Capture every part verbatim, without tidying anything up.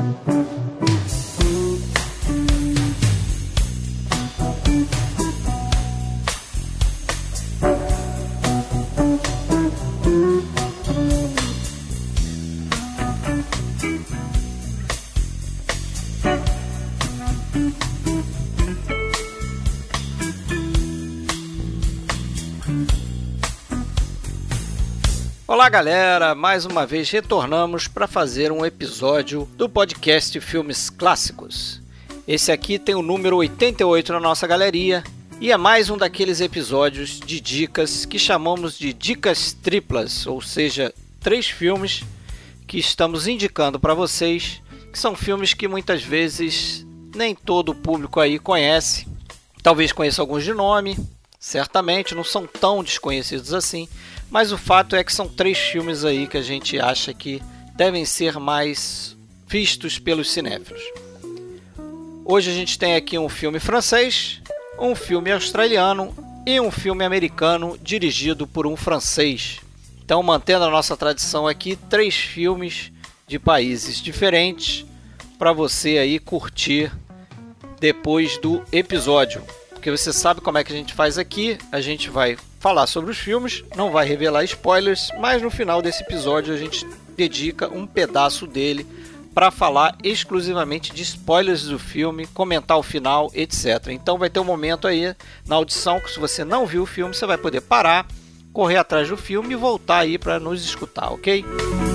Olá galera, mais uma vez retornamos para fazer um episódio do podcast Filmes Clássicos. Esse aqui tem o número oitenta e oito na nossa galeria e é mais um daqueles episódios de dicas que chamamos de dicas triplas, ou seja, três filmes que estamos indicando para vocês, que são filmes que muitas vezes nem todo o público aí conhece, talvez conheça alguns de nome, certamente não são tão desconhecidos assim, mas o fato é que são três filmes aí que a gente acha que devem ser mais vistos pelos cinéfilos. Hoje a gente tem aqui um filme francês, um filme australiano e um filme americano dirigido por um francês. Então, mantendo a nossa tradição aqui, três filmes de países diferentes para você aí curtir depois do episódio. Porque você sabe como é que a gente faz aqui, a gente vai falar sobre os filmes, não vai revelar spoilers, mas no final desse episódio a gente dedica um pedaço dele para falar exclusivamente de spoilers do filme, comentar o final, etcétera. Então vai ter um momento aí na audição que se você não viu o filme, você vai poder parar, correr atrás do filme e voltar aí para nos escutar, ok?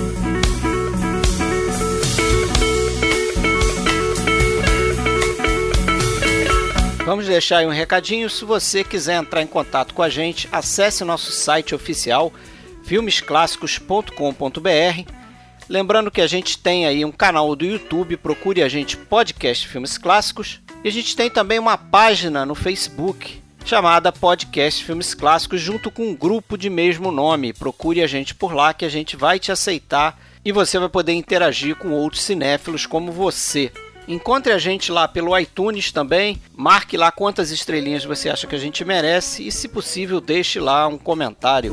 Vamos deixar aí um recadinho, se você quiser entrar em contato com a gente, acesse nosso site oficial filmes clássicos ponto com ponto b r. Lembrando que a gente tem aí um canal do YouTube, procure a gente Podcast Filmes Clássicos. E a gente tem também uma página no Facebook chamada Podcast Filmes Clássicos, junto com um grupo de mesmo nome. Procure a gente por lá que a gente vai te aceitar e você vai poder interagir com outros cinéfilos como você. Encontre a gente lá pelo iTunes também, marque lá quantas estrelinhas você acha que a gente merece e, se possível, deixe lá um comentário.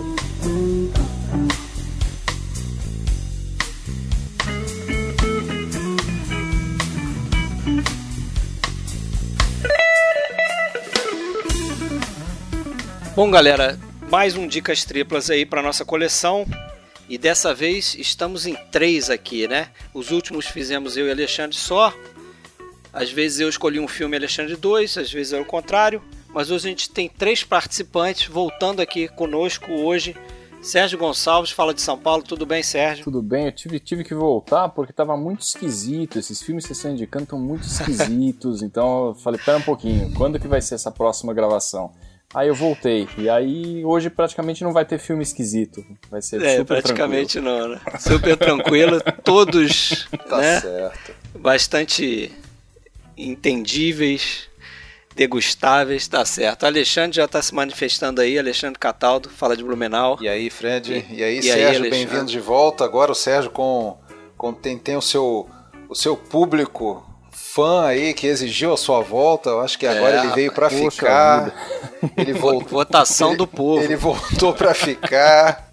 Bom, galera, mais um Dicas Triplas aí para nossa coleção. E dessa vez estamos em três aqui, né? Os últimos fizemos eu e Alexandre só. Às vezes eu escolhi um filme e Alexandre dois, às vezes é o contrário. Mas hoje a gente tem três participantes voltando aqui conosco hoje. Sérgio Gonçalves, fala de São Paulo. Tudo bem, Sérgio? Tudo bem, eu tive, tive que voltar porque estava muito esquisito. Esses filmes que vocês estão indicando estão muito esquisitos. Então eu falei, pera um pouquinho, quando que vai ser essa próxima gravação? Aí eu voltei. E aí hoje praticamente não vai ter filme esquisito. Vai ser é, super praticamente tranquilo. não, né? Super tranquilo. Todos, tá né? certo. Bastante entendíveis, degustáveis, tá certo. Alexandre já está se manifestando aí, Alexandre Cataldo, fala de Blumenau. E aí, Fred? E, e aí, e Sérgio, aí, bem-vindo de volta. Agora o Sérgio com, com tem, tem o, seu, o seu público fã aí que exigiu a sua volta. Eu acho que agora é, ele veio para ficar. Ele voltou. Votação ele, do povo. Ele voltou para ficar.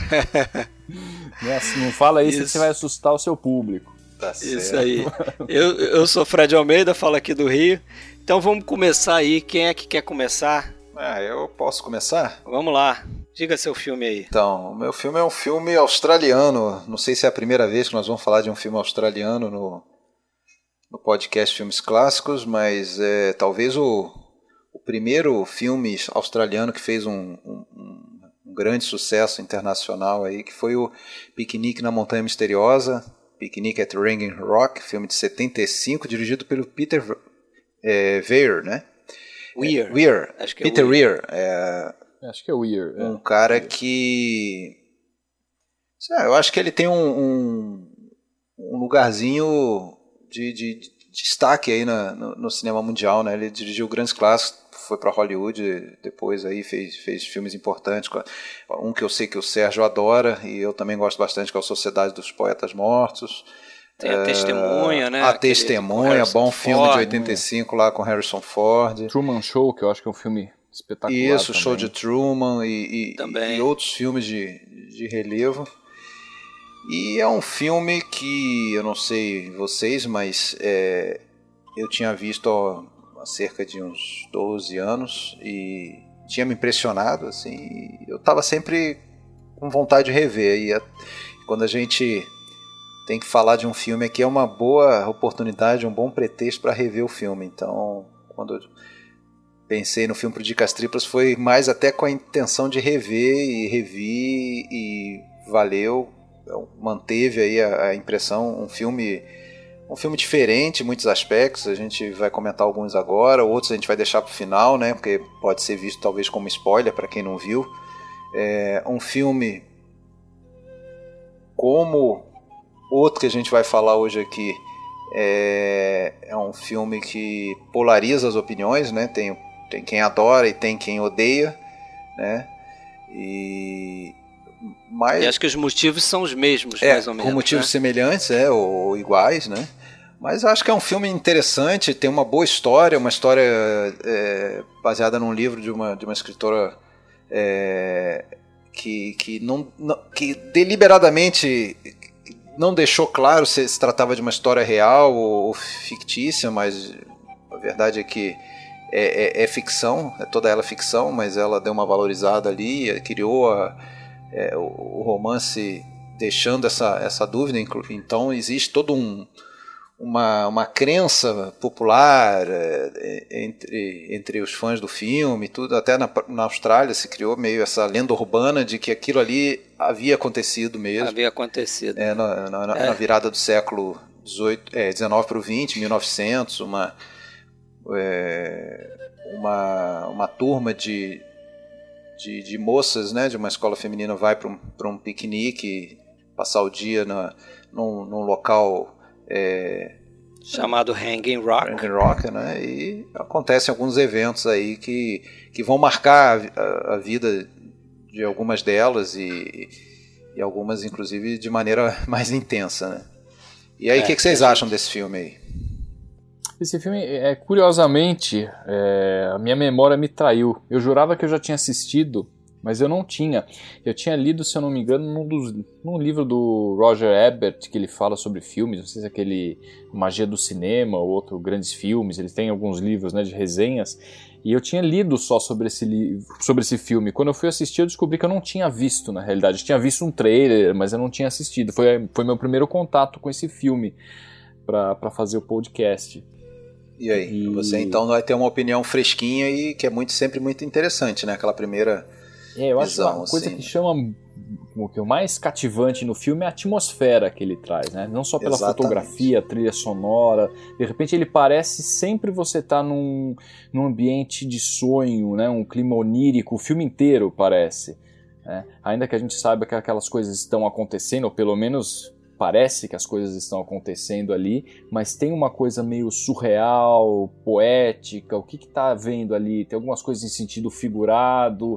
Nossa, não fala isso, isso que você vai assustar o seu público. Tá isso aí. Eu, eu sou Fred Almeida, falo aqui do Rio. Então vamos começar aí. Quem é que quer começar? Ah, eu posso começar? Vamos lá. Diga seu filme aí. Então, o meu filme é um filme australiano. Não sei se é a primeira vez que nós vamos falar de um filme australiano no, no podcast Filmes Clássicos, mas é talvez o, o primeiro filme australiano que fez um, um, um grande sucesso internacional aí, que foi o Piquenique na Montanha Misteriosa, Picnic at Ringing Rock, filme de setenta e cinco, dirigido pelo Peter é, Weir, né? Weir. É, Weir. Acho que Peter é Weir. Weir. É, Acho que é Weir. Um é. cara Weir. que... Eu acho que ele tem um, um, um lugarzinho de, de, de destaque aí na, no, no cinema mundial, né? Ele dirigiu grandes clássicos, foi para Hollywood, depois aí fez, fez filmes importantes. Um que eu sei que o Sérgio adora e eu também gosto bastante, que é a Sociedade dos Poetas Mortos. Tem a Testemunha, né? A Aquele Testemunha, bom Ford, filme de oitenta e cinco lá com Harrison Ford. Truman Show, que eu acho que é um filme espetacular. Isso, também. Show de Truman e, e, Também. e outros filmes de, de relevo. E é um filme que, eu não sei vocês, mas é, eu tinha visto ó, há cerca de uns doze anos e tinha me impressionado, assim, eu estava sempre com vontade de rever. E a, quando a gente tem que falar de um filme aqui, é uma boa oportunidade, um bom pretexto para rever o filme. Então, quando eu pensei no filme Pro Dicas Triplas, foi mais até com a intenção de rever, e revi, e valeu, manteve aí a, a impressão, um filme... Um filme diferente em muitos aspectos, a gente vai comentar alguns agora, outros a gente vai deixar para o final, né, porque pode ser visto talvez como spoiler para quem não viu. É um filme como outro que a gente vai falar hoje aqui, é, é um filme que polariza as opiniões, né, tem, tem quem adora e tem quem odeia, né, e... Mas, e acho que os motivos são os mesmos, é, mais ou menos. Com motivos né? semelhantes, é, ou, ou iguais, né? Mas eu acho que é um filme interessante, tem uma boa história, uma história é, baseada num livro de uma, de uma escritora é, que, que, não, não, que deliberadamente não deixou claro se se tratava de uma história real ou, ou fictícia, mas a verdade é que é, é, é ficção, é toda ela ficção, mas ela deu uma valorizada ali, criou a É, o, o romance deixando essa, essa dúvida. Então existe todo um, uma, uma crença popular é, entre, entre os fãs do filme, tudo. Até na, na Austrália se criou meio essa lenda urbana de que aquilo ali havia acontecido mesmo. Havia acontecido. É, na, na, é. na virada do século dezoito, é, dezenove para o vinte, mil e novecentos, uma, é, uma, uma turma de De, de moças, né, de uma escola feminina vai para um, para um piquenique, passar o dia na, num, num local é, chamado Hanging Rock. Hanging Rock, né, e acontecem alguns eventos aí que, que vão marcar a, a vida de algumas delas e, e algumas inclusive de maneira mais intensa, né. E aí, o é, que, que vocês acham desse filme aí? Esse filme, é, curiosamente, é, a minha memória me traiu. Eu jurava que eu já tinha assistido, mas eu não tinha. Eu tinha lido, se eu não me engano, num, dos, num livro do Roger Ebert, que ele fala sobre filmes, não sei se é aquele Magia do Cinema ou outro Grandes Filmes, ele tem alguns livros, né, de resenhas, e eu tinha lido só sobre esse, sobre esse filme. Quando eu fui assistir, eu descobri que eu não tinha visto, na realidade. Eu tinha visto um trailer, mas eu não tinha assistido. Foi, foi meu primeiro contato com esse filme para fazer o podcast. E aí, e... você então vai ter uma opinião fresquinha e que é muito, sempre muito interessante, né? Aquela primeira é, eu visão. Acho uma coisa assim, que chama, o que é o mais cativante no filme é a atmosfera que ele traz, né? Não só pela Exatamente. Fotografia, trilha sonora. De repente ele parece sempre você estar tá num, num ambiente de sonho, né? Um clima onírico, o filme inteiro parece. Né? Ainda que a gente saiba que aquelas coisas estão acontecendo, ou pelo menos parece que as coisas estão acontecendo ali, mas tem uma coisa meio surreal, poética, o que está havendo ali? Tem algumas coisas em sentido figurado,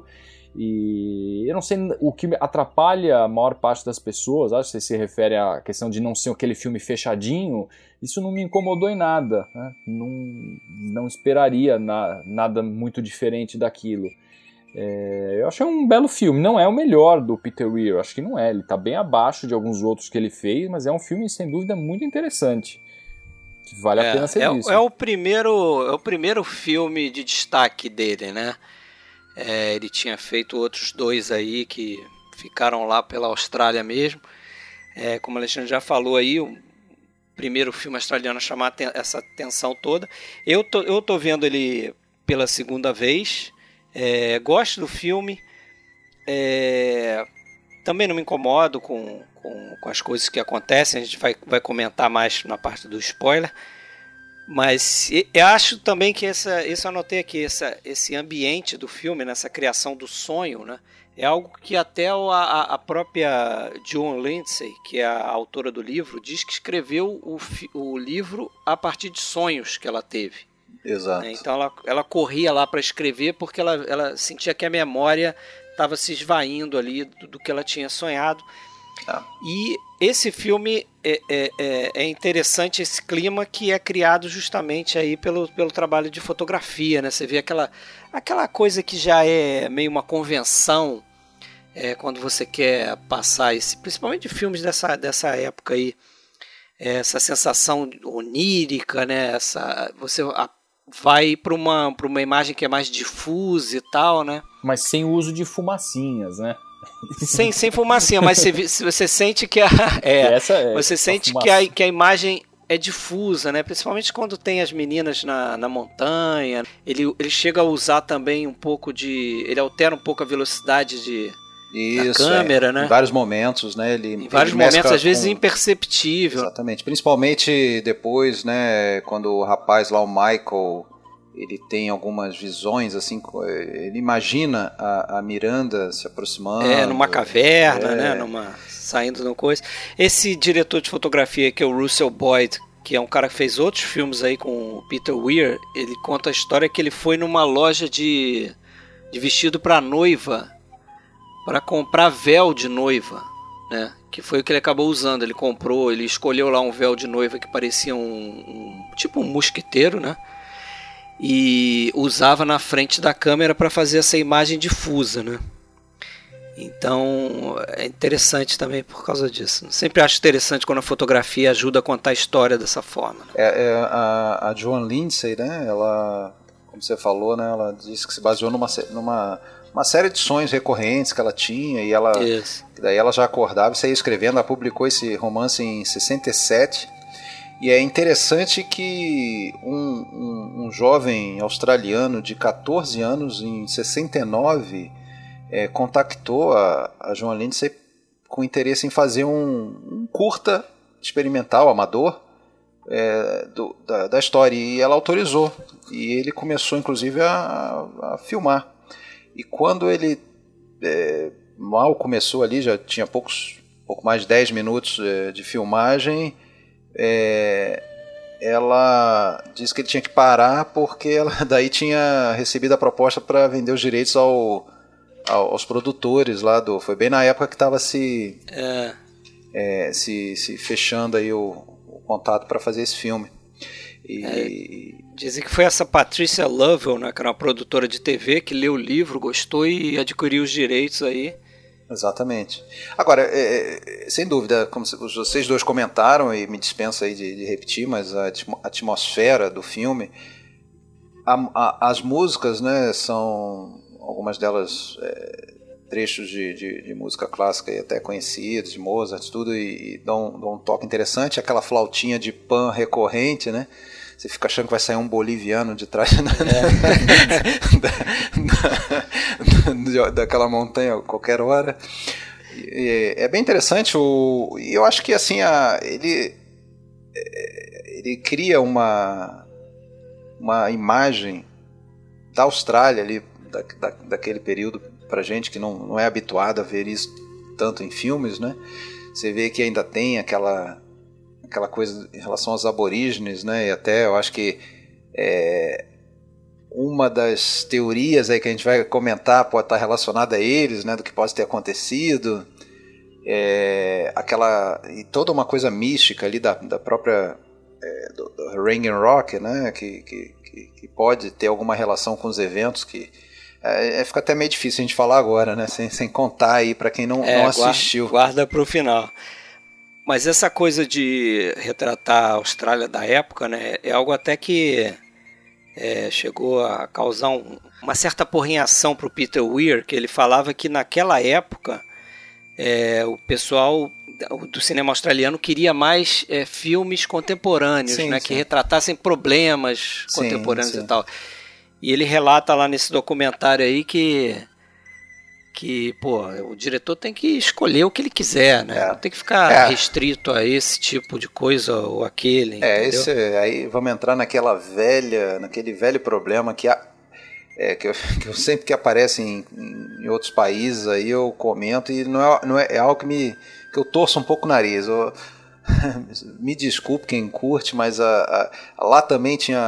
e eu não sei, o que atrapalha a maior parte das pessoas, acho que você se refere à questão de não ser aquele filme fechadinho, isso não me incomodou em nada, né? não, não esperaria na, nada muito diferente daquilo. É, eu achei um belo filme, não é o melhor do Peter Weir, acho que não é, ele está bem abaixo de alguns outros que ele fez, mas é um filme sem dúvida muito interessante, que vale é, a pena ser é, visto. É o primeiro, é o primeiro filme de destaque dele, né? É, ele tinha feito outros dois aí que ficaram lá pela Austrália mesmo, é, como o Alexandre já falou aí, o primeiro filme australiano a chamar essa atenção toda. Eu tô, eu tô vendo ele pela segunda vez. É, gosto do filme, é, também não me incomodo com, com, com as coisas que acontecem, a gente vai, vai comentar mais na parte do spoiler, mas eu acho também que essa, isso eu anotei aqui, essa, esse ambiente do filme, nessa criação do sonho, né, é algo que até a, a própria Joan Lindsay, que é a autora do livro, diz que escreveu o, o livro a partir de sonhos que ela teve. Exato. Então ela, ela corria lá para escrever porque ela, ela sentia que a memória estava se esvaindo ali do, do que ela tinha sonhado. Ah. E esse filme é, é, é interessante, esse clima que é criado justamente aí pelo, pelo trabalho de fotografia, né? Você vê aquela, aquela coisa que já é meio uma convenção é, quando você quer passar esse, principalmente de filmes dessa, dessa época aí, essa sensação onírica, né? Essa, você vai para uma, para uma imagem que é mais difusa e tal, né? Mas sem o uso de fumacinhas, né? Sem, sem fumacinha, mas você, você sente que a, é, essa é você sente a que, a, que a imagem é difusa, né? Principalmente quando tem as meninas na, na montanha. Ele, ele chega a usar também um pouco de... Ele altera um pouco a velocidade de, Isso, da câmera, é. né? Em vários momentos, né? Ele, em vários ele momentos, às vezes com... imperceptível. Exatamente. Principalmente depois, né? Quando o rapaz lá, o Michael... Ele tem algumas visões, assim, ele imagina a, a Miranda se aproximando. É, numa caverna, é. né, numa, saindo de uma coisa. Esse diretor de fotografia, que é o Russell Boyd, que é um cara que fez outros filmes aí com o Peter Weir, ele conta a história que ele foi numa loja de, de vestido para noiva, para comprar véu de noiva, né, que foi o que ele acabou usando. Ele comprou, ele escolheu lá um véu de noiva que parecia um, um tipo um mosquiteiro, né, e usava na frente da câmera para fazer essa imagem difusa, né? Então é interessante também por causa disso. Sempre acho interessante quando a fotografia ajuda a contar a história dessa forma, né? É, é, a, a Joan Lindsay, né? Ela, como você falou, né? Ela disse que se baseou numa, numa uma série de sonhos recorrentes que ela tinha e ela, Isso. daí ela já acordava e saía escrevendo. Ela publicou esse romance em sessenta e sete. E é interessante que um, um, um jovem australiano de catorze anos, em sessenta e nove, é, contactou a, a Joan Lindsay com interesse em fazer um, um curta experimental, amador, é, do, da, da história. E ela autorizou. E ele começou, inclusive, a, a filmar. E quando ele é, mal começou ali, já tinha poucos, pouco mais de dez minutos é, de filmagem... É, ela disse que ele tinha que parar porque ela daí tinha recebido a proposta para vender os direitos ao, ao, aos produtores lá do... Foi bem na época que estava se, é. é, se, se fechando aí o, o contato para fazer esse filme. E... É, dizem que foi essa Patricia Lovell, né, que era uma produtora de T V, que leu o livro, gostou e adquiriu os direitos aí. Exatamente. Agora, é, é, sem dúvida, como vocês dois comentaram, e me dispensa aí de, de repetir, mas a atmosfera do filme, a, a, as músicas, né, são algumas delas é, trechos de, de, de música clássica e até conhecidos, de Mozart, tudo, e, e dão, dão um toque interessante. Aquela flautinha de pan recorrente, né? Você fica achando que vai sair um boliviano de trás é. da, da, da, daquela montanha a qualquer hora. E, é bem interessante. O, e eu acho que assim, a, ele, ele cria uma, uma imagem da Austrália ali, da, da, daquele período, pra gente que não, não é habituado a ver isso tanto em filmes, né? Você vê que ainda tem aquela... aquela coisa em relação aos aborígenes, né? E até eu acho que é, uma das teorias aí que a gente vai comentar pode estar relacionada a eles, né? Do que pode ter acontecido, é, aquela e toda uma coisa mística ali da, da própria é, do, do Hanging Rock, né? Que, que, que pode ter alguma relação com os eventos que é, fica até meio difícil a gente falar agora, né? Sem, sem contar aí para quem não, é, não assistiu. Guarda para o final. Mas essa coisa de retratar a Austrália da época, né, é algo até que é, chegou a causar um, uma certa porrinhação para o Peter Weir, que ele falava que naquela época é, o pessoal do cinema australiano queria mais é, filmes contemporâneos, sim, né, sim. que retratassem problemas sim, contemporâneos sim. e tal. E ele relata lá nesse documentário aí que... que, pô, o diretor tem que escolher o que ele quiser, né? É. Não tem que ficar é. restrito a esse tipo de coisa ou aquele, É, entendeu? esse, aí vamos entrar naquela velha, naquele velho problema que, há, é, que, eu, que eu sempre que aparece em, em outros países aí eu comento e não é, não é, é algo que, me, que eu torço um pouco o nariz. Eu, me desculpe quem curte, mas a, a, lá também tinha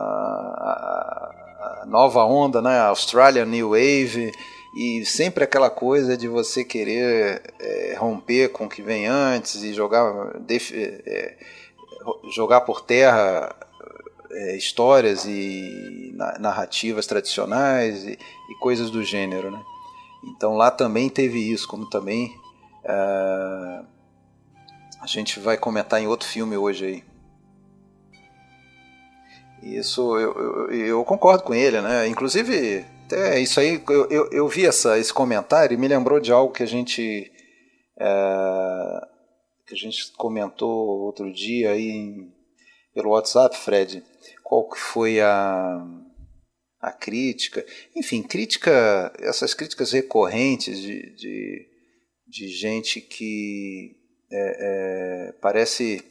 a, a nova onda, né? A Australian New Wave. E sempre aquela coisa de você querer é, romper com o que vem antes e jogar, def, é, jogar por terra é, histórias e narrativas tradicionais e, e coisas do gênero, né? Então lá também teve isso, como também uh, a gente vai comentar em outro filme hoje aí. Isso eu, eu, eu concordo com ele, né? Inclusive, até isso aí, eu, eu, eu vi essa, esse comentário e me lembrou de algo que a gente uh, que a gente comentou outro dia aí em, pelo WhatsApp, Fred. Qual que foi a, a crítica? Enfim, crítica, essas críticas recorrentes de, de, de gente que é, é, parece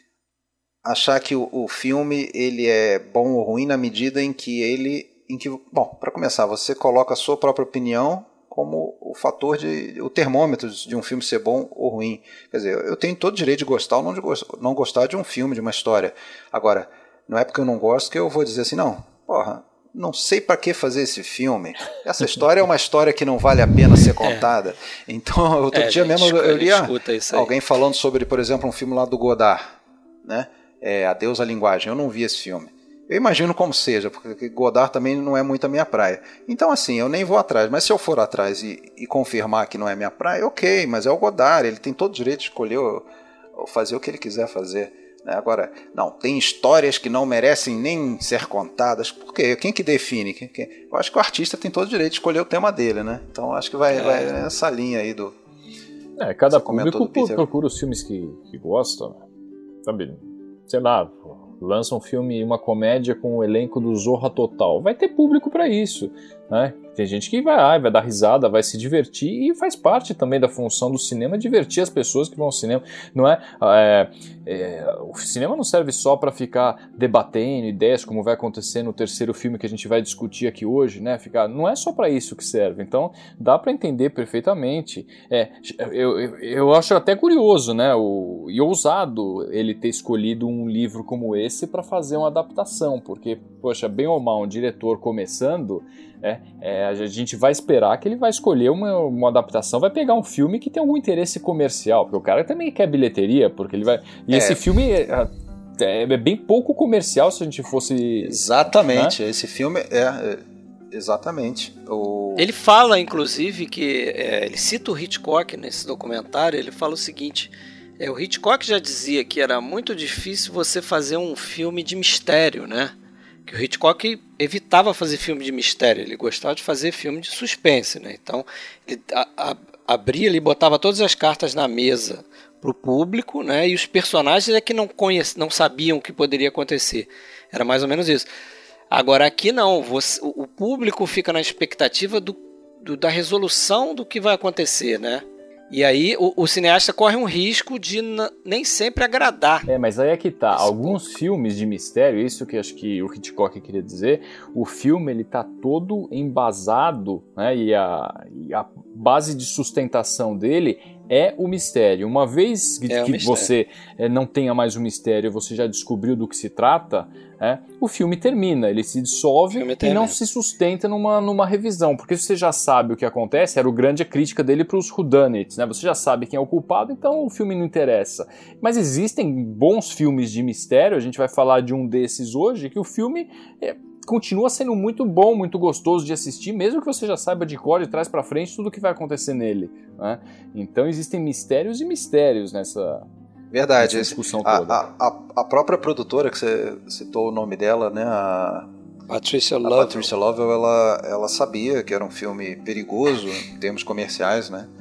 achar que o, o filme ele é bom ou ruim na medida em que ele, em que, bom, para começar, você coloca a sua própria opinião como o fator de, o termômetro de um filme ser bom ou ruim. Quer dizer, eu tenho todo o direito de gostar ou não, de gostar, não gostar de um filme, de uma história. Agora, não é porque eu não gosto que eu vou dizer assim, não, porra, não sei para que fazer esse filme. Essa história é uma história que não vale a pena ser contada. É. Então, outro é, dia mesmo eu li ah, alguém falando sobre, por exemplo, um filme lá do Godard, né? É, Adeus à Linguagem. Eu não vi esse filme. Eu imagino como seja, porque Godard também não é muito a minha praia. Então, assim, eu nem vou atrás. Mas se eu for atrás e, e confirmar que não é minha praia, ok, mas é o Godard. Ele tem todo o direito de escolher ou, ou fazer o que ele quiser fazer. Né? Agora, não, tem histórias que não merecem nem ser contadas. Por quê? Quem que define? Quem, quem? Eu acho que o artista tem todo o direito de escolher o tema dele, né? Então, acho que vai, é. vai nessa linha aí do... É, cada público procura os filmes que, que gosta, sabe? Sei lá, lança um filme, uma comédia com o elenco do Zorra Total. Vai ter público para isso, né? Tem gente que vai, vai dar risada, vai se divertir e faz parte também da função do cinema divertir as pessoas que vão ao cinema. Não é, é, é o cinema não serve só para ficar debatendo ideias, como vai acontecer no terceiro filme que a gente vai discutir aqui hoje, né? Ficar, não é só para isso que serve. Então dá para entender perfeitamente. É, eu, eu, eu acho até curioso, né? O, e ousado ele ter escolhido um livro como esse para fazer uma adaptação, porque, poxa, bem ou mal, um diretor começando, é, é, a gente vai esperar que ele vai escolher uma, uma adaptação, vai pegar um filme que tem algum interesse comercial, porque o cara também quer bilheteria, porque ele vai... E é. esse filme é, é bem pouco comercial se a gente fosse... Exatamente, né? Esse filme é... é exatamente. O... Ele fala, inclusive, que... É, ele cita o Hitchcock nesse documentário, ele fala o seguinte... É, o Hitchcock já dizia que era muito difícil você fazer um filme de mistério, né? Que o Hitchcock evitava fazer filme de mistério, ele gostava de fazer filme de suspense, né? Então, ele a, a, abria, ele botava todas as cartas na mesa para o público, né? E os personagens é que não, conhece, não sabiam o que poderia acontecer. Era mais ou menos isso. Agora, aqui não, você, o, o público fica na expectativa do, do, da resolução do que vai acontecer, né? E aí o, o cineasta corre um risco de n- nem sempre agradar. É, mas aí é que tá. Alguns ponto. filmes de mistério, isso que acho que o Hitchcock queria dizer, o filme ele tá todo embasado, né, e, a, e a base de sustentação dele é o mistério. Uma vez que, é que você é, não tenha mais o mistério, você já descobriu do que se trata, é, o filme termina, ele se dissolve e termina. Não se sustenta numa, numa revisão, porque você já sabe o que acontece, era o grande crítica dele para os whodunits, né? Você já sabe quem é o culpado, então o filme não interessa. Mas existem bons filmes de mistério, a gente vai falar de um desses hoje, que o filme... É, continua sendo muito bom, muito gostoso de assistir, mesmo que você já saiba de cor, de trás para frente, tudo o que vai acontecer nele, né? Então existem mistérios e mistérios nessa, Verdade, nessa discussão a, toda. A, a, a própria produtora, que você citou o nome dela, né? A Patricia Lovell, a Patricia Lovell ela, ela sabia que era um filme perigoso em termos comerciais, né?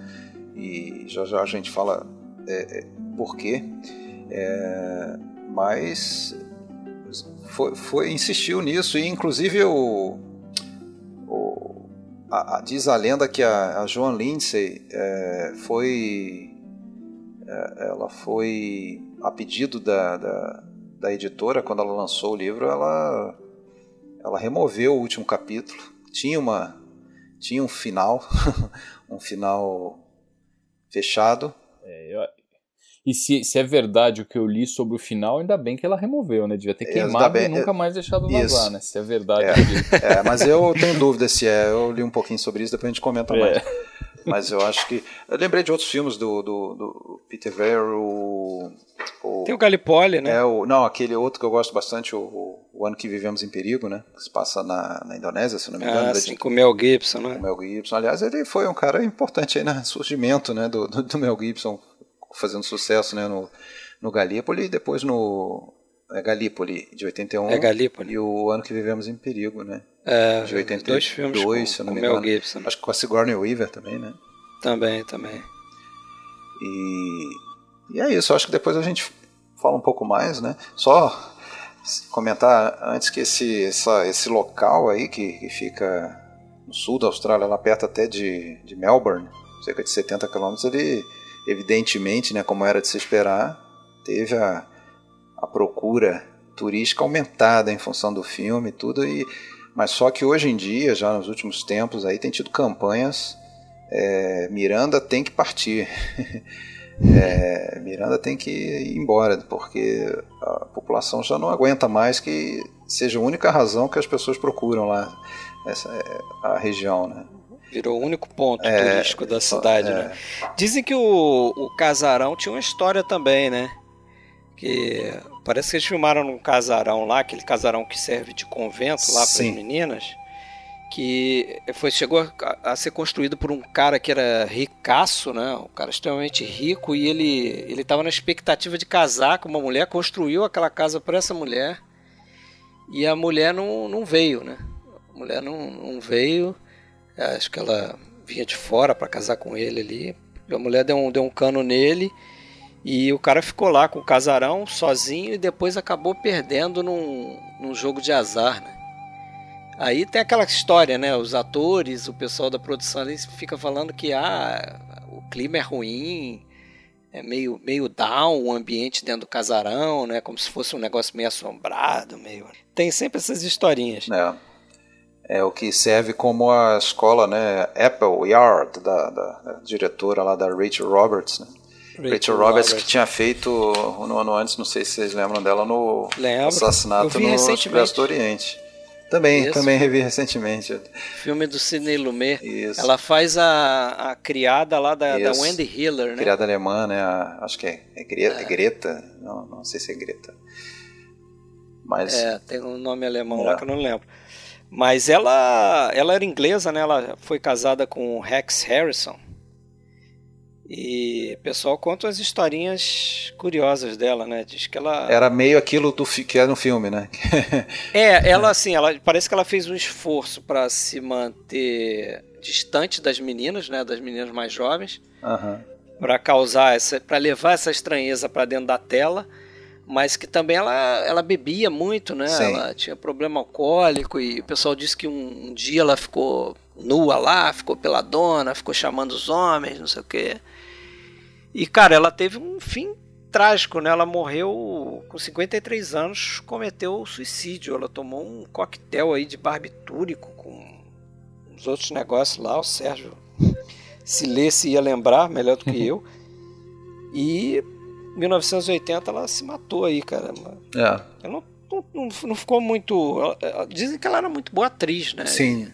E já já a gente fala é, é, por quê. É, mas... Foi, foi, insistiu nisso, e inclusive o, o, a, a, diz a lenda que a, a Joan Lindsay é, foi, é, ela foi a pedido da, da, da editora, quando ela lançou o livro, ela, ela removeu o último capítulo, tinha, uma, tinha um final, um final fechado. É, eu... E se, se é verdade o que eu li sobre o final, ainda bem que ela removeu, né? Devia ter queimado bem, e nunca mais deixado vazar, né? Se é verdade. É, é, mas eu tenho dúvida se é. Eu li um pouquinho sobre isso, depois a gente comenta mais. É. Mas eu acho que... Eu lembrei de outros filmes do, do, do Peter Weir, o, o... Tem o Gallipoli, né? É, o, não, aquele outro que eu gosto bastante, o, o O Ano que Vivemos em Perigo, né? Que se passa na, na Indonésia, se não me engano. Ah, sim, com o Mel Gibson, né? Com o Mel Gibson. Aliás, ele foi um cara importante aí no surgimento, né, do, do, do Mel Gibson, fazendo sucesso, né, no, no Galípoli e depois no... É Galípoli, de oitenta e um. É Galípoli. E O Ano que Vivemos em Perigo, né? É, de oitenta e dois, dois filmes com, se eu não com me Mel engano. Gibson. Acho que com a Sigourney Weaver também, né? Também, também. E, e é isso, eu acho que depois a gente fala um pouco mais, né? Só comentar antes que esse, essa, esse local aí que, que fica no sul da Austrália, lá perto até de, de Melbourne, cerca de setenta quilômetros, ele evidentemente, né, como era de se esperar, teve a, a procura turística aumentada em função do filme e tudo, e, mas só que hoje em dia, já nos últimos tempos, aí tem tido campanhas, é, Miranda tem que partir. É, Miranda tem que ir embora, porque a população já não aguenta mais que seja a única razão que as pessoas procuram lá, essa é a região, né? Virou o único ponto é, turístico da cidade, é. né? Dizem que o, o casarão tinha uma história também, né? Que parece que eles filmaram num casarão lá, aquele casarão que serve de convento lá para as meninas, que foi, chegou a, a ser construído por um cara que era ricaço, né? Um cara extremamente rico, e ele ele estava na expectativa de casar com uma mulher, construiu aquela casa para essa mulher, e a mulher não, não veio, né? A mulher não, não veio, acho que ela vinha de fora para casar com ele ali, a mulher deu um, deu um cano nele, e o cara ficou lá com o casarão sozinho e depois acabou perdendo num, num jogo de azar, né? Aí tem aquela história, né? Os atores, o pessoal da produção ali fica falando que ah, o clima é ruim, é meio, meio down o ambiente dentro do casarão, né? Como se fosse um negócio meio assombrado, meio... Tem sempre essas historinhas. É, é o que serve como a escola, né? Apple Yard, da, da, da diretora lá da Rachel Roberts, né? Rachel, Rachel Roberts, Roberts, que tinha feito um ano antes, não sei se vocês lembram dela, no Lembro. Assassinato no Expresso do Oriente. Também, Isso. também revi recentemente. Filme do Sidney Lumet. Isso. Ela faz a, a criada lá da, da Wendy Hiller, né? Criada alemã, né? A, acho que é, é, Greta, é. é Greta? Não, não sei se é Greta. Mas... É, tem um nome alemão é. lá que eu não lembro. Mas ela, ela era inglesa, né? Ela foi casada com o Rex Harrison. E o pessoal conta umas historinhas curiosas dela, né? Diz que ela... Era meio aquilo do que é no filme, né? É, ela assim, ela, parece que ela fez um esforço para se manter distante das meninas, né? Das meninas mais jovens. Uhum. Para causar essa... para levar essa estranheza para dentro da tela. Mas que também ela, ela bebia muito, né? Sim. Ela tinha problema alcoólico e o pessoal disse que um, um dia ela ficou nua lá, ficou peladona, ficou chamando os homens, não sei o quê. E, cara, ela teve um fim trágico, né? Ela morreu com cinquenta e três anos, cometeu suicídio. Ela tomou um coquetel aí de barbitúrico com uns outros negócios lá. O Sérgio, se lesse, ia lembrar melhor do que eu. E em mil novecentos e oitenta ela se matou aí, cara. É. Ela não, não, não ficou muito... Ela, dizem que ela era muito boa atriz, né? Sim.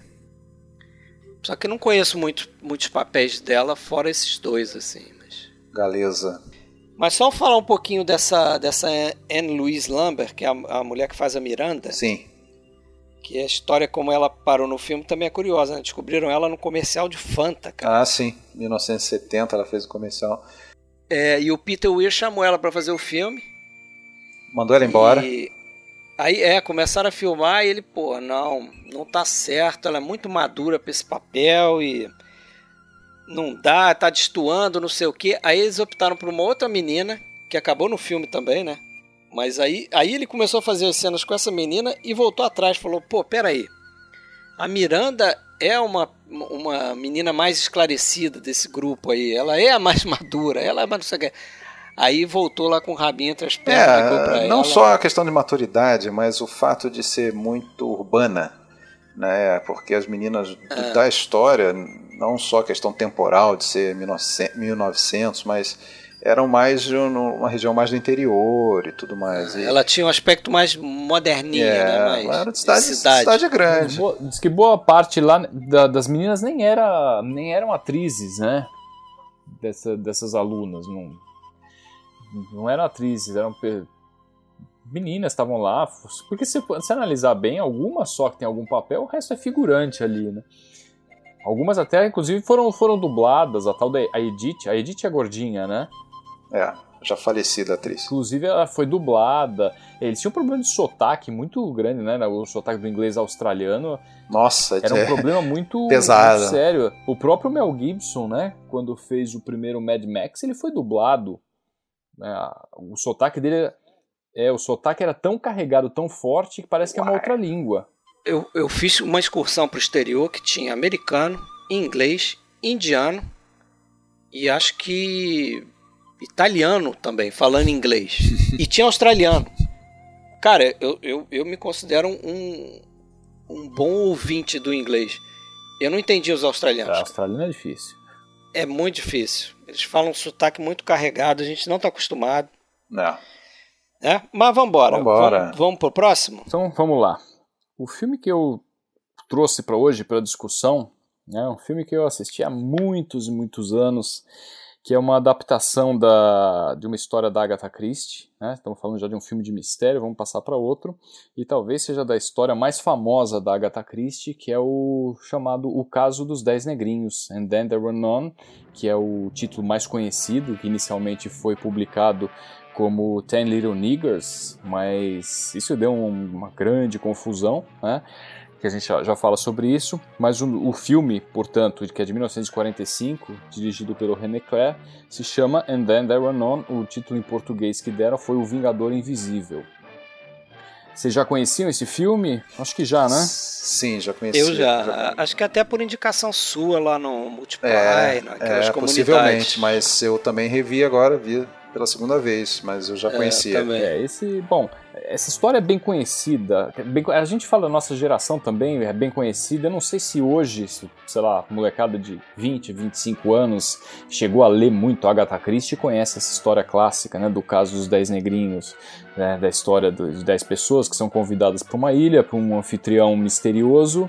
Só que eu não conheço muito, muitos papéis dela, fora esses dois, assim. Mas... Galesa. Mas só falar um pouquinho dessa, dessa Anne Louise Lambert, que é a, a mulher que faz a Miranda. Sim. Que a história como ela parou no filme também é curiosa, né? Descobriram ela no comercial de Fanta, cara. Ah, sim. Em mil novecentos e setenta ela fez o comercial. É, e o Peter Weir chamou ela para fazer o filme. Mandou ela embora. E aí, é, começaram a filmar e ele, pô, não, não tá certo, ela é muito madura pra esse papel e não dá, tá destoando, não sei o quê. Aí eles optaram por uma outra menina, que acabou no filme também, né? Mas aí, aí ele começou a fazer as cenas com essa menina e voltou atrás, falou, pô, peraí, a Miranda é uma, uma menina mais esclarecida desse grupo aí, ela é a mais madura, ela é mais não sei o quê. Aí voltou lá com o rabinho entre as pernas, é, ligou pra não ela. só a questão de maturidade, mas o fato de ser muito urbana, né? Porque as meninas é. da história, não só a questão temporal de ser mil e novecentos, mas eram mais de uma região mais do interior e tudo mais. E... Ela tinha um aspecto mais moderninho, é, né? Mais ela era de cidade, de cidade. cidade grande. Diz que boa parte lá da, das meninas nem, era, nem eram atrizes, né? Dessa, dessas alunas, não... Não eram atrizes, eram pe- meninas estavam lá, porque se você analisar bem, algumas só que tem algum papel, o resto é figurante ali, né? Algumas até, inclusive, foram, foram dubladas, a tal da a Edith, a Edith é gordinha, né? É, já falecida atriz. Inclusive ela foi dublada, eles tinham um problema de sotaque muito grande, né? O sotaque do inglês australiano. Nossa, era um é problema muito, pesado. muito sério. O próprio Mel Gibson, né? Quando fez o primeiro Mad Max, ele foi dublado. O sotaque dele, é, o sotaque era tão carregado, tão forte, que parece que é uma outra língua. Eu, eu fiz uma excursão para o exterior que tinha americano, inglês, indiano e acho que italiano também, falando inglês. E tinha australiano. Cara, eu, eu, eu me considero um, um bom ouvinte do inglês. Eu não entendi os australianos. É, australiano é difícil. É muito difícil. Eles falam um sotaque muito carregado, a gente não está acostumado. Não. É? Mas vamos embora. Vambora. Vamos, vamos pro próximo? Então vamos lá. O filme que eu trouxe para hoje, para discussão, é um filme que eu assisti há muitos e muitos anos, que é uma adaptação da, de uma história da Agatha Christie, né? Estamos falando já de um filme de mistério, vamos passar para outro, e talvez seja da história mais famosa da Agatha Christie, que é o chamado O Caso dos Dez Negrinhos, And Then There Were None, que é o título mais conhecido, que inicialmente foi publicado como Ten Little Niggers, mas isso deu um, uma grande confusão, né? Que a gente já, já fala sobre isso, mas o, o filme, portanto, que é de mil novecentos e quarenta e cinco, dirigido pelo René Clair, se chama And Then There Were None. O título em português que deram foi O Vingador Invisível. Vocês já conheciam esse filme? Acho que já, né? Sim, já conheci. Eu já. já Acho que até por indicação sua lá no Multiply, é, naquelas é, comunidades. Possivelmente, mas eu também revi agora, vi pela segunda vez, mas eu já conhecia. É, é, esse, bom, essa história é bem conhecida. Bem, a gente fala da nossa geração também, é bem conhecida. Eu não sei se hoje, se, sei lá, molecada de vinte, vinte e cinco anos chegou a ler muito Agatha Christie e conhece essa história clássica, né, do caso dos Dez Negrinhos, né, da história de dez pessoas que são convidadas para uma ilha, para um anfitrião misterioso,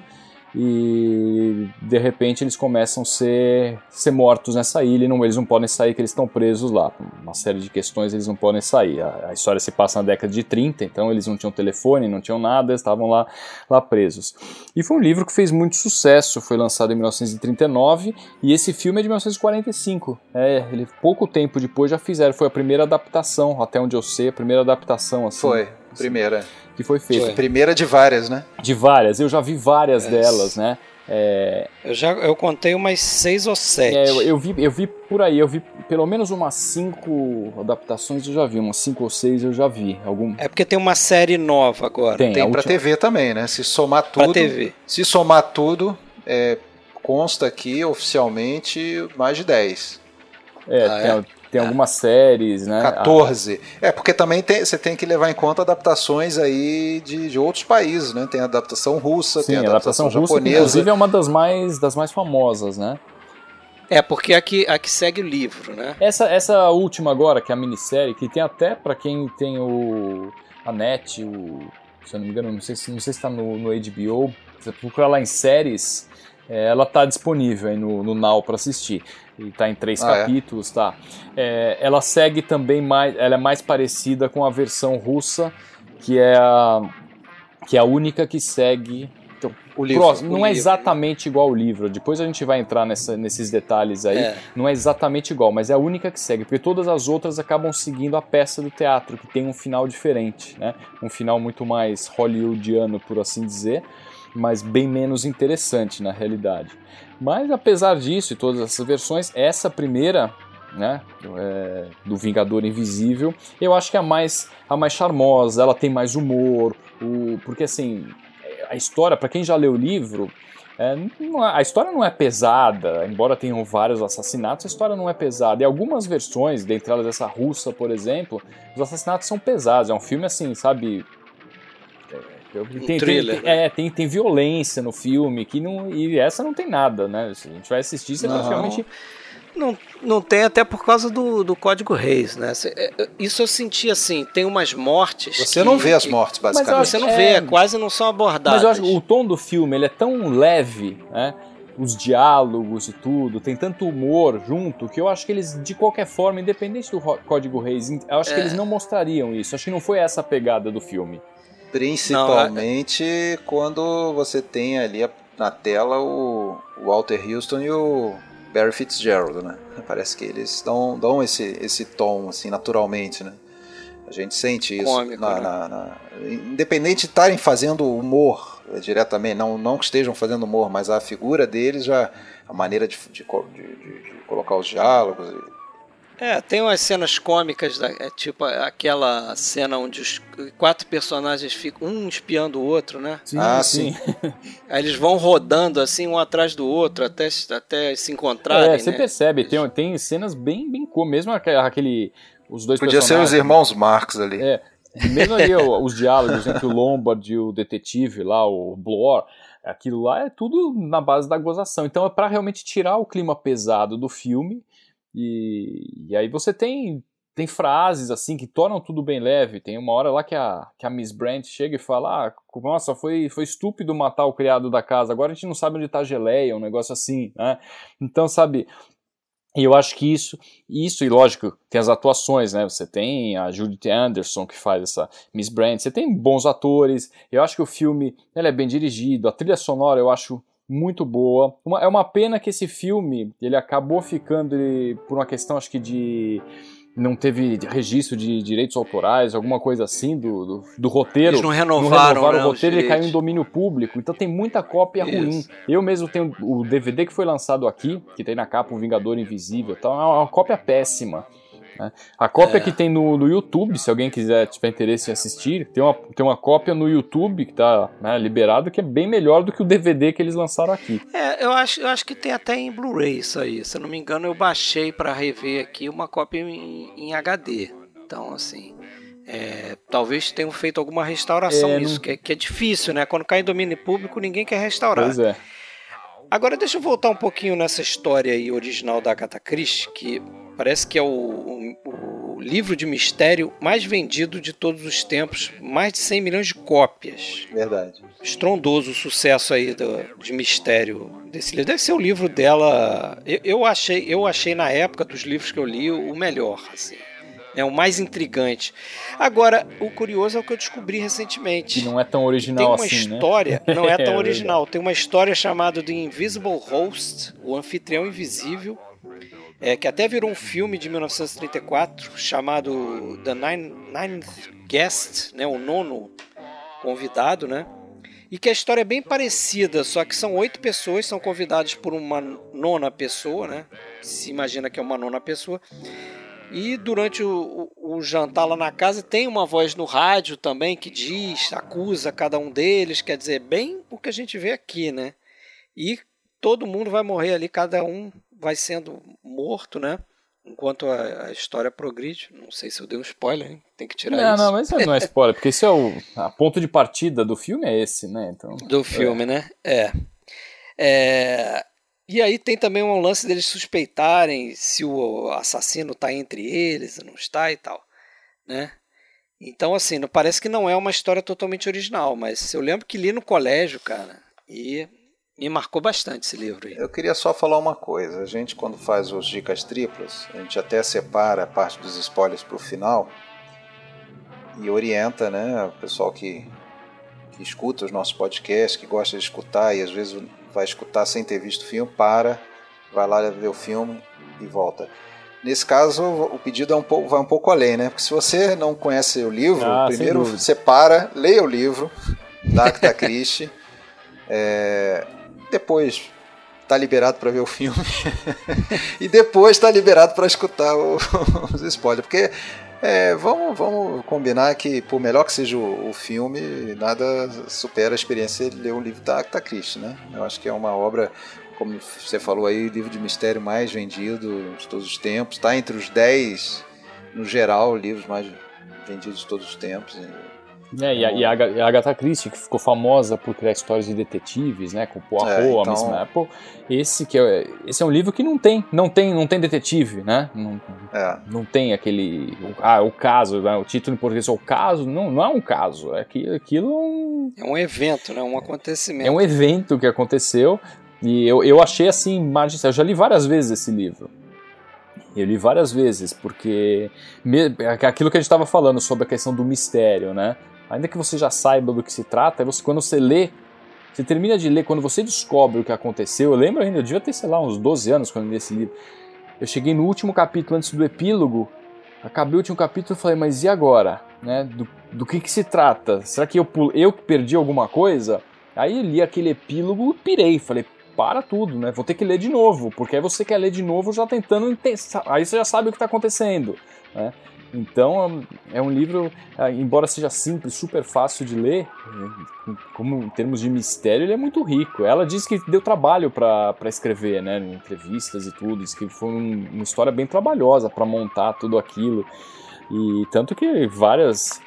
e de repente eles começam a ser, ser mortos nessa ilha e não, eles não podem sair, que eles estão presos lá. Uma série de questões, eles não podem sair. A, a história se passa na década de trinta, então eles não tinham telefone, não tinham nada, eles estavam lá, lá presos. E foi um livro que fez muito sucesso, foi lançado em mil novecentos e trinta e nove, e esse filme é de mil novecentos e quarenta e cinco. É, ele, pouco tempo depois já fizeram, foi a primeira adaptação, até onde eu sei, a primeira adaptação. Assim, foi, primeira. Que foi feita. Foi. Primeira de várias, né? De várias, eu já vi várias é. delas, né? É... Eu já eu contei umas seis ou sete. É, eu, eu, vi, eu vi por aí, eu vi pelo menos umas cinco adaptações, eu já vi, umas cinco ou seis eu já vi. Algum... É porque tem uma série nova agora. Tem, tem pra última... T V também, né? Se somar tudo. Pra T V. Se somar tudo, é, consta aqui oficialmente mais de dez. É, ah, tem, é? tem algumas séries, né? quatorze. Ah. É, porque também tem, você tem que levar em conta adaptações aí de, de outros países, né? Tem a adaptação russa, Sim, tem a adaptação, adaptação russa, japonesa. Que, inclusive é uma das mais, das mais famosas, né? É, porque aqui, aqui segue o livro, né? Essa, essa última agora, que é a minissérie, que tem até pra quem tem o a net, o, se eu não me engano, não sei se, não sei se tá no, no H B O, você procurar lá em séries, é, ela tá disponível aí no, no Now pra assistir. E tá em três ah, capítulos, é? tá? É, ela segue também mais, ela é mais parecida com a versão russa, que é a, que é a única que segue então, o livro. Próximo, o não livro. é exatamente igual ao livro, depois a gente vai entrar nessa, nesses detalhes aí, é. Não é exatamente igual, mas é a única que segue, porque todas as outras acabam seguindo a peça do teatro, que tem um final diferente, né? Um final muito mais hollywoodiano, por assim dizer, mas bem menos interessante na realidade. Mas apesar disso e todas essas versões, essa primeira, né, é, do Vingador Invisível, eu acho que é a mais, a mais charmosa, ela tem mais humor, o, porque assim, a história, para quem já leu o livro, é, não, a história não é pesada, embora tenham vários assassinatos, a história não é pesada. E algumas versões, dentre elas essa russa, por exemplo, os assassinatos são pesados, é um filme assim, sabe... Tem, thriller, tem, né? é, tem, tem violência no filme, que não, e essa não tem nada, né? Se a gente vai assistir, você não, praticamente... Não, não tem até por causa do, do Código Reis, né? Isso eu senti assim, tem umas mortes... Você que, não vê as que, mortes, basicamente. Você não é, vê, quase não são abordadas. Mas eu acho que o tom do filme ele é tão leve, né? os diálogos e tudo, tem tanto humor junto, que eu acho que eles, de qualquer forma, independente do Código Reis, eu acho é. que eles não mostrariam isso. Acho que não foi essa a pegada do filme. Principalmente não, é... quando você tem ali na tela o Walter Huston e o Barry Fitzgerald, né? Parece que eles dão, dão esse, esse tom, assim, naturalmente, né? A gente sente isso. Cômico, na, né? na, na... Independente de estarem fazendo humor diretamente, não, não que estejam fazendo humor, mas a figura deles, já, a maneira de, de, de, de colocar os diálogos. É, tem umas cenas cômicas, da, é, tipo aquela cena onde os quatro personagens ficam um espiando o outro, né? Sim, ah, sim. Aí eles vão rodando assim, um atrás do outro, até, até se encontrarem. É, você né? percebe, tem, tem cenas bem, bem cômicas, mesmo aquele... Os dois Podia ser os irmãos Marx ali. É, mesmo ali os diálogos entre o Lombard e o detetive lá, o Bloor, aquilo lá é tudo na base da gozação. Então é para realmente tirar o clima pesado do filme. E, e aí você tem, tem frases assim que tornam tudo bem leve. Tem uma hora lá que a, que a Miss Brent chega e fala: ah, nossa, foi, foi estúpido matar o criado da casa, agora a gente não sabe onde tá a geleia, um negócio assim, né? Então, sabe, e eu acho que isso, isso, e lógico, tem as atuações, né? Você tem a Judith Anderson que faz essa Miss Brent, você tem bons atores. Eu acho que o filme ele é bem dirigido, a trilha sonora eu acho muito boa. Uma, é uma pena que esse filme ele acabou ficando ele, por uma questão, acho que de não teve registro de direitos autorais, alguma coisa assim do, do, do roteiro. Eles não renovaram, não renovaram né, o roteiro, ele caiu em domínio público. Então tem muita cópia Isso. ruim. Eu mesmo tenho o D V D que foi lançado aqui, que tem na capa o Vingador Invisível, então é uma cópia péssima. Né? A cópia é. que tem no, no YouTube, se alguém quiser tiver interesse em assistir, tem uma, tem uma cópia no YouTube que está né, liberado, que é bem melhor do que o D V D que eles lançaram aqui. É, eu acho, eu acho que tem até em Blu-ray isso aí. Se eu não me engano, eu baixei para rever aqui uma cópia em, em H D. Então, assim, é, talvez tenham feito alguma restauração é, nisso, não... que, é, que é difícil, né? Quando cai em domínio público, ninguém quer restaurar. Pois é. Agora, deixa eu voltar um pouquinho nessa história aí original da Agatha Christie, que parece que é o, o, o livro de mistério mais vendido de todos os tempos. Mais de cem milhões de cópias. Verdade. Estrondoso o sucesso aí do, de mistério desse livro. Deve ser o livro dela... Eu, eu, achei, eu achei na época dos livros que eu li o melhor, assim. É o mais intrigante. Agora, o curioso é o que eu descobri recentemente. Que não é tão original assim, Tem uma história, né? Não é tão é original. Verdade. Tem uma história chamada The Invisible Host, o anfitrião invisível, é, que até virou um filme de mil novecentos e trinta e quatro, chamado The Nine, Ninth Guest, né, o nono convidado, né? E que a história é bem parecida, só que são oito pessoas, são convidadas por uma nona pessoa, né? Se imagina que é uma nona pessoa. E durante o, o, o jantar lá na casa tem uma voz no rádio também que diz, acusa cada um deles, quer dizer, bem o que a gente vê aqui, né? E todo mundo vai morrer ali, cada um vai sendo morto, né? Enquanto a, a história progride. Não sei se eu dei um spoiler, hein? Tem que tirar não, isso. Não, mas isso não é spoiler, porque isso é o a ponto de partida do filme é esse, né? Então, do filme, é. né? É. É... E aí tem também um lance deles suspeitarem se o assassino está entre eles, não está e tal, né? Então, assim, parece que não é uma história totalmente original, mas eu lembro que li no colégio, cara, e me marcou bastante esse livro aí. Eu queria só falar uma coisa. A gente, quando faz os dicas triplas, a gente até separa a parte dos spoilers para o final e orienta, né, o pessoal que, que escuta os nossos podcasts, que gosta de escutar e às vezes vai escutar sem ter visto o filme, para, vai lá ver o filme e volta. Nesse caso, o pedido é um pouco, vai um pouco além, né? Porque se você não conhece o livro, ah, primeiro você para, leia o livro da Agatha Christie, é, depois está liberado para ver o filme e depois está liberado para escutar o, os spoilers, porque é, vamos, vamos combinar que, por melhor que seja o, o filme, nada supera a experiência de ler um livro da Agatha Christie, né? Eu acho que é uma obra, como você falou aí, livro de mistério mais vendido de todos os tempos, está entre os dez, no geral, livros mais vendidos de todos os tempos. É, e, a, e a Agatha Christie, que ficou famosa por criar histórias de detetives, né, com Poirot, é, então... a Miss Marple, esse, que é, esse é um livro que não tem, não tem, não tem detetive, né, não, é. não tem aquele, ah, o caso, né, o título em português é o caso, não, não é um caso, é aquilo, aquilo é um evento, né, um acontecimento. É um evento que aconteceu, E eu, eu achei assim, magistral. Eu já li várias vezes esse livro. Eu li várias vezes, porque aquilo que a gente estava falando sobre a questão do mistério, né? Ainda que você já saiba do que se trata, você, quando você lê, você termina de ler, quando você descobre o que aconteceu, eu lembro ainda, eu devia ter, sei lá, uns doze anos quando eu li esse livro. Eu cheguei no último capítulo antes do epílogo, acabei o último capítulo e falei, mas e agora? Né? Do, do que que se trata? Será que eu, eu perdi alguma coisa? Aí eu li aquele epílogo e pirei, falei, para tudo, né? Vou ter que ler de novo, porque aí você quer ler de novo já tentando entender, aí você já sabe o que está acontecendo, né? Então é um livro, embora seja simples, super fácil de ler, como em termos de mistério ele é muito rico. Ela diz que deu trabalho para escrever, né? Em entrevistas e tudo, diz que foi um, uma história bem trabalhosa para montar tudo aquilo, e tanto que várias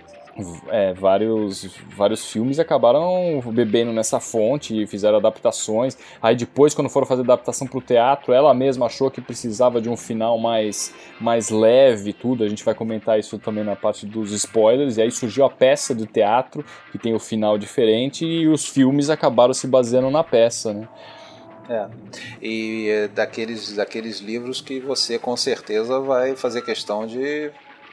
É, vários, vários filmes acabaram bebendo nessa fonte e fizeram adaptações. Aí depois, quando foram fazer adaptação para o teatro, ela mesma achou que precisava de um final mais, mais leve e tudo. A gente vai comentar isso também na parte dos spoilers. E aí surgiu a peça do teatro, que tem o final diferente, e os filmes acabaram se baseando na peça, né? É, e é daqueles, daqueles livros que você com certeza vai fazer questão de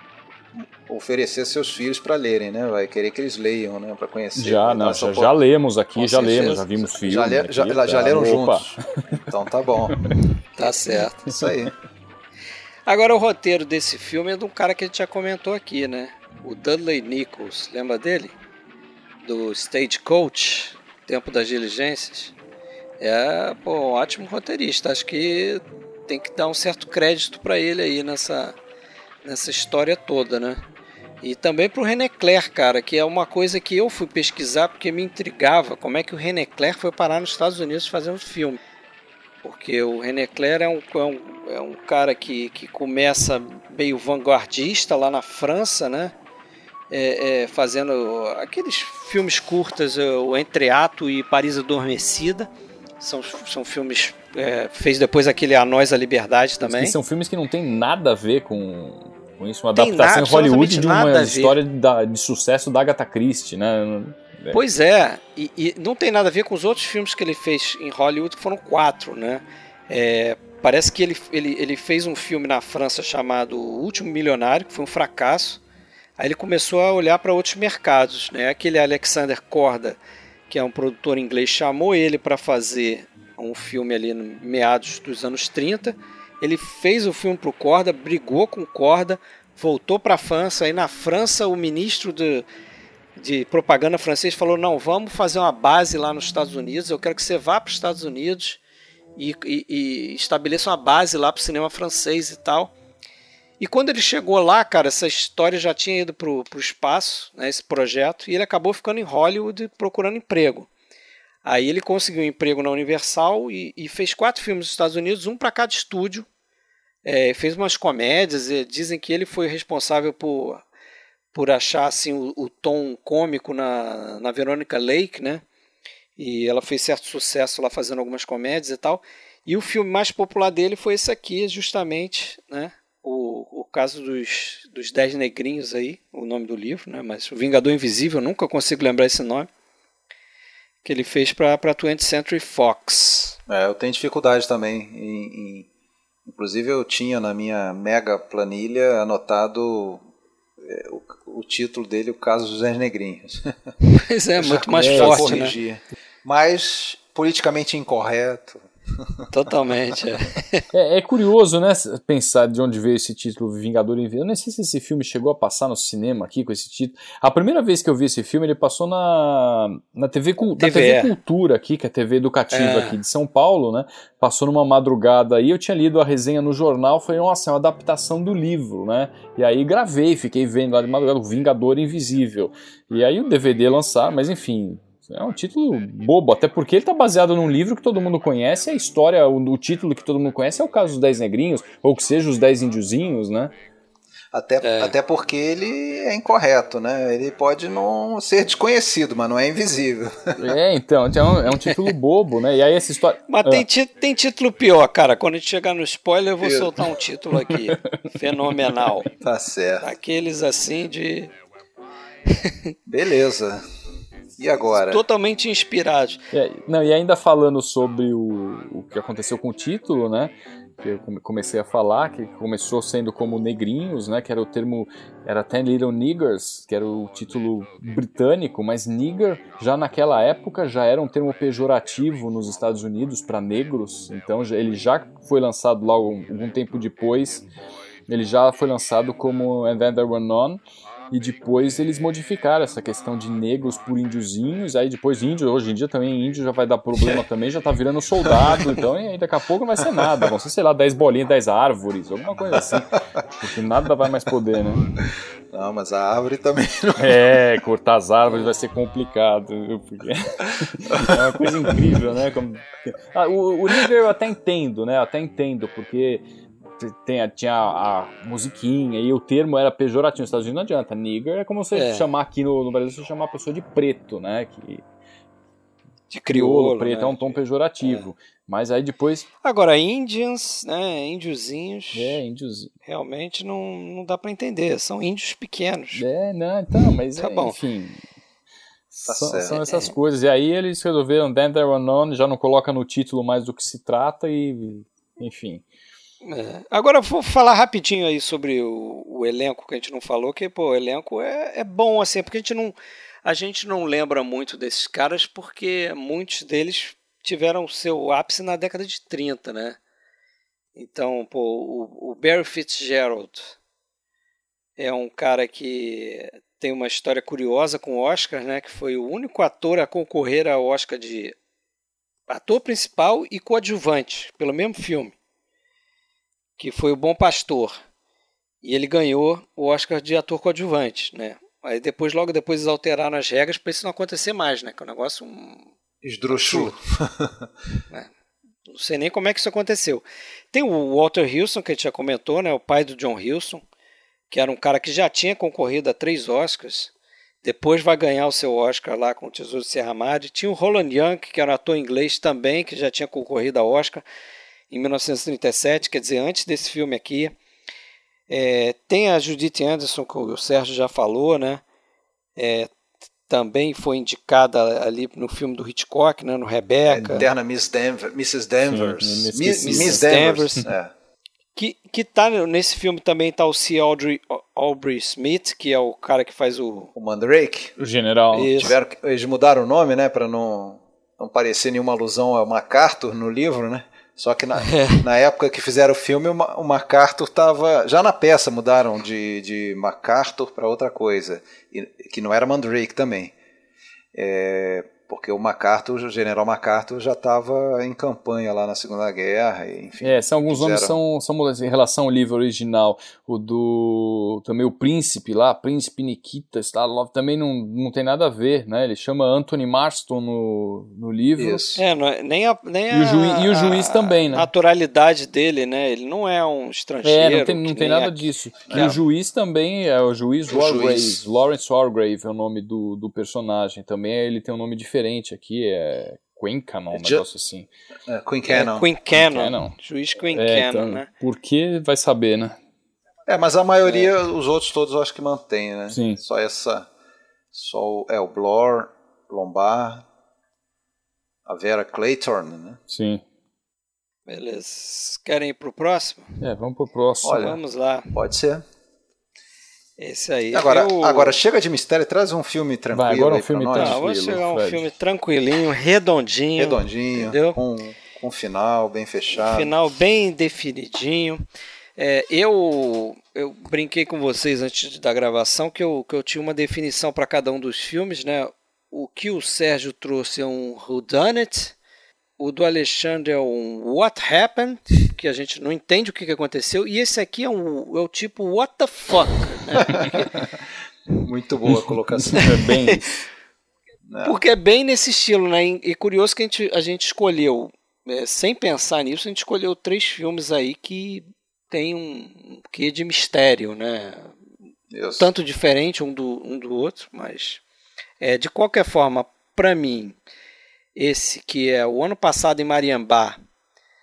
oferecer seus filhos para lerem, né? Vai querer que eles leiam, né? Para conhecer. Já, não, já, já lemos aqui, com já certeza. lemos, já vimos filmes. Já, le, aqui, já, tá, já leram opa. juntos. Então tá bom. Tá certo. Isso aí. Agora o roteiro desse filme é de um cara que a gente já comentou aqui, né? O Dudley Nichols, lembra dele? Do Stagecoach, Tempo das Diligências. É, pô, um ótimo roteirista. Acho que tem que dar um certo crédito para ele aí nessa, nessa história toda, né? E também pro René Clair, cara, que é uma coisa que eu fui pesquisar porque me intrigava como é que o René Clair foi parar nos Estados Unidos fazendo filme. Porque o René Clair é um, é um, é um cara que, que começa meio vanguardista lá na França, né? É, é, fazendo aqueles filmes curtas, o Entreato e Paris Adormecida. São, são filmes... É, fez depois aquele A Nós a Liberdade também. São filmes que não tem nada a ver com... com isso, uma tem adaptação nada, em Hollywood de uma história de, da, de sucesso da Agatha Christie, né? É. Pois é, e, e não tem nada a ver com os outros filmes que ele fez em Hollywood, que foram quatro, né? É, parece que ele, ele, ele fez um filme na França chamado O Último Milionário, que foi um fracasso. Aí ele começou a olhar para outros mercados, né? Aquele Alexander Korda, que é um produtor inglês, chamou ele para fazer um filme ali no meados dos anos trinta. Ele fez o filme pro Korda, brigou com o Korda, voltou para a França. Aí na França o ministro de, de propaganda francês falou, não, vamos fazer uma base lá nos Estados Unidos, eu quero que você vá para os Estados Unidos e, e, e estabeleça uma base lá para o cinema francês e tal. E quando ele chegou lá, cara, essa história já tinha ido pro, pro espaço, né, esse projeto, e ele acabou ficando em Hollywood procurando emprego. Aí ele conseguiu um emprego na Universal e, e fez quatro filmes nos Estados Unidos, um para cada estúdio. É, fez umas comédias, e dizem que ele foi responsável por, por achar assim, o, o tom cômico na, na Veronica Lake, né? E ela fez certo sucesso lá fazendo algumas comédias e tal. E o filme mais popular dele foi esse aqui, justamente, né? O, o caso dos, dos Dez Negrinhos aí, o nome do livro, né? Mas o Vingador Invisível, nunca consigo lembrar esse nome. Que ele fez para a twentieth Century Fox. É, eu tenho dificuldade também. Em, em, inclusive eu tinha na minha mega planilha anotado é, o, o título dele, O Caso dos Dez Negrinhos. Pois é, muito mais é, forte, corrigir. Né? Mas politicamente incorreto. Totalmente, é. é. É curioso, né, pensar de onde veio esse título Vingador Invisível. Eu não sei se esse filme chegou a passar no cinema aqui com esse título. A primeira vez que eu vi esse filme, ele passou na, na, T V, na T V Cultura aqui, que é a T V educativa é. aqui de São Paulo, né? Passou numa madrugada aí, eu tinha lido a resenha no jornal, falei, nossa, é uma adaptação do livro, né? E aí gravei, fiquei vendo lá de madrugada, o Vingador Invisível. E aí o D V D lançaram, mas enfim... É um título bobo, até porque ele está baseado num livro que todo mundo conhece, a história, o, o título que todo mundo conhece é o caso dos Dez Negrinhos, ou que seja, os Dez Índiozinhos, né? Até, é. até porque ele é incorreto, né? Ele pode não ser desconhecido, mas não é invisível. É, então, é um, é um título bobo, né? E aí essa história... Mas ah. tem, tem título pior, cara. Quando a gente chegar no spoiler, eu vou Isso. soltar um título aqui. Fenomenal. Tá certo. Aqueles assim de... Beleza. E agora? Totalmente inspirados. É, não, e ainda falando sobre o, o que aconteceu com o título, né? Que eu comecei a falar, que começou sendo como negrinhos, né? Que era o termo, era Ten Little Niggers, que era o título britânico, mas nigger já naquela época já era um termo pejorativo nos Estados Unidos para negros, então ele já foi lançado logo algum tempo depois, ele já foi lançado como And Then There Were None, e depois eles modificaram essa questão de negros por índiozinhos, aí depois índio, hoje em dia também índio já vai dar problema também, já tá virando soldado, então e aí daqui a pouco não vai ser nada, vão ser, sei lá, dez bolinhas, dez árvores, alguma coisa assim, porque nada vai mais poder, né? Não, mas a árvore também não... É, cortar as árvores vai ser complicado, viu? Porque é uma coisa incrível, né? Como... Ah, o, o nigger eu até entendo, né? Eu até entendo, porque... Tem, tinha a, a musiquinha e o termo era pejorativo. Nos Estados Unidos não adianta. Nigger é como você é. chamar aqui no, no Brasil, você chamar a pessoa de preto, né? Que, de crioulo, preto né? É um tom pejorativo. É. Mas aí depois... Agora, Indians, né? Índiozinhos... É, índios... Realmente não, não dá pra entender. São índios pequenos. É, não, então, mas tá é, bom. enfim... Tá são, são essas é. coisas. E aí eles resolveram Then There Were None, já não coloca no título mais do que se trata e... Enfim... É. Agora vou falar rapidinho aí sobre o, o elenco que a gente não falou, que pô, o elenco é, é bom assim, porque a gente, não, a gente não lembra muito desses caras porque muitos deles tiveram seu ápice na década de trinta, né? Então, pô, o, o Barry Fitzgerald é um cara que tem uma história curiosa com o Oscar, né? Que foi o único ator a concorrer ao Oscar de ator principal e coadjuvante pelo mesmo filme, que foi o Bom Pastor, e ele ganhou o Oscar de ator coadjuvante, né? Aí depois, logo depois, eles alteraram as regras para isso não acontecer mais, né? Que é um negócio... Um... Esdrúxulo. né? Não sei nem como é que isso aconteceu. Tem o Walter Hewson, que a gente já comentou, né? O pai do John Hewson, que era um cara que já tinha concorrido a três Oscars, depois vai ganhar o seu Oscar lá com o Tesouro de Serra Madre. Tinha o Roland Young, que era um ator inglês também, que já tinha concorrido a Oscar em mil novecentos e trinta e sete, quer dizer, antes desse filme aqui. É, tem a Judith Anderson, que o Sérgio já falou, né? É, também foi indicada ali no filme do Hitchcock, né? No Rebecca. A eterna Miss Denver, missus Danvers. Sim, Miss, Miss Miss Danvers. Danvers. É. Que, que tá nesse filme também tá o C. Audrey, Aubrey Smith, que é o cara que faz o... O Mandrake. O general. Tiveram, eles mudaram o nome, né? Para não, não parecer nenhuma alusão ao MacArthur no livro, né? Só que na, é. na época que fizeram o filme, o MacArthur estava... Já na peça mudaram de, de MacArthur para outra coisa, e, que não era Mandrake também. É, porque o MacArthur, o general MacArthur, já estava em campanha lá na Segunda Guerra. E, enfim, é, são alguns fizeram... nomes são, são mudanças em relação ao livro original. O do... Também o Príncipe lá, Príncipe Nikita Stadlov, também não, não tem nada a ver, né? Ele chama Anthony Marston no, no livro. Isso. É, não é, nem a, nem e, o juiz, a, e o juiz também, né? A naturalidade dele, né? Ele não é um estrangeiro. É, não tem, não tem nada a... disso. É. E o juiz também é o juiz Wargrave. Juiz. Lawrence Wargrave é o nome do, do personagem. Também ele tem um nome diferente aqui, é Quincannon, um negócio assim. É, Quincannon. É, Quincannon. Juiz Quincannon, é, então, né? Por que vai saber, né? É, mas a maioria, é. os outros todos eu acho que mantém, né? Sim. Só essa... Só o, é, o Blore, Lombard, a Vera Clayton, né? Sim. Beleza. Querem ir pro próximo? É, vamos pro próximo. Olha, vamos lá. Pode ser. Esse aí. Agora, eu... agora chega de mistério, traz um filme tranquilo. Vai, agora um aí filme pra nós. tranquilo. Vamos chegar um Fred. filme tranquilinho, redondinho. Redondinho, entendeu? Com, com um final bem fechado. Um final bem definidinho. É, eu, eu brinquei com vocês antes da gravação que eu, que eu tinha uma definição para cada um dos filmes, né? O que o Sérgio trouxe é um whodunit, o do Alexandre é um What Happened, que a gente não entende o que, que aconteceu, e esse aqui é, um, é o tipo What the fuck, né? Muito boa a colocação. É bem Porque é bem nesse estilo, né? E curioso que a gente, a gente escolheu, é, sem pensar nisso, a gente escolheu três filmes aí que tem um quê de mistério, né? Isso. Tanto Tanto diferente um do, um do outro, mas é, de qualquer forma, para mim, esse que é o ano passado em Mariambá,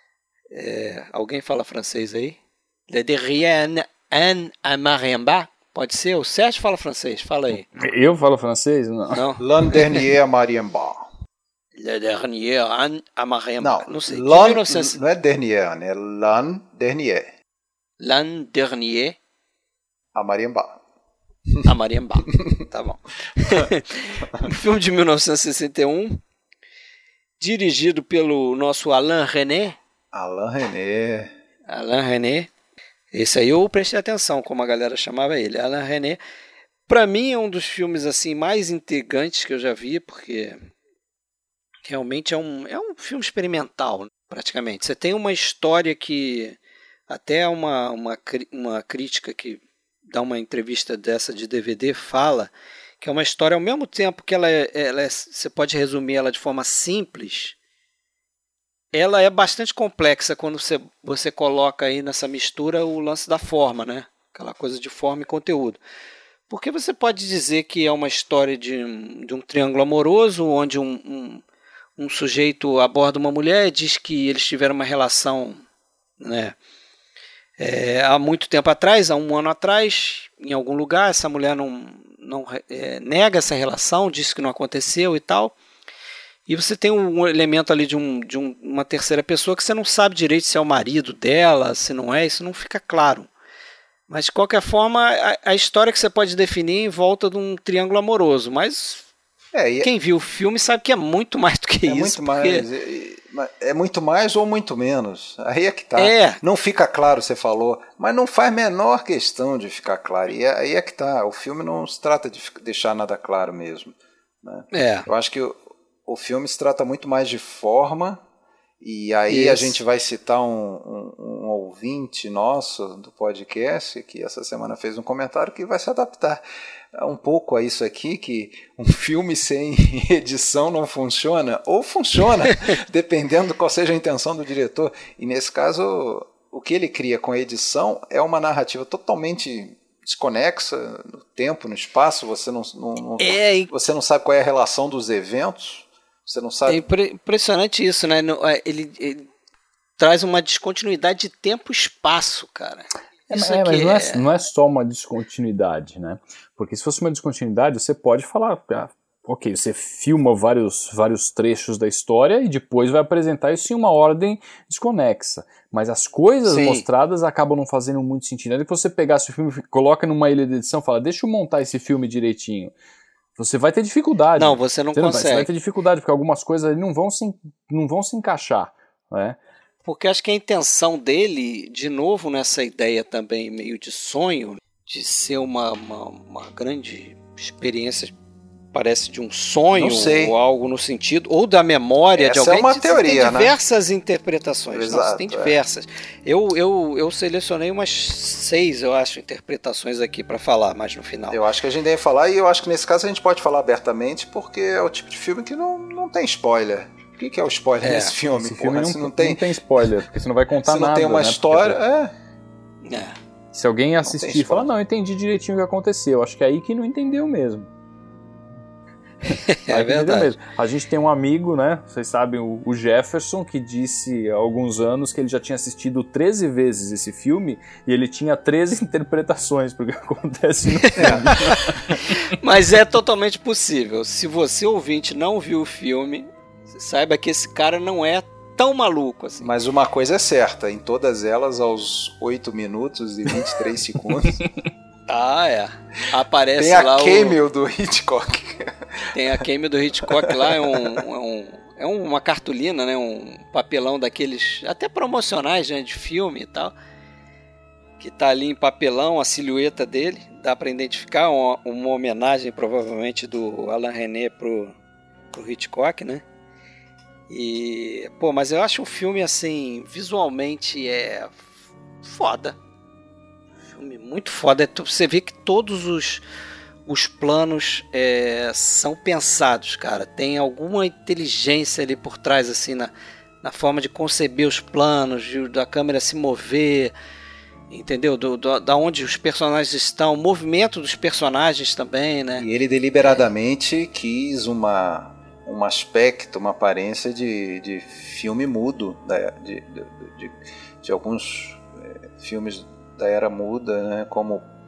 é, alguém fala francês aí? Le Derrière en Mariambá, Pode ser? O Sérgio fala francês, fala aí. Eu falo francês? Não. Não? L'an dernier à Mariemba. Le dernier an à Mariemba. Não, Não sei. l'an, mil e novecentos... não é dernier, né? L'an dernier. L'an dernier A Mariemba. à Mariemba. Tá bom. Um filme de mil novecentos e sessenta e um, dirigido pelo nosso Alain René. Alain René. Alain René. Esse aí eu prestei atenção, como a galera chamava ele. Alain René. Pra mim é um dos filmes assim mais intrigantes que eu já vi, porque realmente é um, é um filme experimental, praticamente. Você tem uma história que até uma, uma, uma crítica que dá uma entrevista dessa de D V D fala que é uma história ao mesmo tempo que ela é, ela é, você pode resumir ela de forma simples, ela é bastante complexa quando você, você coloca aí nessa mistura o lance da forma, né? Aquela coisa de forma e conteúdo. Porque você pode dizer que é uma história de, de um triângulo amoroso, onde um, um, um sujeito aborda uma mulher e diz que eles tiveram uma relação, né, é, há muito tempo atrás, há um ano atrás, em algum lugar. Essa mulher não, não é, nega essa relação, diz que não aconteceu e tal. E você tem um elemento ali de, um, de um, uma terceira pessoa que você não sabe direito se é o marido dela, se não é, isso não fica claro. Mas, de qualquer forma, a, a história que você pode definir em volta de um triângulo amoroso. Mas é, quem viu o filme sabe que é muito mais do que é isso. Muito porque... mais, é muito mais ou muito menos. Aí é que tá. É. Não fica claro, você falou, mas não faz menor questão de ficar claro. E aí é que tá. O filme não se trata de deixar nada claro mesmo, né? É. Eu acho que o, o filme se trata muito mais de forma. E aí Isso. A gente vai citar um, um, um ouvinte nosso do podcast que essa semana fez um comentário que vai se adaptar um pouco a isso aqui, que um filme sem edição não funciona, ou funciona, dependendo qual seja a intenção do diretor. E nesse caso, o que ele cria com a edição é uma narrativa totalmente desconexa no tempo, no espaço. Você não, não, não, é, você não sabe qual é a relação dos eventos. Você não sabe. É impressionante isso, né? Ele, ele traz uma descontinuidade de tempo e espaço, cara. Isso é, mas não é, é... não é só uma descontinuidade, né? Porque se fosse uma descontinuidade, você pode falar, ah, ok, você filma vários, vários trechos da história e depois vai apresentar isso em uma ordem desconexa. Mas as coisas Sim. mostradas acabam não fazendo muito sentido. Aí que você pegasse o filme, coloca numa ilha de edição e fala, deixa eu montar esse filme direitinho. Você vai ter dificuldade. Não, você não você consegue. Não, você vai ter dificuldade, porque algumas coisas ali não vão se, não vão se encaixar, né? Porque acho que a intenção dele, de novo nessa ideia também meio de sonho, de ser uma, uma, uma grande experiência, parece de um sonho ou algo no sentido, ou da memória Essa de alguém. É uma teoria, tem diversas né? interpretações. Exato, Não, tem diversas. É. Eu, eu, eu selecionei umas seis, eu acho, interpretações aqui para falar mais no final. Eu acho que a gente deve falar, e eu acho que nesse caso a gente pode falar abertamente, porque é o tipo de filme que não, não tem spoiler. O que, que é o spoiler é, nesse filme? Esse filme Porra, não, não, tem... não tem spoiler, porque você não vai contar nada. Se não tem uma né? história, porque... é. é. Se alguém assistir e falar, não, eu entendi direitinho o que aconteceu, acho que é aí que não entendeu mesmo. É verdade. Mesmo. A gente tem um amigo, né? Vocês sabem, o Jefferson, que disse há alguns anos que ele já tinha assistido treze vezes esse filme e ele tinha treze interpretações pro que acontece no filme. É. Mas é totalmente possível. Se você, ouvinte, não viu o filme, saiba que esse cara não é tão maluco assim. Mas uma coisa é certa, em todas elas, aos oito minutos e vinte e três segundos... Ah, é. Aparece tem a lá cameo o... do Hitchcock. Tem a cameo do Hitchcock lá, é, um, é, um, é uma cartolina, né? Um papelão daqueles, até promocionais, né, de filme e tal, que tá ali em papelão, a silhueta dele, dá para identificar, uma, uma homenagem provavelmente do Alain René pro, pro Hitchcock, né? E, pô, mas eu acho um filme, assim, visualmente é foda. Muito foda. Você vê que todos os, os planos é, são pensados, cara. Tem alguma inteligência ali por trás, assim, na, na forma de conceber os planos, de, da câmera se mover, entendeu? Do, do, da onde os personagens estão, o movimento dos personagens também, né? E ele deliberadamente é. quis uma, um aspecto, uma aparência de, de filme mudo, né? de, de, de, de alguns é, filmes da era muda, né? Como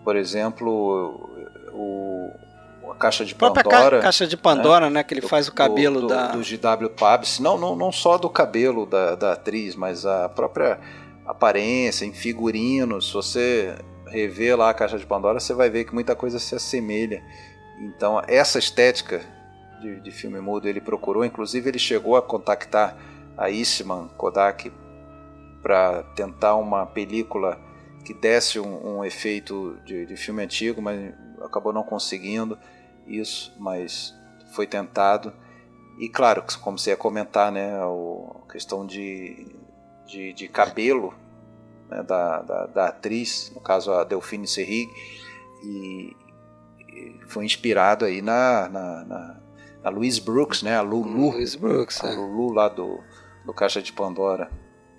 por exemplo, o, a Caixa de A própria Pandora. ca caixa de Pandora, né? né que ele do, faz o cabelo do, da... Do G W Pabst, não, não, não só do cabelo da, da atriz, mas a própria aparência, em figurinos. Se você rever lá a Caixa de Pandora, você vai ver que muita coisa se assemelha. Então, essa estética de, de filme mudo ele procurou. Inclusive, ele chegou a contactar a Eastman Kodak para tentar uma película que desse um, um efeito de, de filme antigo, mas acabou não conseguindo isso, mas foi tentado. E claro, como você ia comentar, né, a questão de, de, de cabelo, né, da, da, da atriz, no caso a Delphine Seyrig, e, e foi inspirado aí na, na, na, na Louise Brooks, né, a Lulu, Louise Brooks, a é. Lulu lá do, do Caixa de Pandora.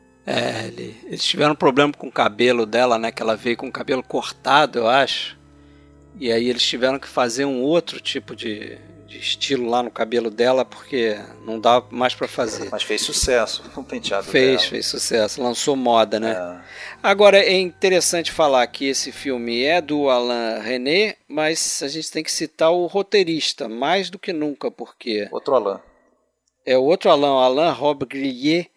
É, ele, eles tiveram um problema com o cabelo dela, né, que ela veio com o cabelo cortado, eu acho, e aí eles tiveram que fazer um outro tipo de... de estilo lá no cabelo dela, porque não dá mais pra fazer. Mas fez sucesso o penteado fez, dela. Fez sucesso, lançou moda, né? É. Agora, é interessante falar que esse filme é do Alain Resnais, mas a gente tem que citar o roteirista, mais do que nunca, porque... Outro Alain. É o outro Alain, Alain Robbe-Grillet,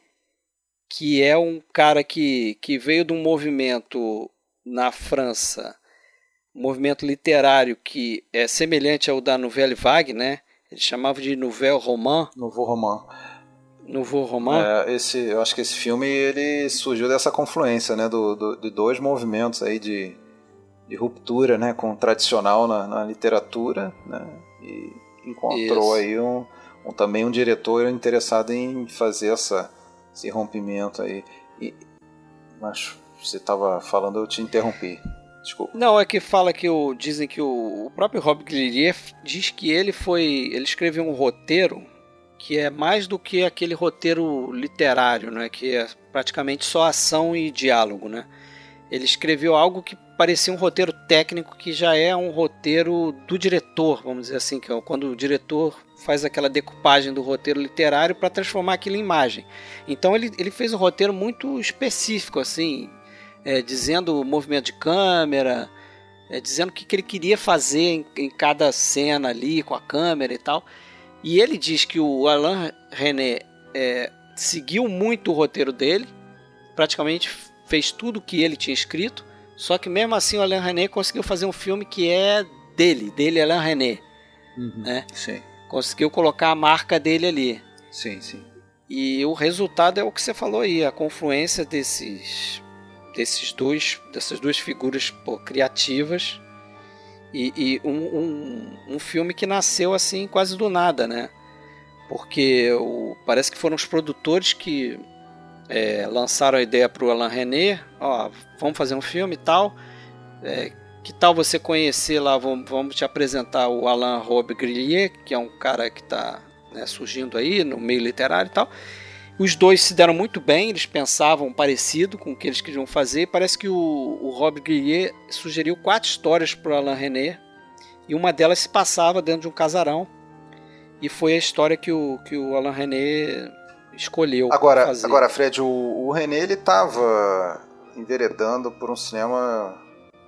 que é um cara que, que veio de um movimento na França, um movimento literário que é semelhante ao da Nouvelle Vague, né? Eles chamavam de Nouveau Roman. Nouveau Roman. Nouveau Roman. É, esse, eu acho que esse filme ele surgiu dessa confluência, né, do, do, de dois movimentos aí de, de ruptura, né, com o tradicional na, na literatura, né, e encontrou Isso. aí um, um, também um diretor interessado em fazer essa, esse rompimento aí. E, mas você estava falando, eu te interrompi. Desculpa. Não, é que fala que o, dizem que o, o próprio Robbe-Grillet diz que ele foi, ele escreveu um roteiro que é mais do que aquele roteiro literário, né, que é praticamente só ação e diálogo, né? Ele escreveu algo que parecia um roteiro técnico, que já é um roteiro do diretor, vamos dizer assim, que é quando o diretor faz aquela decupagem do roteiro literário para transformar aquilo em imagem. Então ele, ele fez um roteiro muito específico, assim, É, dizendo o movimento de câmera, é, dizendo o que, que ele queria fazer em, em cada cena ali com a câmera e tal. E ele diz que o Alain Resnais é, seguiu muito o roteiro dele, praticamente fez tudo o que ele tinha escrito, só que mesmo assim o Alain Resnais conseguiu fazer um filme que é dele, dele Alain Resnais. Uhum, né? Sim. Conseguiu colocar a marca dele ali. Sim, sim. E o resultado é o que você falou aí, a confluência desses... desses dois, dessas duas figuras pô, criativas e, e um, um, um filme que nasceu assim quase do nada, né? Porque o, parece que foram os produtores que é, lançaram a ideia para o Alain Resnais, ó, vamos fazer um filme e tal, é, que tal você conhecer lá, vamos, vamos te apresentar o Alain Robbe-Grillet, que é um cara que está, né, surgindo aí no meio literário e tal. Os dois se deram muito bem, eles pensavam parecido com o que eles queriam fazer. Parece que o, o Robbe-Grillet sugeriu quatro histórias para o Alain Resnais e uma delas se passava dentro de um casarão. E foi a história que o, que o Alain Resnais escolheu agora, fazer. Agora, Fred, o, o Resnais estava enveredando por um cinema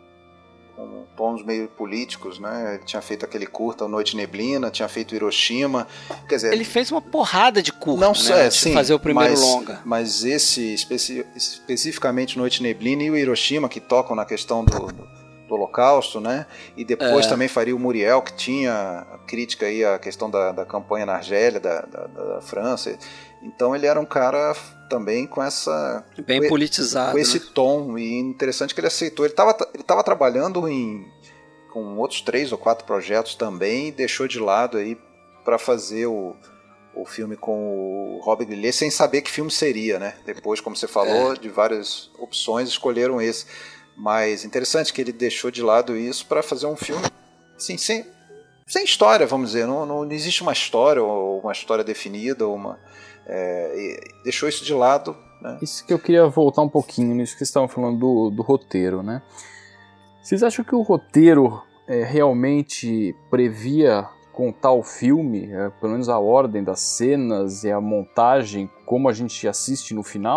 com tons meio políticos, né? Ele tinha feito aquele curta, Noite Neblina, tinha feito Hiroshima, quer dizer... Ele fez uma porrada de curta, não, né? É, sim, de fazer o primeiro mas, longa. Mas esse, especi especificamente Noite Neblina e o Hiroshima, que tocam na questão do, do, do Holocausto, né? E depois é. também faria o Muriel, que tinha crítica aí à questão da, da campanha na Argélia, da, da, da França. Então ele era um cara também com essa... Bem com, politizado, com esse né? tom, e interessante que ele aceitou. Ele estava ele tava trabalhando em, com outros três ou quatro projetos também, e deixou de lado aí para fazer o, o filme com o Robbe-Grillet, sem saber que filme seria, né? Depois, como você falou, é. de várias opções, escolheram esse. Mas interessante que ele deixou de lado isso para fazer um filme assim, sem, sem história, vamos dizer. Não, não existe uma história, ou uma história definida, ou uma... É, deixou isso de lado, né? Isso que eu queria voltar um pouquinho nisso que vocês estavam falando do, do roteiro, né? Vocês acham que o roteiro é, realmente previa contar o filme, é, pelo menos a ordem das cenas e a montagem, como a gente assiste no final?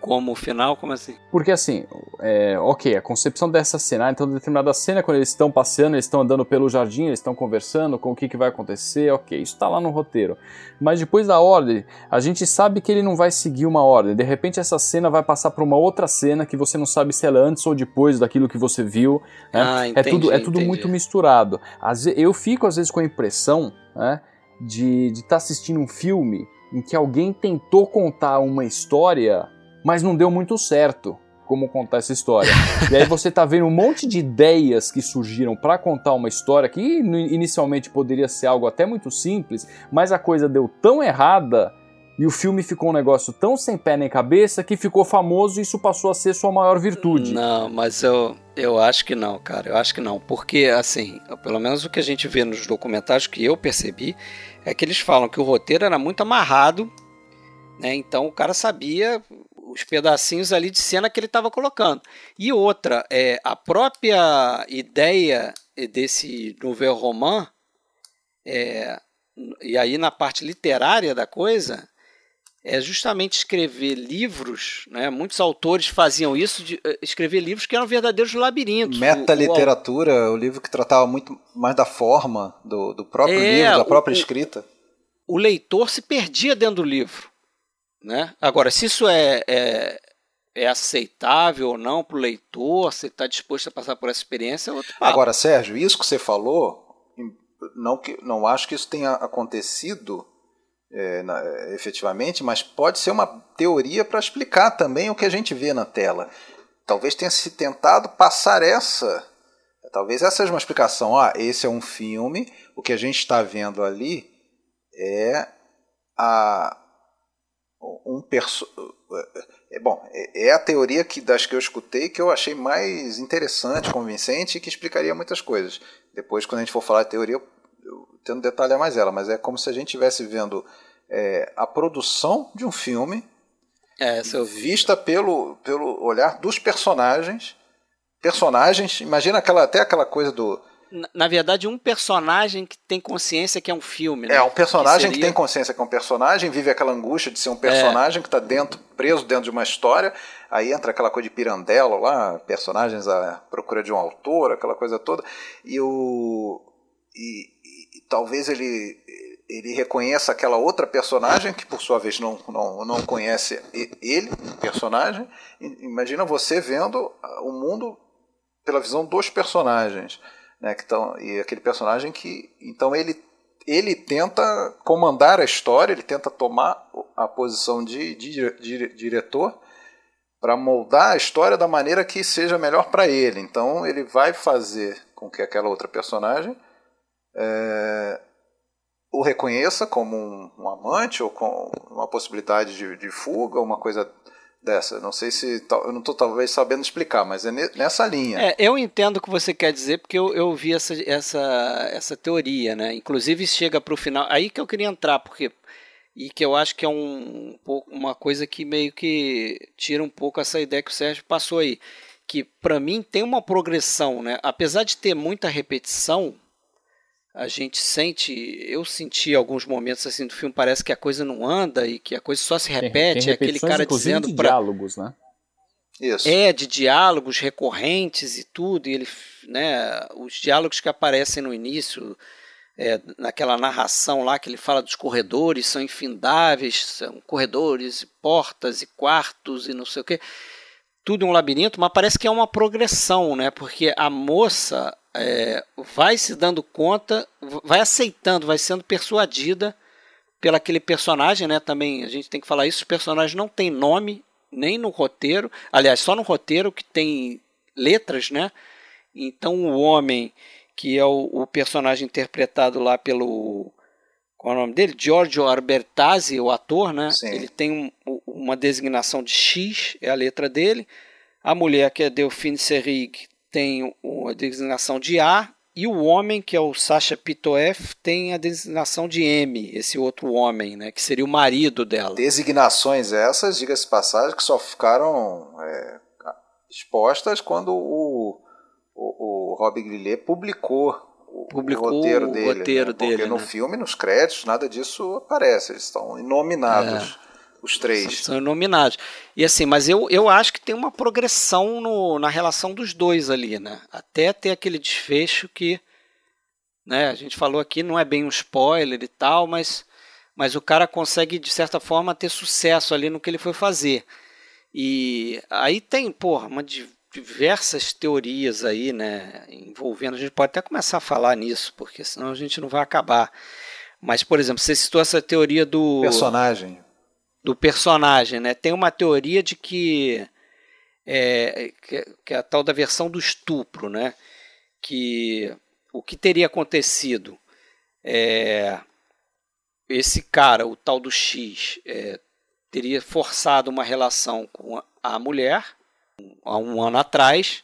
como o final? Como assim? Porque assim, é, ok, a concepção dessa cena, então determinada cena, quando eles estão passeando, eles estão andando pelo jardim, eles estão conversando com o que, que vai acontecer, ok, isso tá lá no roteiro. Mas depois da ordem, a gente sabe que ele não vai seguir uma ordem. De repente essa cena vai passar para uma outra cena que você não sabe se ela é antes ou depois daquilo que você viu. Né? Ah, entendi, é tudo, é tudo entendi. muito misturado. Às vezes, eu fico às vezes com a impressão, né, de estar tá assistindo um filme em que alguém tentou contar uma história, mas não deu muito certo como contar essa história. E aí você tá vendo um monte de ideias que surgiram para contar uma história que inicialmente poderia ser algo até muito simples, mas a coisa deu tão errada e o filme ficou um negócio tão sem pé nem cabeça que ficou famoso e isso passou a ser sua maior virtude. Não, mas eu, eu acho que não, cara. Eu acho que não. Porque, assim, pelo menos o que a gente vê nos documentários que eu percebi é que eles falam que o roteiro era muito amarrado, né? Então o cara sabia os pedacinhos ali de cena que ele estava colocando. E outra, é, a própria ideia desse nouveau roman, é, e aí na parte literária da coisa, é justamente escrever livros, né? Muitos autores faziam isso, de escrever livros que eram verdadeiros labirintos. Meta-literatura, o, o, o livro que tratava muito mais da forma do, do próprio é, livro, da própria o, escrita. O leitor se perdia dentro do livro. Né? Agora, se isso é, é, é aceitável ou não para o leitor, se ele está disposto a passar por essa experiência, é outro papo. Agora, Sérgio, isso que você falou, não, que, não acho que isso tenha acontecido é, na, efetivamente, mas pode ser uma teoria para explicar também o que a gente vê na tela. Talvez tenha se tentado passar essa, talvez essa seja uma explicação. Ah, esse é um filme, o que a gente está vendo ali é a... um perso... é, bom, é a teoria que, das que eu escutei que eu achei mais interessante, convincente e que explicaria muitas coisas. Depois, quando a gente for falar de teoria, eu, eu tento detalhar mais ela, mas é como se a gente estivesse vendo é, a produção de um filme é, eu... vista pelo, pelo olhar dos personagens. Personagens, imagina aquela, até aquela coisa do... Na, na verdade, um personagem que tem consciência que é um filme. Né? É, um personagem que, que seria... que tem consciência que é um personagem, vive aquela angústia de ser um personagem é. que está dentro, preso dentro de uma história. Aí entra aquela coisa de Pirandello lá, personagens à procura de um autor, aquela coisa toda. E, o, e, e, e talvez ele, ele reconheça aquela outra personagem que, por sua vez, não, não, não conhece ele, personagem. Imagina você vendo o mundo pela visão dos personagens. Né, que tão, e aquele personagem que então ele, ele tenta comandar a história, ele tenta tomar a posição de, de, de diretor para moldar a história da maneira que seja melhor para ele. Então ele vai fazer com que aquela outra personagem é, o reconheça como um, um amante ou com uma possibilidade de, de fuga, uma coisa dessa. Não sei se... Eu não estou talvez sabendo explicar, mas é nessa linha. É, eu entendo o que você quer dizer, porque eu, eu vi essa, essa, essa teoria, né? Inclusive chega para o final... Aí que eu queria entrar, porque... E que eu acho que é um, um, uma coisa que meio que tira um pouco essa ideia que o Sérgio passou aí. Que, para mim, tem uma progressão, né? Apesar de ter muita repetição, a gente sente... Eu senti alguns momentos assim do filme, parece que a coisa não anda e que a coisa só se repete. Tem, tem é aquele cara dizendo de pra... diálogos, né? Isso. É, de diálogos recorrentes e tudo. E ele, né, os diálogos que aparecem no início, é, naquela narração lá que ele fala dos corredores, são infindáveis, são corredores, portas e quartos e não sei o quê. Tudo um labirinto, mas parece que é uma progressão, né? Porque a moça... É, vai se dando conta, vai aceitando, vai sendo persuadida pelo aquele personagem, né? Também a gente tem que falar isso, os personagens não têm nome, nem no roteiro, aliás, só no roteiro que tem letras, né? Então o homem, que é o, o personagem interpretado lá pelo... Qual é o nome dele? Giorgio Albertazzi, o ator, né? Sim. Ele tem um, uma designação de X, é a letra dele. A mulher, que é Delphine Seyrig, tem a designação de A, e o homem, que é o Sacha Pitoef, tem a designação de M, esse outro homem, né, que seria o marido dela. Designações essas, diga-se passagem, que só ficaram é, expostas quando o, o, o Rob Grillet publicou o, publicou o roteiro dele. O roteiro né? Porque dele, no né? filme, nos créditos, nada disso aparece, eles estão inominados. É. Os três. São nominados. E assim, mas eu, eu acho que tem uma progressão no, na relação dos dois ali, né? Até ter aquele desfecho que, né, a gente falou aqui, não é bem um spoiler e tal, mas, mas o cara consegue, de certa forma, ter sucesso ali no que ele foi fazer. E aí tem, porra, uma, diversas teorias aí, né, envolvendo, a gente pode até começar a falar nisso, porque senão a gente não vai acabar. Mas, por exemplo, você citou essa teoria do... Personagem. Do personagem, né? Tem uma teoria de que é, que é a tal da versão do estupro, né? Que o que teria acontecido é, esse cara, o tal do X, é, teria forçado uma relação com a mulher há um ano atrás,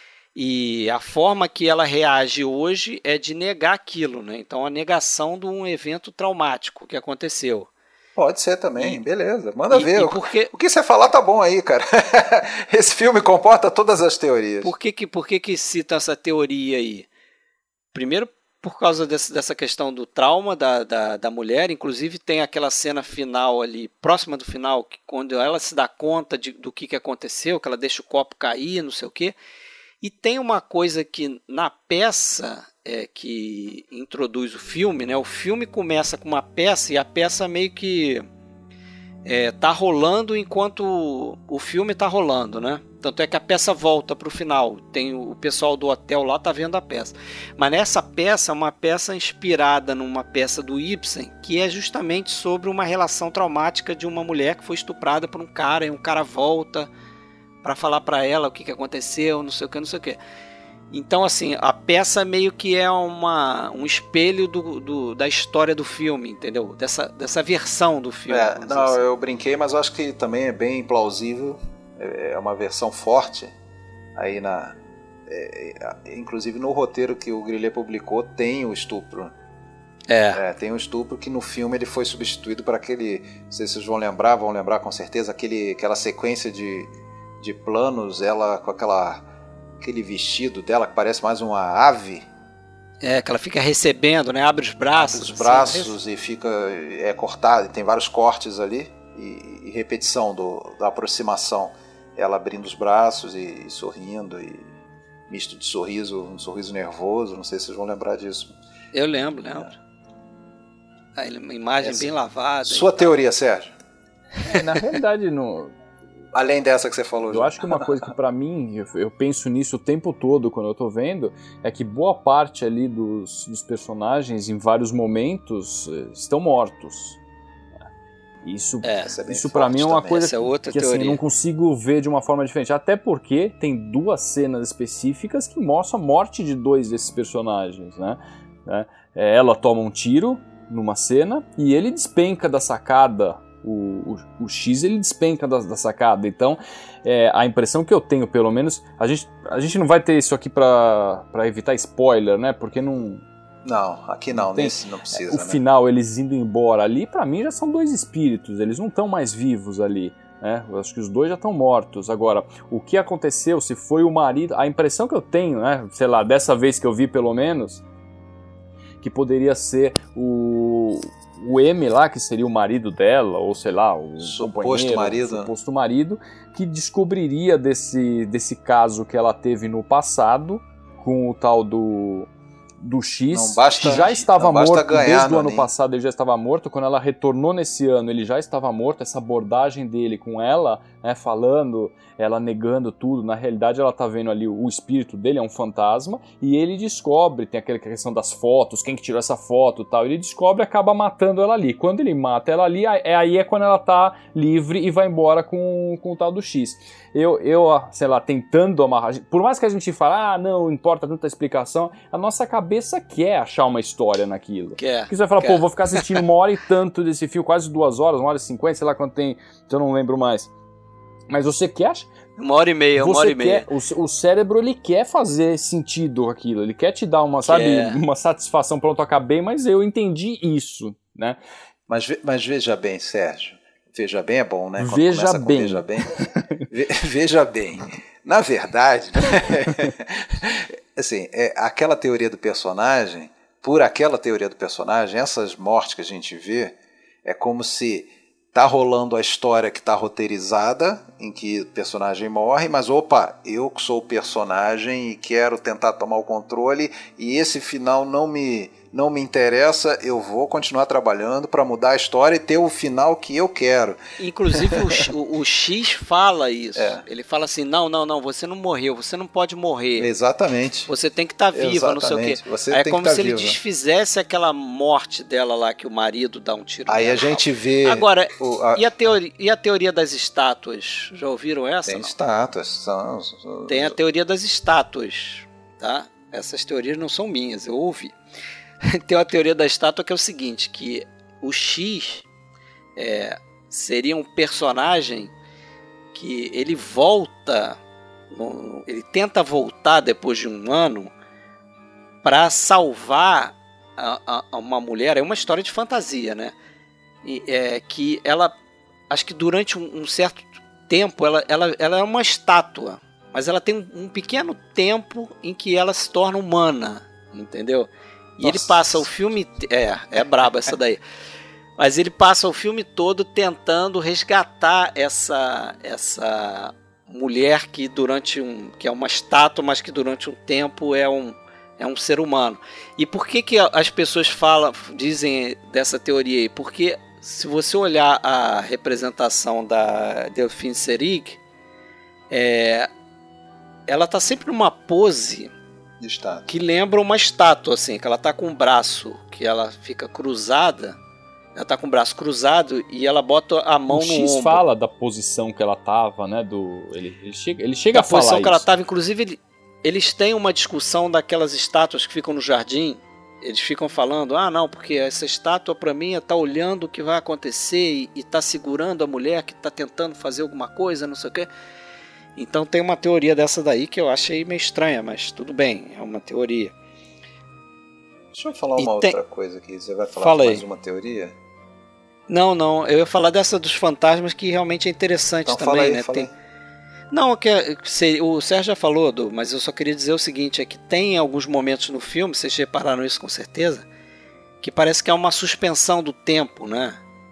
e a forma que ela reage hoje é de negar aquilo, né? Então a negação de um evento traumático que aconteceu. Pode ser também, e, beleza, manda e, ver. E porque... O que você falar tá bom aí, cara. Esse filme comporta todas as teorias. Por que que, por que que cita essa teoria aí? Primeiro, por causa desse, dessa questão do trauma da, da, da mulher, inclusive tem aquela cena final ali, próxima do final, que quando ela se dá conta de, do que, que aconteceu, que ela deixa o copo cair, não sei o quê. E tem uma coisa que na peça é, que introduz o filme, né? O filme começa com uma peça e a peça meio que é, tá rolando enquanto o filme tá rolando, né? Tanto é que a peça volta para o final. Tem o pessoal do hotel lá tá vendo a peça. Mas nessa peça é uma peça inspirada numa peça do Ibsen, que é justamente sobre uma relação traumática de uma mulher que foi estuprada por um cara e um cara volta para falar para ela o que, que aconteceu, não sei o que, não sei o que. Então, assim, a peça meio que é uma, um espelho do, do, da história do filme, entendeu? Dessa, dessa versão do filme. É, não, assim. eu brinquei, mas eu acho que também é bem plausível. É uma versão forte aí na... É, é, inclusive no roteiro que o Grillet publicou tem o estupro. É. É, tem um estupro que no filme ele foi substituído por aquele... Não sei se vocês vão lembrar, vão lembrar com certeza, aquele, aquela sequência de... de planos, ela com aquela, aquele vestido dela que parece mais uma ave. É, que ela fica recebendo, né? Abre os braços. Abre os braços assim, e fica é cortado, tem vários cortes ali e, e repetição do, da aproximação. Ela abrindo os braços e, e sorrindo, e misto de sorriso, um sorriso nervoso, não sei se vocês vão lembrar disso. Eu lembro, lembro. É. Uma imagem Essa. bem lavada. Sua teoria, Sérgio? Na realidade, no... além dessa que você falou. Eu já. acho que uma coisa que pra mim, eu, eu penso nisso o tempo todo quando eu tô vendo, é que boa parte ali dos, dos personagens, em vários momentos, estão mortos. Isso, é, isso pra mim é uma também. coisa é que, que assim, eu não consigo ver de uma forma diferente. Até porque tem duas cenas específicas que mostram a morte de dois desses personagens, né? Ela toma um tiro numa cena e ele despenca da sacada. O, o, o X ele despenca da, da sacada. Então é, a impressão que eu tenho, pelo menos, a gente, a gente não vai ter isso aqui pra, pra evitar spoiler, né? Porque não... Não, aqui não, tem, nesse não precisa. O né? final, eles indo embora ali, pra mim já são dois espíritos, eles não estão mais vivos ali. Né? Eu acho que os dois já estão mortos. Agora, o que aconteceu, se foi o marido... A impressão que eu tenho, né? Sei lá, dessa vez que eu vi pelo menos, que poderia ser o... o M lá, que seria o marido dela, ou sei lá, o suposto marido, o suposto marido, que descobriria desse, desse caso que ela teve no passado, com o tal do, do X, basta, que já estava morto ganhar, desde o ano nem. passado, ele já estava morto, quando ela retornou nesse ano, ele já estava morto, essa abordagem dele com ela, né, falando, ela negando tudo, na realidade ela tá vendo ali o espírito dele, é um fantasma, e ele descobre, tem aquela questão das fotos, quem que tirou essa foto e tal, ele descobre e acaba matando ela ali. Quando ele mata ela ali, é, aí é quando ela tá livre e vai embora com, com o tal do X. Eu, eu, sei lá, tentando amarrar, por mais que a gente fale, ah, não importa tanta explicação, a nossa cabeça quer achar uma história naquilo. Quer. Porque você vai falar, quer. pô, vou ficar assistindo uma hora e tanto desse filme, quase duas horas, uma hora e cinquenta, sei lá quanto tem, eu não lembro mais. Mas você quer... Uma hora e meia, uma hora e meia. Quer, o, o cérebro, ele quer fazer sentido aquilo, ele quer te dar uma, sabe, uma satisfação, pronto, acabei, mas eu entendi isso, né? Mas, mas veja bem, Sérgio, veja bem é bom, né? Quando veja bem. Veja bem. Veja bem. Na verdade, assim, é, aquela teoria do personagem, por aquela teoria do personagem, essas mortes que a gente vê, é como se tá rolando a história que tá roteirizada, em que o personagem morre, mas opa, eu que sou o personagem e quero tentar tomar o controle, e esse final não me, não me interessa, eu vou continuar trabalhando para mudar a história e ter o final que eu quero. Inclusive o, o, o X fala isso. É. Ele fala assim, não, não, não, você não morreu, você não pode morrer. Exatamente. Você tem que estar tá viva, não sei o quê. Você é tem como que tá se ele viva. desfizesse aquela morte dela lá, que o marido dá um tiro Aí nela. a gente vê... Agora, o, a... e, a teoria, e a teoria das estátuas? Já ouviram essa? Tem não? estátuas. São... Tem a teoria das estátuas, tá? Essas teorias não são minhas, eu ouvi. Tem uma teoria da estátua que é o seguinte, que o X é, seria um personagem que ele volta, ele tenta voltar depois de um ano para salvar a, a, uma mulher. É uma história de fantasia, né? E, é, que ela, acho que durante um, um certo tempo, ela, ela, ela é uma estátua, mas ela tem um, um pequeno tempo em que ela se torna humana, entendeu? E Nossa. Ele passa o filme... É, é braba essa daí. Mas ele passa o filme todo tentando resgatar essa, essa mulher que durante um... que é uma estátua, mas que durante um tempo é um, é um ser humano. E por que, que as pessoas falam, dizem dessa teoria aí? Porque se você olhar a representação da Delphine Seyrig, é, ela está sempre numa pose... que lembra uma estátua, assim, que ela tá com o braço, que ela fica cruzada, ela tá com o braço cruzado e ela bota a mão o no X ombro. Fala da posição que ela tava, né, do, ele, ele chega, ele chega a falar isso. A posição que ela tava, inclusive, ele, eles têm uma discussão daquelas estátuas que ficam no jardim, eles ficam falando, ah, não, porque essa estátua pra mim tá olhando o que vai acontecer e, e tá segurando a mulher que tá tentando fazer alguma coisa, não sei o quê. Então tem uma teoria dessa daí que eu achei meio estranha, mas tudo bem, é uma teoria. Deixa eu falar uma e outra tem... coisa aqui. Você vai falar Fala mais aí. uma teoria? Não, não, eu ia falar dessa dos fantasmas que realmente é interessante então, também, fala aí, né? Fala tem... aí. Não, que é, que o Sérgio já falou, Du, mas eu só queria dizer o seguinte, é que tem alguns momentos no filme, vocês repararam isso com certeza, que parece que é uma suspensão do tempo, né?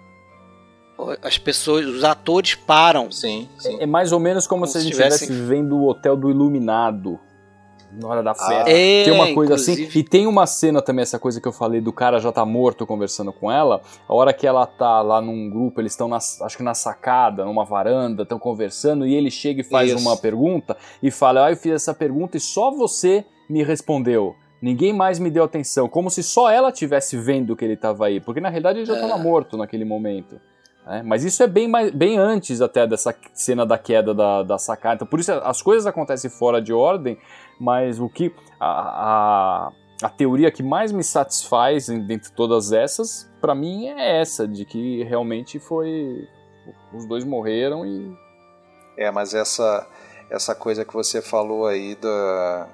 As pessoas, os atores param. Sim, sim. É mais ou menos como, como se a gente estivesse tivessem... vendo o Hotel do Iluminado na hora da festa. Ah, é, tem uma coisa inclusive... assim. E tem uma cena também, essa coisa que eu falei do cara já tá morto conversando com ela. A hora que ela tá lá num grupo, eles estão, acho que na sacada, numa varanda, estão conversando, e ele chega e faz Isso. uma pergunta e fala, ah, eu fiz essa pergunta e só você me respondeu. Ninguém mais me deu atenção. Como se só ela estivesse vendo que ele estava aí. Porque na realidade ele já estava é. morto naquele momento. É, mas isso é bem, mais, bem antes até dessa cena da queda da, da sacada. Então, por isso as coisas acontecem fora de ordem, mas o que a, a, a teoria que mais me satisfaz dentre todas essas, para mim é essa, de que realmente foi... os dois morreram e... É, mas essa, essa coisa que você falou aí da...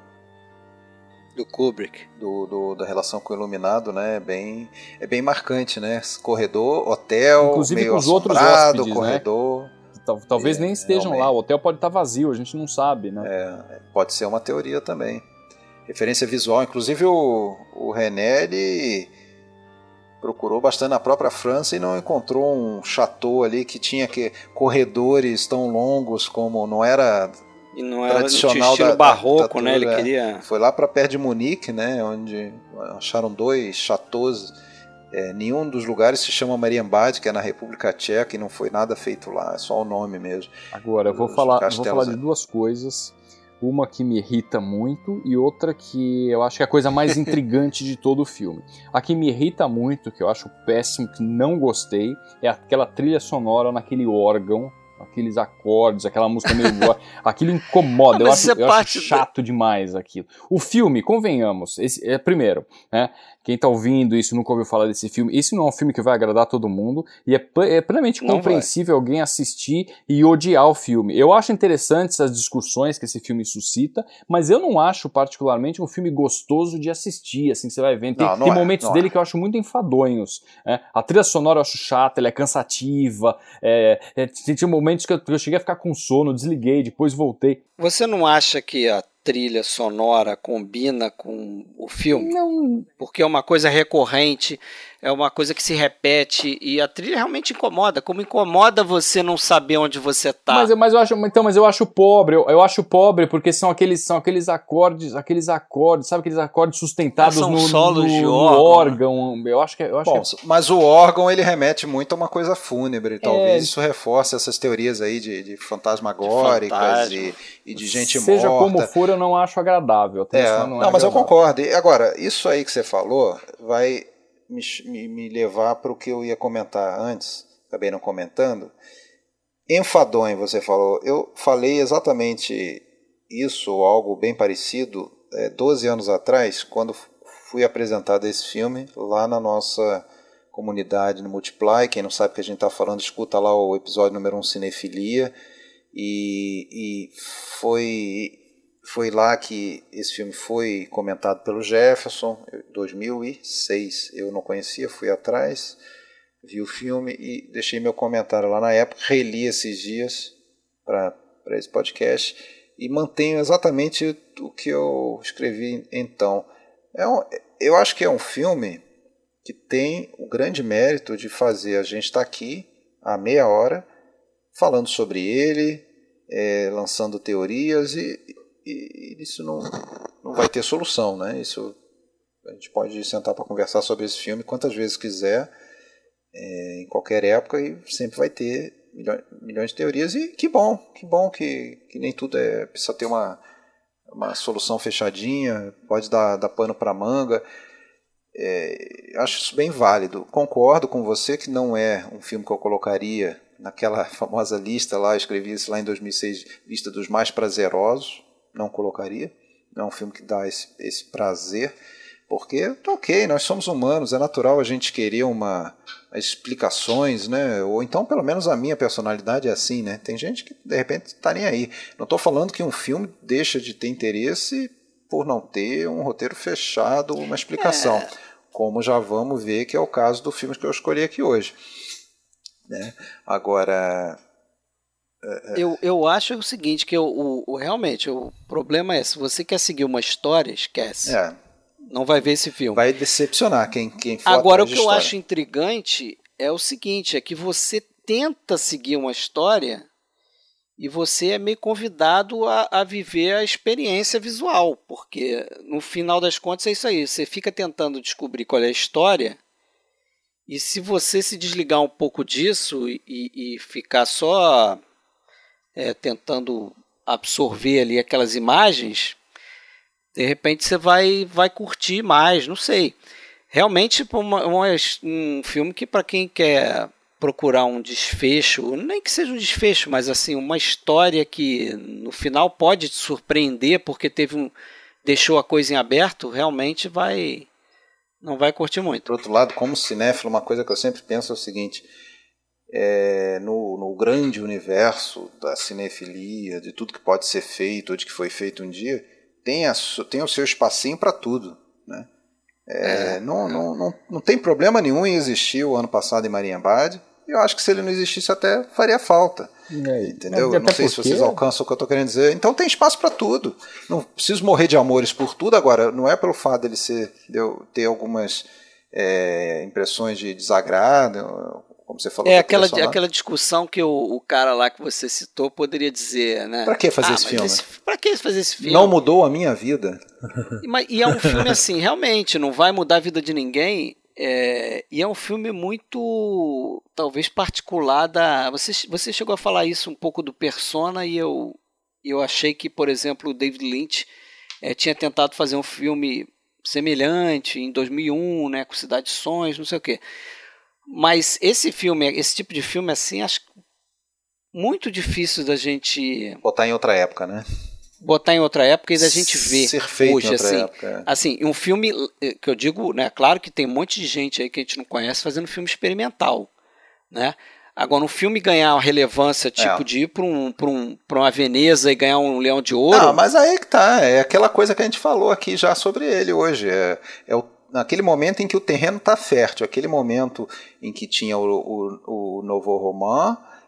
do Kubrick, do, do, da relação com o Iluminado, né? É bem, é bem marcante, né? Corredor, hotel, inclusive meio com os outros hóspedes, corredor. Né? Talvez é, nem estejam realmente. lá, o hotel pode estar vazio, a gente não sabe, né? É, pode ser uma teoria também. Referência visual, inclusive o, o René, ele procurou bastante na própria França e não encontrou um chateau ali que tinha que, corredores tão longos como não era... E não era tradicional estilo da, barroco, da, da, né? Ele é. queria... Foi lá para perto de Munique, né? Onde acharam dois chateaus. É, nenhum dos lugares se chama Marienbad, que é na República Tcheca, e não foi nada feito lá, é só o nome mesmo. Agora, eu vou falar, eu vou falar de duas coisas. Uma que me irrita muito e outra que eu acho que é a coisa mais intrigante de todo o filme. A que me irrita muito, que eu acho péssimo, que não gostei, é aquela trilha sonora naquele órgão, aqueles acordes, aquela música meio... aquilo incomoda, não, eu, acho, eu acho chato do... demais aquilo. O filme, convenhamos, esse, é, primeiro, né, quem tá ouvindo isso, nunca ouviu falar desse filme, esse não é um filme que vai agradar todo mundo, e é, é plenamente não compreensível vai. alguém assistir e odiar o filme. Eu acho interessante essas discussões que esse filme suscita, mas eu não acho particularmente um filme gostoso de assistir, assim, você vai ver. Tem, não, não tem é, momentos dele é. que eu acho muito enfadonhos. Né? A trilha sonora eu acho chata, ela é cansativa, é, é, tinha momentos que eu, que eu cheguei a ficar com sono, desliguei, depois voltei. Você não acha que a trilha sonora combina com o filme? Não. Porque é uma coisa recorrente, é uma coisa que se repete e a trilha realmente incomoda. Como incomoda você não saber onde você tá. Mas, mas eu acho, então, mas eu acho pobre. Eu, eu acho pobre porque são aqueles, são aqueles acordes, aqueles acordes, sabe aqueles acordes sustentados são no, solos no, de no órgão. órgão. Eu acho que, eu acho Bom, que é... mas o órgão ele remete muito a uma coisa fúnebre. Talvez É... isso reforce essas teorias aí de, de fantasmagóricas de e, e de gente Seja morta. como for, eu não acho agradável. É, não, não, é mas agradável. eu concordo. E agora, isso aí que você falou vai me, me, me levar para o que eu ia comentar antes, acabei não comentando. Enfadonho, você falou. Eu falei exatamente isso, ou algo bem parecido, é, doze anos atrás, quando fui apresentado esse filme lá na nossa comunidade no Multiply. Quem não sabe o que a gente está falando, escuta lá o episódio número um, Cinefilia. E, e foi, foi lá que esse filme foi comentado pelo Jefferson, em dois mil e seis. Eu não conhecia, fui atrás, vi o filme e deixei meu comentário lá na época, reli esses dias para esse podcast e mantenho exatamente o que eu escrevi então. É um, eu acho que é um filme que tem o grande mérito de fazer a gente estar aqui há meia hora falando sobre ele, é, lançando teorias e, e, e isso não, não vai ter solução, né? Isso, a gente pode sentar para conversar sobre esse filme quantas vezes quiser, é, em qualquer época, e sempre vai ter milhões, milhões de teorias. E que bom, que bom que, que nem tudo é, precisa ter uma, uma solução fechadinha, pode dar, dar pano para manga. É, acho isso bem válido. Concordo com você que não é um filme que eu colocaria naquela famosa lista lá, eu escrevi isso lá em dois mil e seis, lista dos mais prazerosos, não colocaria. Não é um filme que dá esse, esse prazer, porque, ok, nós somos humanos, é natural a gente querer uma explicações, né? Ou então, pelo menos a minha personalidade é assim, né? Tem gente que, de repente, está nem aí. Não estou falando que um filme deixa de ter interesse por não ter um roteiro fechado, uma explicação, é. Como já vamos ver que é o caso do filme que eu escolhi aqui hoje. Né? Agora... Eu, eu acho o seguinte, que eu, o, o, realmente o problema é, se você quer seguir uma história, esquece. É. Não vai ver esse filme. Vai decepcionar quem, quem for Agora, o que eu acho intrigante é o seguinte, é que você tenta seguir uma história e você é meio convidado a, a viver a experiência visual, porque no final das contas é isso aí, você fica tentando descobrir qual é a história. E se você se desligar um pouco disso e, e ficar só é, tentando absorver ali aquelas imagens, de repente você vai, vai curtir mais, não sei. Realmente uma, uma, um filme que para quem quer procurar um desfecho, nem que seja um desfecho, mas assim, uma história que no final pode te surpreender porque teve um, deixou a coisa em aberto, realmente vai... não vai curtir muito. Por outro lado, como cinéfilo, uma coisa que eu sempre penso é o seguinte, é, no, no grande universo da cinefilia, de tudo que pode ser feito, ou de que foi feito um dia, tem, a, tem o seu espacinho para tudo. Né? É, é, não, é. Não, não, não tem problema nenhum em existir o ano passado em Marienbad. Eu acho que se ele não existisse até faria falta. Aí, entendeu? Eu não sei se vocês alcançam o que eu estou querendo dizer. Então tem espaço para tudo. Não preciso morrer de amores por tudo. Agora, não é pelo fato dele ser, de eu ter algumas é, impressões de desagrado, como você falou. É aquela, aquela discussão que o, o cara lá que você citou poderia dizer, né? Para que fazer ah, esse filme? Esse, para que fazer esse filme? Não mudou a minha vida. E, e é um filme assim, realmente, não vai mudar a vida de ninguém. É, e é um filme muito, talvez, particular da... Você, você chegou a falar isso um pouco do Persona e eu, eu achei que, por exemplo, o David Lynch é, tinha tentado fazer um filme semelhante em dois mil e um, né, com Cidade de Sonhos, não sei o quê. Mas esse filme, esse tipo de filme assim, acho muito difícil da gente... botar em outra época, né? botar em outra época e da gente ver ser feito hoje, em outra assim, época, é. assim, um filme que eu digo, né, claro que tem um monte de gente aí que a gente não conhece fazendo filme experimental, né? Agora, um filme ganhar uma relevância, tipo, é. de ir para um, para um, para uma Veneza e ganhar um Leão de Ouro... Não, mas aí que tá, é aquela coisa que a gente falou aqui já sobre ele hoje, é, é o, naquele momento em que o terreno tá fértil, aquele momento em que tinha o, o, o Novo Roman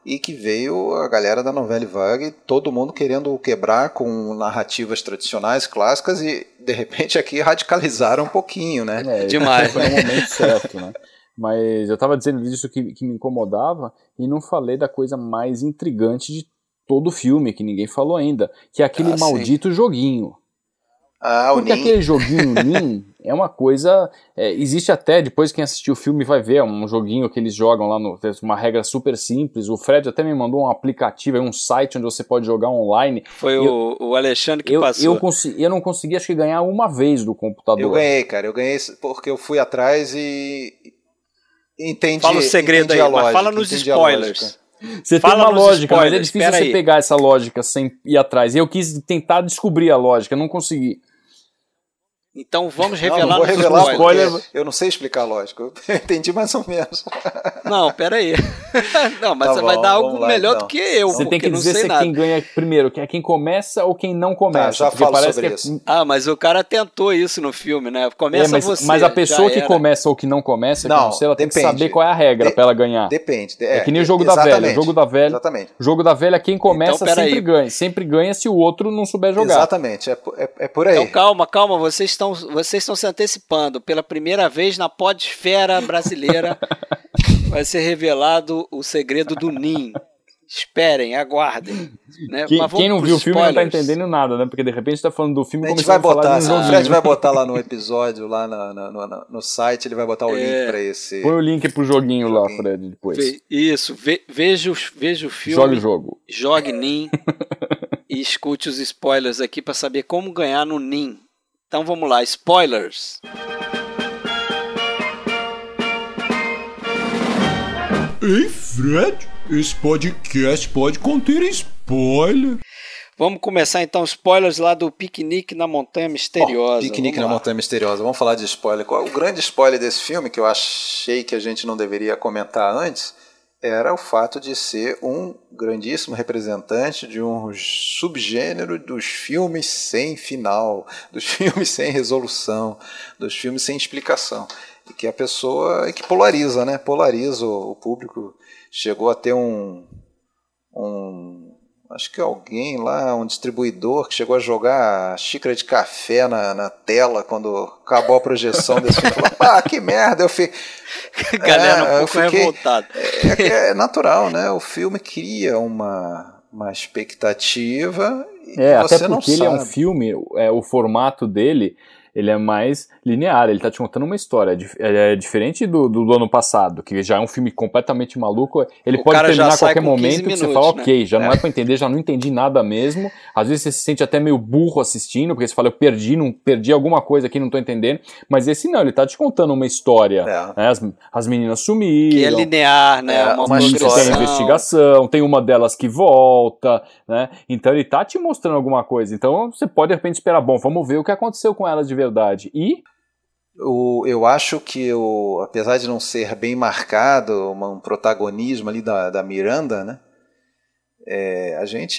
e que veio a galera da Novelle Vague, todo mundo querendo quebrar com narrativas tradicionais, clássicas, e de repente aqui radicalizaram um pouquinho, né? É, demais. Foi no momento certo, né? Mas eu estava dizendo disso que, que me incomodava e não falei da coisa mais intrigante de todo o filme, que ninguém falou ainda, que é aquele ah, maldito sim. joguinho. Ah, Porque o Nin. aquele joguinho Nin é uma coisa... É, existe até, depois quem assistiu o filme vai ver, é um joguinho que eles jogam lá, no, uma regra super simples. O Fred até me mandou um aplicativo, um site onde você pode jogar online. Foi eu, o, o Alexandre que eu, passou. Eu, consegui, eu não consegui, acho que, ganhar uma vez do computador. Eu ganhei, cara. Eu ganhei porque eu fui atrás e entendi. Fala o segredo aí, lógica, mas fala nos spoilers. Você Fala tem uma lógica, spoilers, mas é difícil você aí. pegar essa lógica sem ir atrás. E eu quis tentar descobrir a lógica, não consegui. Então vamos Não, revelar não vou nos revelar spoilers. porque eu não sei explicar a lógica. Eu entendi mais ou menos. Não, pera aí. Não, mas Tá você bom, vai dar algo vamos lá, melhor então. do que eu, Você porque tem que não dizer sei se é nada. quem ganha primeiro, que é quem começa ou quem não começa. Tá, já porque falo parece sobre que isso. É... Ah, mas o cara tentou isso no filme, né? Começa É, mas, você. mas a pessoa já que era. começa ou que não começa, Não, como você, ela tem que depende. saber qual é a regra De- pra ela ganhar. Depende. É, que nem o jogo da exatamente. velha. O jogo da velha, Exatamente. o jogo da velha, quem começa Então, pera sempre aí. ganha. Sempre ganha se o outro não souber jogar. Exatamente. É, é, é por aí. Então calma, calma, vocês estão, vocês estão se antecipando. Pela primeira vez na podesfera brasileira vai ser revelado o segredo do Nin. Esperem, aguardem. Né? Quem, Mas vamos quem não pros viu o filme não tá spoilers. entendendo nada, né? Porque de repente tá falando do filme A como gente se vai fosse falar botar, de um o joguinho. Fred vai botar lá no episódio, lá na- na- no, no site, ele vai botar o É. link pra esse. Põe o link pro joguinho, lá, Joguinho. Fred, depois. Ve- Isso, ve, veja, o- veja o filme. Joga o jogo. Jogue Nin e escute os spoilers aqui para saber como ganhar no Nin. Então vamos lá, spoilers. Ei, Fred, esse podcast pode conter spoiler. Vamos começar então spoilers lá do Piquenique na Montanha Misteriosa. Ó, Piquenique Vamos na lá. Montanha Misteriosa. Vamos falar de spoiler. Qual é o grande spoiler desse filme, que eu achei que a gente não deveria comentar antes, era o fato de ser um grandíssimo representante de um subgênero dos filmes sem final, dos filmes sem resolução, dos filmes sem explicação. E que a pessoa, que polariza, né? Polariza o, o público. Chegou a ter um, um... Acho que alguém lá, um distribuidor, que chegou a jogar xícara de café na, na tela quando acabou a projeção desse filme. Falou, ah, que merda! Eu fiquei... A galera É, um eu pouco fiquei- revoltada. É, é natural, né? O filme cria uma, uma expectativa e É, você até não porque ele sabe. é um filme, é, o formato dele, ele é mais linear, ele tá te contando uma história, é, dif- é diferente do, do, do ano passado, que já é um filme completamente maluco, ele O pode cara já terminar a sai qualquer com quinze momento que você minutos, fala, né? ok, já não é pra entender, já não entendi nada mesmo, às vezes você se sente até meio burro assistindo, porque você fala, eu perdi, não, perdi alguma coisa aqui, não tô entendendo, mas esse não, ele tá te contando uma história, É. né? as, as meninas sumiram, Que é linear, né? É, uma uma tem progressão. a investigação, tem uma delas que volta, né? Então ele tá te mostrando alguma coisa. Então você pode de repente esperar, bom, vamos ver o que aconteceu com elas de verdade. E O, eu acho que, o, apesar de não ser bem marcado uma- um protagonismo ali da, da Miranda, né, é, a gente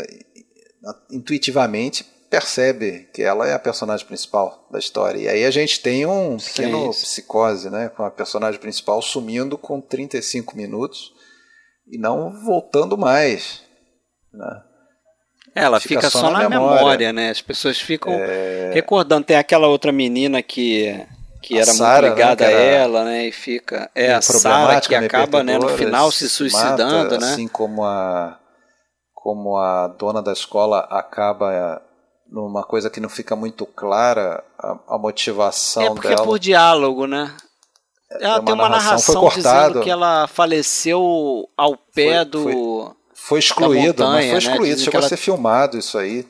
intuitivamente percebe que ela é a personagem principal da história. E aí a gente tem um pequeno Sim. psicose, né, com a personagem principal sumindo com trinta e cinco minutos e não voltando mais, né? Ela Fica fica, só só, na na memória. memória. né? As pessoas ficam recordando. Tem aquela outra menina que, que A era Sarah, muito ligada né, que a era ela, né? E fica. É meio a Sarah que problemática, meio acaba, né, no perdedora, final se se suicidando, mata, né? assim como a como a dona da escola acaba numa coisa que não fica muito clara a, a motivação É porque dela. é por diálogo, né? Ela uma tem uma narração, foi narração cortado. dizendo que ela faleceu ao pé Foi- do. foi- Foi excluído, da montanha, mas foi né? excluído. Dizem Chegou que ela- a ser filmado isso aí.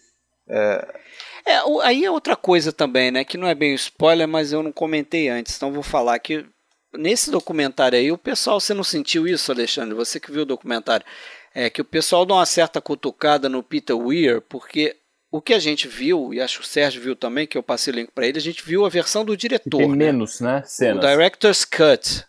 É, o- aí é outra coisa também, né? Que não é bem spoiler, mas eu não comentei antes, então vou falar que nesse documentário aí, o pessoal, você não sentiu isso, Alexandre? Você que viu o documentário, é que o pessoal dá uma certa cutucada no Peter Weir, porque o que a gente viu, e acho que o Sérgio viu também, que eu passei o link para ele, a gente viu a versão do diretor, tem né? menos, né, O cenas. Director's Cut.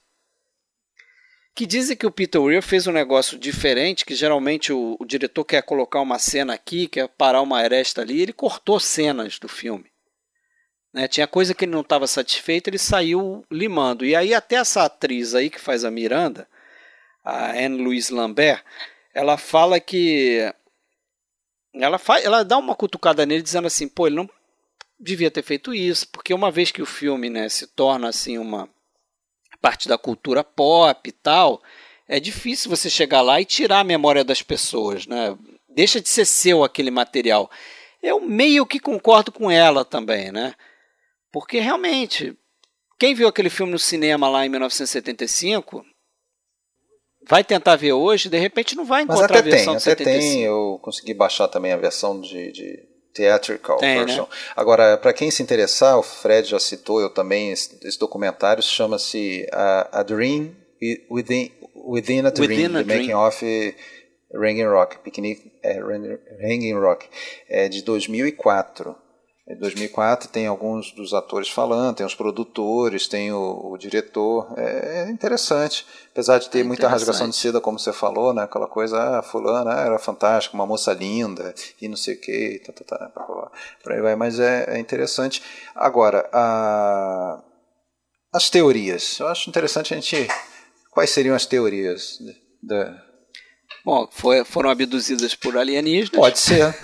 Que dizem que o Peter Weir fez um negócio diferente, que geralmente o, o diretor quer colocar uma cena aqui, quer parar uma aresta ali, ele cortou cenas do filme. Né? Tinha coisa que ele não estava satisfeito, ele saiu limando. E aí até essa atriz aí que faz a Miranda, a Anne-Louise Lambert, ela fala que ela, faz, ela dá uma cutucada nele dizendo assim, pô, ele não devia ter feito isso, porque uma vez que o filme, né, se torna assim uma parte da cultura pop e tal, é difícil você chegar lá e tirar a memória das pessoas, né? Deixa de ser seu aquele material. Eu meio que concordo com ela também, né? Porque realmente, quem viu aquele filme no cinema lá em mil novecentos e setenta e cinco, vai tentar ver hoje, de repente não vai encontrar Mas até a versão tem, de setenta e cinco. até tem, eu consegui baixar também a versão de, de theatrical tem, version. Né? Agora, para quem se interessar, o Fred já citou, eu também, esse, esse documentário chama-se uh, A Dream Within, Within a Dream, Within a The Dream. Making of Hanging Rock, Picnic, é, Hanging Rock, é de dois mil e quatro. Em dois mil e quatro tem alguns dos atores falando, tem os produtores, tem o, o diretor, é, é interessante, apesar de ter é muita rasgação de seda, como você falou, né? Aquela coisa, ah, fulana ah, era fantástica, uma moça linda, e não sei o que, tá, tá, tá, por aí vai, mas é, é interessante. Agora, a, as teorias, eu acho interessante a gente, quais seriam as teorias da... Bom, foi, foram abduzidas por alienígenas. Pode ser.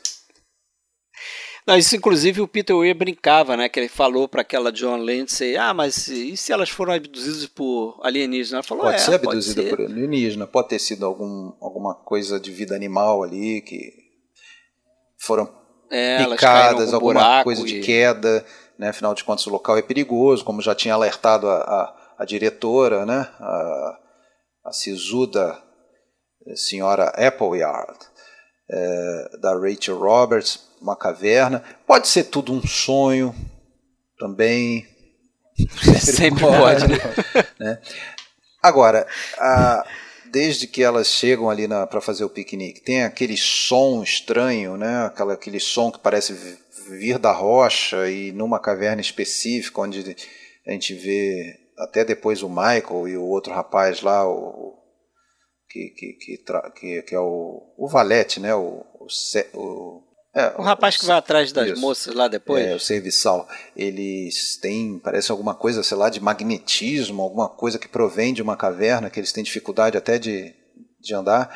Não, isso inclusive o Peter Weir brincava, né? Que ele falou para aquela John Lindsay, ah, mas e se elas foram abduzidas por alienígenas? Ela falou, pode é, ser abduzida pode ser. por alienígena, pode ter sido algum, alguma coisa de vida animal ali, que foram é, picadas, alguma coisa de e... queda, né? Afinal de contas o local é perigoso, como já tinha alertado a, a, a diretora, né? A, a sisuda senhora Appleyard, é, da Rachel Roberts, uma caverna. Pode ser tudo um sonho também. Sempre, Sempre pode, né? né? Agora, a, desde que elas chegam ali para fazer o piquenique, tem aquele som estranho, né? Aquela, aquele som que parece vir da rocha e numa caverna específica, onde a gente vê até depois o Michael e o outro rapaz lá, o Que, que, que, que, que é o, o valete, né? O, o, o, é, o rapaz o, que vai atrás das isso, moças lá depois. É, o serviçal. Eles têm, parece alguma coisa, sei lá, de magnetismo, alguma coisa que provém de uma caverna, que eles têm dificuldade até de, de andar.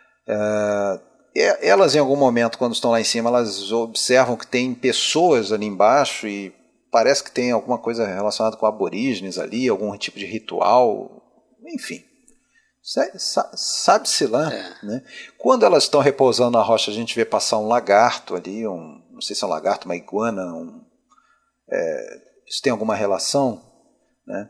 É, elas, em algum momento, quando estão lá em cima, elas observam que tem pessoas ali embaixo e parece que tem alguma coisa relacionada com aborígenes ali, algum tipo de ritual, enfim. Sabe-se lá, é. né? Quando elas estão repousando na rocha, a gente vê passar um lagarto ali, um, não sei se é um lagarto, uma iguana, um, é, isso tem alguma relação, né?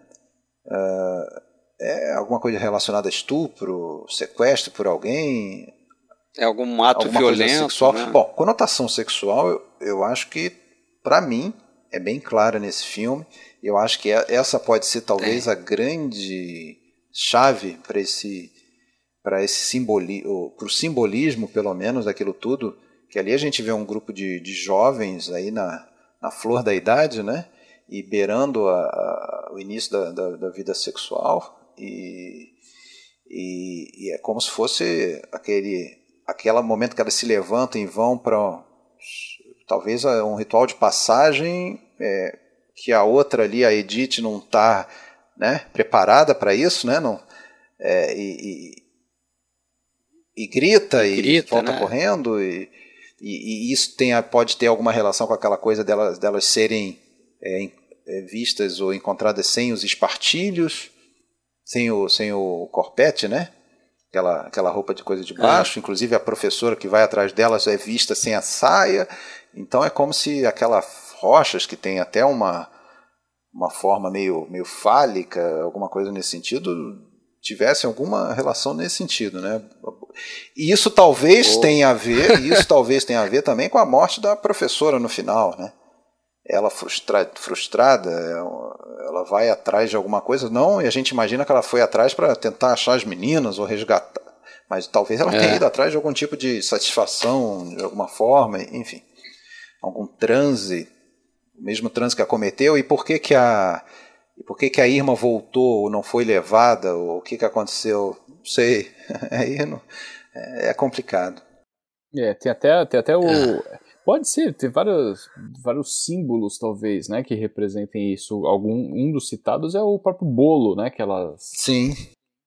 É, é alguma coisa relacionada a estupro, sequestro por alguém? É algum ato alguma violento, coisa sexual? Né? Bom, conotação sexual, eu, eu acho que, para mim, é bem clara nesse filme. Eu acho que essa pode ser talvez tem. a grande chave para esse para esse simbolismo, para o simbolismo pelo menos daquilo tudo, que ali a gente vê um grupo de, de jovens aí na, na flor da idade, né, e beirando a, a, o início da, da, da vida sexual e, e, e é como se fosse aquele aquele momento que elas se levantam e vão para talvez um ritual de passagem, é, que a outra ali, a Edith, não está, né, preparada para isso, né, não, é, e, e, e grita e, grita, e volta, né, correndo e, e, e isso tem, pode ter alguma relação com aquela coisa delas, delas serem é, vistas ou encontradas sem os espartilhos, sem o, sem o corpete, né, aquela, aquela roupa de coisa de baixo, é. Inclusive a professora que vai atrás delas é vista sem a saia, então é como se aquelas rochas que tem até uma uma forma meio, meio fálica, alguma coisa nesse sentido, tivesse alguma relação nesse sentido, né? E isso talvez oh. tenha a ver, isso talvez tenha a ver também com a morte da professora no final, né? Ela frustra, frustrada, ela vai atrás de alguma coisa, não, e a gente imagina que ela foi atrás para tentar achar as meninas ou resgatar, mas talvez ela é. tenha ido atrás de algum tipo de satisfação, de alguma forma, enfim, algum transe, o mesmo transe que a cometeu, e por que que a, e por que que a Irma voltou ou não foi levada, ou o que que aconteceu, não sei, aí não, é complicado. É, tem até, tem até o... Pode ser, tem vários, vários símbolos, talvez, né, que representem isso. Algum, um dos citados é o próprio bolo, né, que elas... Sim.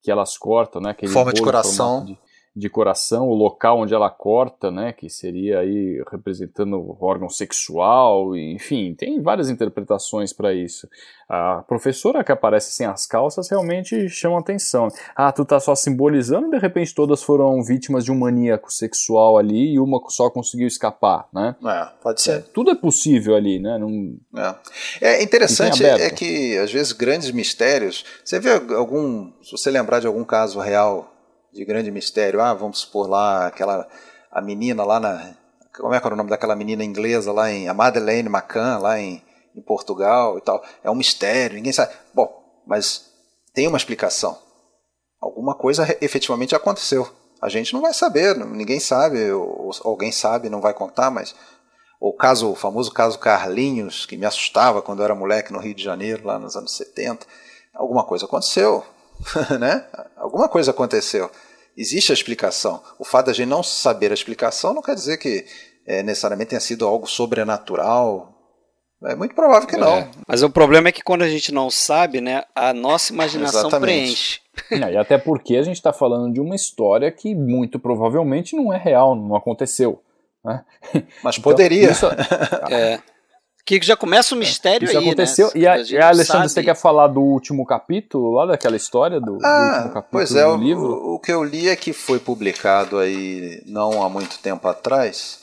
que elas cortam, né? Aquele Forma de bolo, coração. formato de, de coração, o local onde ela corta, né? Que seria aí representando o órgão sexual, e, enfim, tem várias interpretações para isso. A professora que aparece sem as calças realmente chama atenção. Ah, tu tá só simbolizando, de repente todas foram vítimas de um maníaco sexual ali e uma só conseguiu escapar, né? É, pode ser. É, tudo é possível ali, né? Não... É. É interessante é que, às vezes, grandes mistérios... Você vê algum... Se você lembrar de algum caso real de grande mistério, ah, vamos supor lá, aquela... A menina lá na... Como é que era o nome daquela menina inglesa lá em... A Madeleine McCann, lá em, em Portugal e tal. É um mistério, ninguém sabe. Bom, mas tem uma explicação. Alguma coisa efetivamente aconteceu. A gente não vai saber, ninguém sabe, ou alguém sabe, não vai contar, mas... O caso, o famoso caso Carlinhos, que me assustava quando eu era moleque no Rio de Janeiro, lá nos anos setenta. Alguma coisa aconteceu, né? Alguma coisa aconteceu. Existe a explicação. O fato da gente não saber a explicação não quer dizer que é, necessariamente tenha sido algo sobrenatural. É muito provável que não. É, mas o problema é que quando a gente não sabe, né, a nossa imaginação Exatamente. preenche. E até porque a gente está falando de uma história que muito provavelmente não é real, não aconteceu. Né? Mas poderia. Então, isso... É. Que já começa o mistério isso aí, aconteceu. né? E, a, A gente e a Alexandre, sabe. você quer falar do último capítulo, lá daquela história, do, Ah, do último capítulo pois é, do o, livro? O, o que eu li é que foi publicado aí não há muito tempo atrás,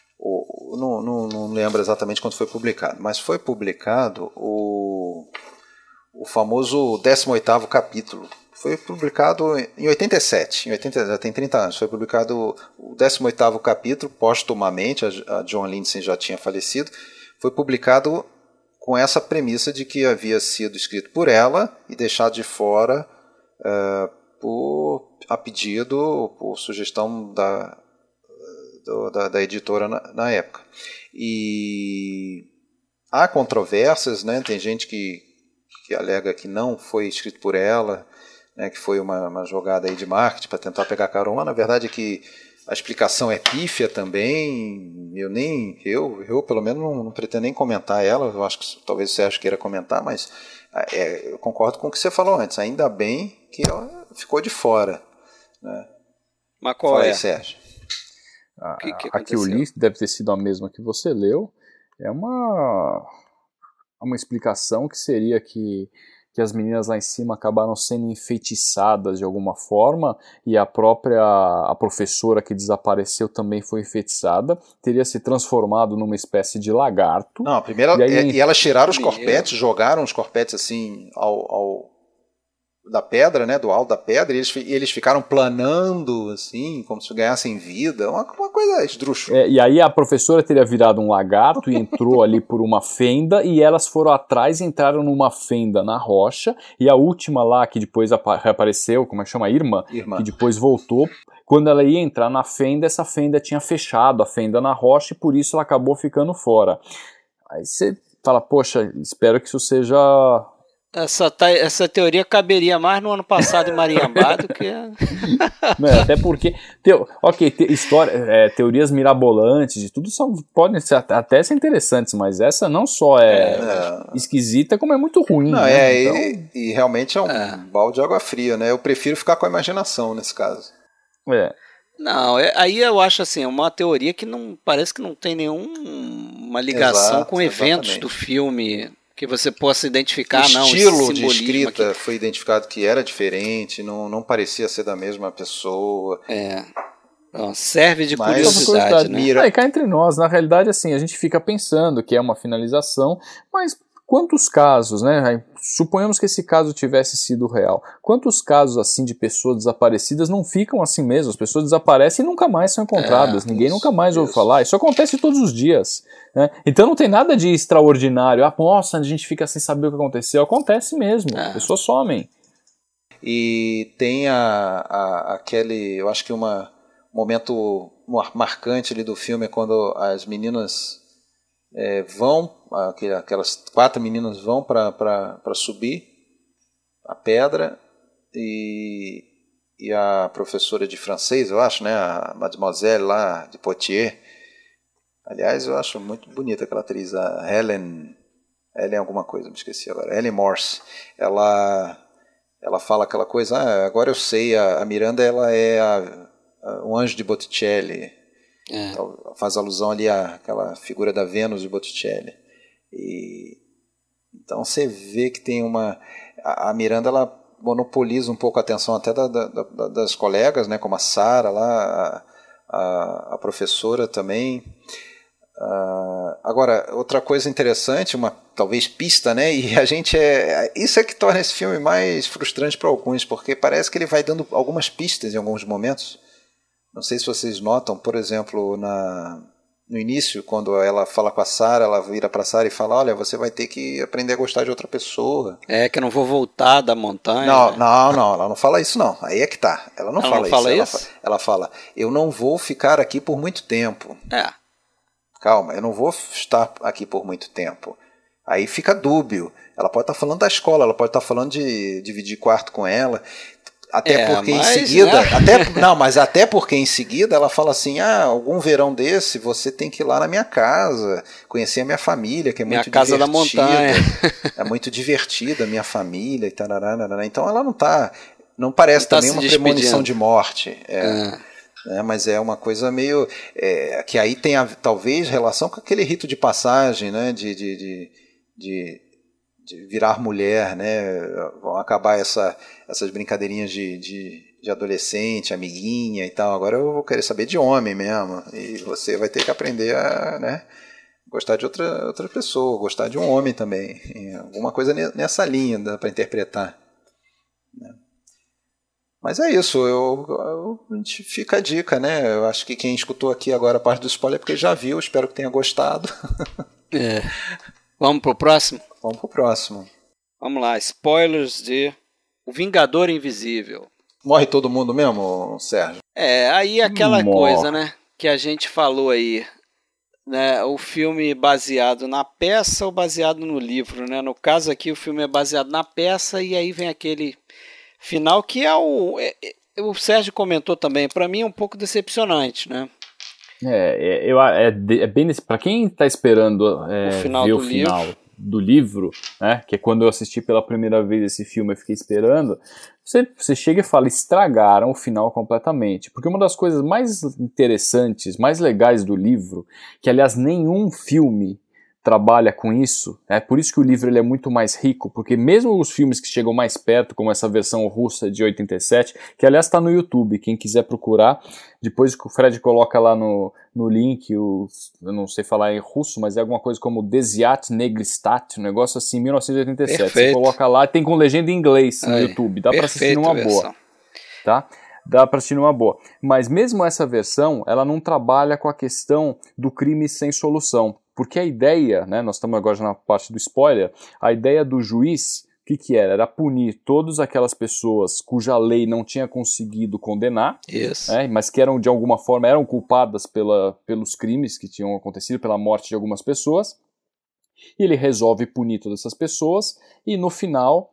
o, não, não, não lembro exatamente quando foi publicado, mas foi publicado o, o famoso décimo oitavo capítulo. Foi publicado em oitenta e sete, em oitenta, já tem trinta anos, foi publicado o décimo oitavo capítulo, póstumamente, a, a John Lindsay já tinha falecido, foi publicado com essa premissa de que havia sido escrito por ela e deixado de fora uh, por, a pedido, por sugestão da, do, da, da editora na, na época. E há controvérsias, né? Tem gente que, que alega que não foi escrito por ela, né, que foi uma, uma jogada aí de marketing para tentar pegar carona. Na verdade é que a explicação é pífia também. Eu nem eu, eu pelo menos não, não pretendo nem comentar ela. Eu acho que talvez o Sérgio queira comentar, mas é, eu concordo com o que você falou antes. Ainda bem que ela ficou de fora, né? Mas qual Fala é? aí, Sérgio. A, que que a que eu li, deve ter sido a mesma que você leu, é uma, uma explicação que seria que que as meninas lá em cima acabaram sendo enfeitiçadas de alguma forma e a própria a professora que desapareceu também foi enfeitiçada, teria se transformado numa espécie de lagarto. Não, primeiro, e, aí, e, e elas tiraram os Meu. corpetes, jogaram os corpetes assim ao, ao da pedra, né, do alto da pedra, e eles, e eles ficaram planando assim, como se ganhassem vida, uma, uma coisa esdrúxula. É, e aí a professora teria virado um lagarto e entrou ali por uma fenda, e elas foram atrás e entraram numa fenda na rocha, e a última lá, que depois reapareceu, como é que chama? Irma, Irmã. que depois voltou, quando ela ia entrar na fenda, essa fenda tinha fechado a fenda na rocha, e por isso ela acabou ficando fora. Aí você fala, poxa, espero que isso seja... Essa, essa teoria caberia mais no ano passado em Mariambá do que... Não, até porque, teo, ok, te, história, é, teorias mirabolantes e tudo são, podem ser, até ser interessantes, mas essa não só é, é. esquisita, como é muito ruim. Não, né? é, então... e, e realmente é um é. balde de água fria, né? Eu prefiro ficar com a imaginação nesse caso. É. Não, é, aí eu acho assim, uma teoria que não parece que não tem nenhuma ligação Exato, com eventos exatamente. do filme... que você possa identificar, o não, o estilo esse de escrita aqui. foi identificado que era diferente, não, não parecia ser da mesma pessoa. É, Bom, serve de Mas, curiosidade, curiosidade, né? Mira... Ah, e cá entre nós, na realidade, assim, a gente fica pensando que é uma finalização, mas quantos casos, né? Suponhamos que esse caso tivesse sido real. Quantos casos, assim, de pessoas desaparecidas não ficam assim mesmo? As pessoas desaparecem e nunca mais são encontradas. É, Ninguém isso, nunca mais ouve isso. falar. Isso acontece todos os dias, né? Então não tem nada de extraordinário. Ah, nossa, a gente fica sem saber o que aconteceu. Acontece mesmo. É. As pessoas somem. E tem a, a, aquele, eu acho que uma, um momento marcante ali do filme é quando as meninas é, vão, aquelas quatro meninas vão para subir a pedra e, e a professora de francês, eu acho, né, a Mademoiselle lá de Poitiers, aliás, eu acho muito bonita aquela atriz, a Helen, Helen alguma coisa, me esqueci agora, Helen Morse, ela... ela fala aquela coisa, ah, agora eu sei, a, a Miranda ela é a, a, um anjo de Botticelli. É. Então, faz alusão ali àquela figura da Vênus de Botticelli. E, então você vê que tem uma... A, a Miranda, ela monopoliza um pouco a atenção até da, da, da, das colegas, né, como a Sarah lá, a, a, a professora também. Uh, agora, outra coisa interessante, uma talvez pista, né, e a gente é... Isso é que torna esse filme mais frustrante para alguns, porque parece que ele vai dando algumas pistas em alguns momentos. Não sei se vocês notam, por exemplo, na... no início, quando ela fala com a Sarah, ela vira pra Sarah e fala, olha, você vai ter que aprender a gostar de outra pessoa. É, que eu não vou voltar da montanha. Não, né? não, não, ela não fala isso não. Aí é que tá. Ela não ela fala não fala isso. isso? Ela, ela fala, eu não vou ficar aqui por muito tempo. É. Calma, eu não vou estar aqui por muito tempo. Aí fica dúbio. Ela pode estar falando da escola, ela pode estar falando de dividir quarto com ela... Até é, porque mas, em seguida, né? até, não, mas até porque em seguida ela fala assim, ah, algum verão desse você tem que ir lá na minha casa, conhecer a minha família, que é minha muito casa divertida. Da montanha. É muito divertida a minha família e tarará, tarará. Então ela não tá, não parece não tá também uma premonição de morte. É, é. É, mas é uma coisa meio, é, que aí tem a, talvez relação com aquele rito de passagem, né, de, de, de, de de virar mulher, né? Vão acabar essa, essas brincadeirinhas de, de, de adolescente, amiguinha e tal. Agora eu vou querer saber de homem mesmo. E você vai ter que aprender a, né, gostar de outra, outra pessoa, gostar de um homem também. E alguma coisa nessa linha dá para interpretar. Né? Mas é isso, eu, eu, a gente fica a dica, né? Eu acho que quem escutou aqui agora a parte do spoiler é porque já viu, espero que tenha gostado. É. Vamos pro próximo? Vamos pro próximo. Vamos lá, spoilers de O Vingador Invisível. Morre todo mundo mesmo, Sérgio? É, aí aquela Morre. coisa, né, que a gente falou aí, né, o filme baseado na peça ou baseado no livro, né? No caso aqui o filme é baseado na peça e aí vem aquele final que é o... É, o Sérgio comentou também, para mim é um pouco decepcionante, né? É, é, eu, é, é bem nesse, pra quem tá esperando é, o final ver do o final livro. do livro, né, que é quando eu assisti pela primeira vez esse filme, eu fiquei esperando, você, você chega e fala, estragaram o final completamente, porque uma das coisas mais interessantes, mais legais do livro, que aliás nenhum filme trabalha com isso, é por isso que o livro ele é muito mais rico, porque mesmo os filmes que chegam mais perto, como essa versão russa de oitenta e sete, que aliás está no YouTube, quem quiser procurar, depois que o Fred coloca lá no, no link, o, eu não sei falar em russo, mas é alguma coisa como Desiat Negristat, um negócio assim, mil novecentos e oitenta e sete, Perfeito. Você coloca lá, tem com legenda em inglês no Aí, YouTube, dá para assistir numa boa, tá? Dá para assistir numa boa. Mas mesmo essa versão, ela não trabalha com a questão do crime sem solução. Porque a ideia, né, nós estamos agora já na parte do spoiler, a ideia do juiz, o que, que era? Era punir todas aquelas pessoas cuja lei não tinha conseguido condenar, Isso. né, mas que eram de alguma forma eram culpadas pela, pelos crimes que tinham acontecido, pela morte de algumas pessoas. E ele resolve punir todas essas pessoas e no final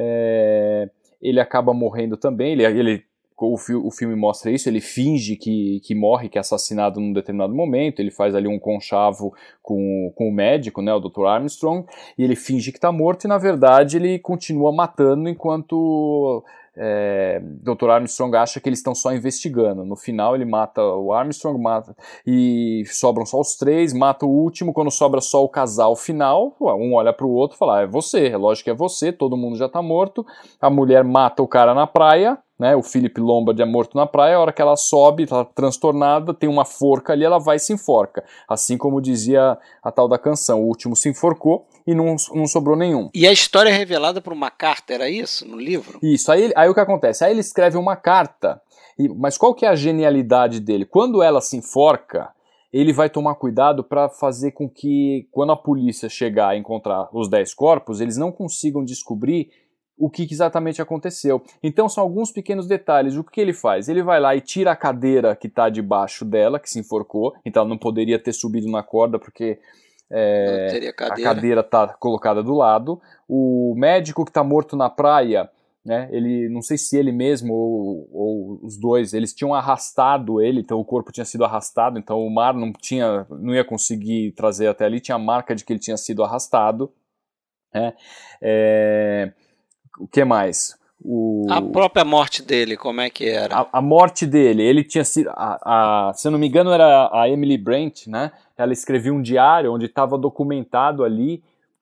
é, ele acaba morrendo também, ele... ele O, fi- o filme mostra isso, ele finge que, que morre, que é assassinado num determinado momento, ele faz ali um conchavo com, com o médico, né, o doutor Armstrong, e ele finge que está morto e na verdade ele continua matando enquanto é, doutor Armstrong acha que eles estão só investigando. No final ele mata o Armstrong, mata e sobram só os três, mata o último, quando sobra só o casal final, um olha para o outro e fala, ah, é você, é lógico que é você, todo mundo já está morto, a mulher mata o cara na praia, né, o Philip Lombard é morto na praia, a hora que ela sobe, está transtornada, tem uma forca ali, ela vai e se enforca. Assim como dizia a tal da canção, o último se enforcou e não, não sobrou nenhum. E a história é revelada por uma carta, era isso, no livro? Isso, aí, aí o que acontece? Aí ele escreve uma carta, e, mas qual que é a genialidade dele? Quando ela se enforca, ele vai tomar cuidado para fazer com que, quando a polícia chegar a encontrar os dez corpos, eles não consigam descobrir o que exatamente aconteceu. Então são alguns pequenos detalhes. O que ele faz? Ele vai lá e tira a cadeira que está debaixo dela, que se enforcou, então ela não poderia ter subido na corda porque é, teria cadeira. a cadeira está colocada do lado. O médico que está morto na praia, né, ele, não sei se ele mesmo ou, ou os dois, eles tinham arrastado ele, então o corpo tinha sido arrastado, então o mar não, tinha, não ia conseguir trazer até ali, tinha a marca de que ele tinha sido arrastado. Né? É... O que mais? o... A própria morte dele, como é que era? A, a morte dele, ele tinha sido, a, a, se eu não me engano era a Emily Brent, né? Ela escrevia um diário onde estava documentado ali,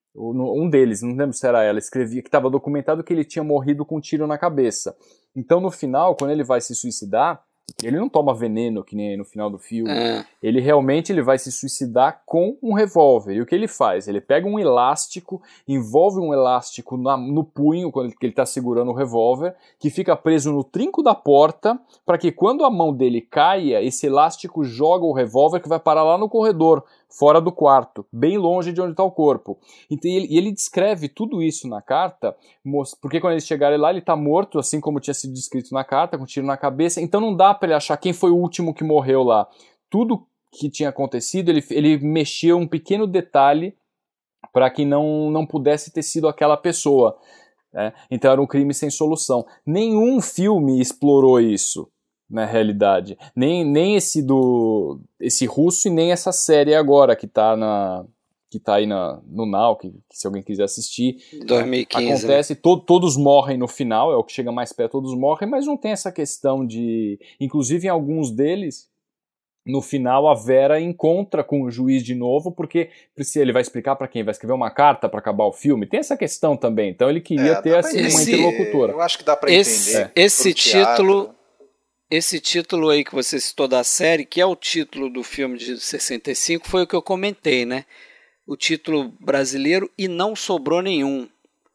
um deles, não lembro se era ela, escrevia que estava documentado que ele tinha morrido com um tiro na cabeça. Então no final, quando ele vai se suicidar, ele não toma veneno, que nem no final do filme. É. Ele realmente ele vai se suicidar com um revólver. E o que ele faz? Ele pega um elástico, envolve um elástico na, no punho, quando ele está segurando o revólver, que fica preso no trinco da porta, para que quando a mão dele caia, esse elástico joga o revólver que vai parar lá no corredor, fora do quarto, bem longe de onde está o corpo. E ele, e ele descreve tudo isso na carta, porque quando eles chegarem lá, ele está morto, assim como tinha sido descrito na carta, com um tiro na cabeça. Então não dá para ele achar quem foi o último que morreu lá. Tudo que tinha acontecido, ele, ele mexeu um pequeno detalhe para que não, não pudesse ter sido aquela pessoa. Né? Então era um crime sem solução. Nenhum filme explorou isso. Na realidade, nem, nem esse do esse russo e nem essa série agora que tá na que tá aí na, no Now, que, que se alguém quiser assistir, dois mil e quinze, acontece, né? to, todos morrem no final, é o que chega mais perto, todos morrem, mas não tem essa questão de, inclusive em alguns deles, no final a Vera encontra com o juiz de novo, porque ele vai explicar para quem? Vai escrever uma carta para acabar o filme? Tem essa questão também, então ele queria é, ter assim, esse, uma interlocutora. Eu acho que dá para esse, entender. Esse título... Esse título aí que você citou da série, que é o título do filme de sessenta e cinco, foi o que eu comentei, né? O título brasileiro, E Não Sobrou Nenhum.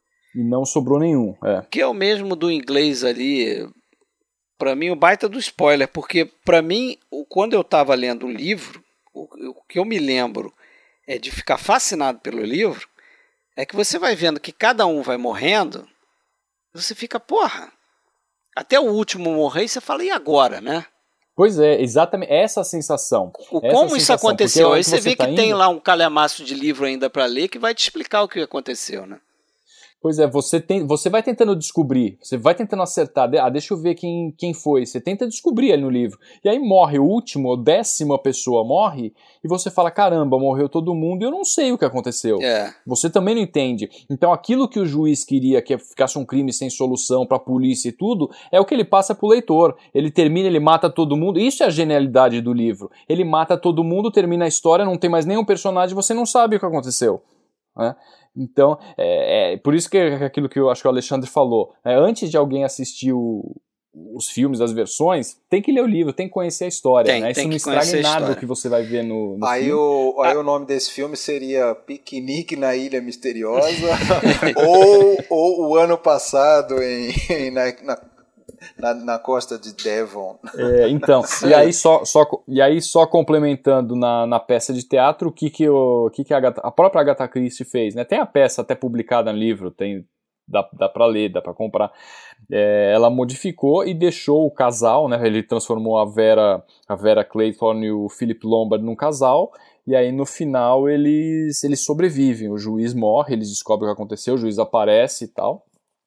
E não sobrou nenhum, é. Que é o mesmo do inglês ali. Para mim, o baita do spoiler, porque para mim, quando eu estava lendo o livro, o, o que eu me lembro é de ficar fascinado pelo livro, é que você vai vendo que cada um vai morrendo, você fica, porra... Até o último morrer, você fala, e agora, né? Pois é, exatamente essa sensação. O, essa como sensação, isso aconteceu? Aí você, você vê tá que indo... tem lá um calhamaço de livro ainda para ler que vai te explicar o que aconteceu, né? Pois é, você, tem, você vai tentando descobrir, você vai tentando acertar, ah, deixa eu ver quem, quem foi, você tenta descobrir ali no livro, e aí morre o último, a décima pessoa morre, e você fala, caramba, morreu todo mundo, e eu não sei o que aconteceu. É. Você também não entende. Então aquilo que o juiz queria, que ficasse um crime sem solução pra polícia e tudo, é o que ele passa pro leitor. Ele termina, ele mata todo mundo, isso é a genialidade do livro. Ele mata todo mundo, termina a história, não tem mais nenhum personagem, você não sabe o que aconteceu. Né? Então, é, é por isso que é aquilo que eu acho que o Alexandre falou, é, antes de alguém assistir o, os filmes, as versões, tem que ler o livro, tem que conhecer a história, tem, né? Isso tem não estraga nada o que você vai ver no, no aí filme. O, aí ah. o nome desse filme seria Piquenique na Ilha Misteriosa ou, ou O Ano Passado em, em, na, na Na, na costa de Devon. É, então, e aí só, só, e aí só complementando na, na peça de teatro, o que, que, o, que, que a, Agatha, a própria Agatha Christie fez, né? Tem a peça até publicada no livro, tem, dá, dá para ler, dá para comprar. É, ela modificou e deixou o casal, né? Ele transformou a Vera, a Vera Clayton e o Philip Lombard num casal, e aí no final eles, eles sobrevivem. O juiz morre, eles descobrem o que aconteceu, o juiz aparece e tal.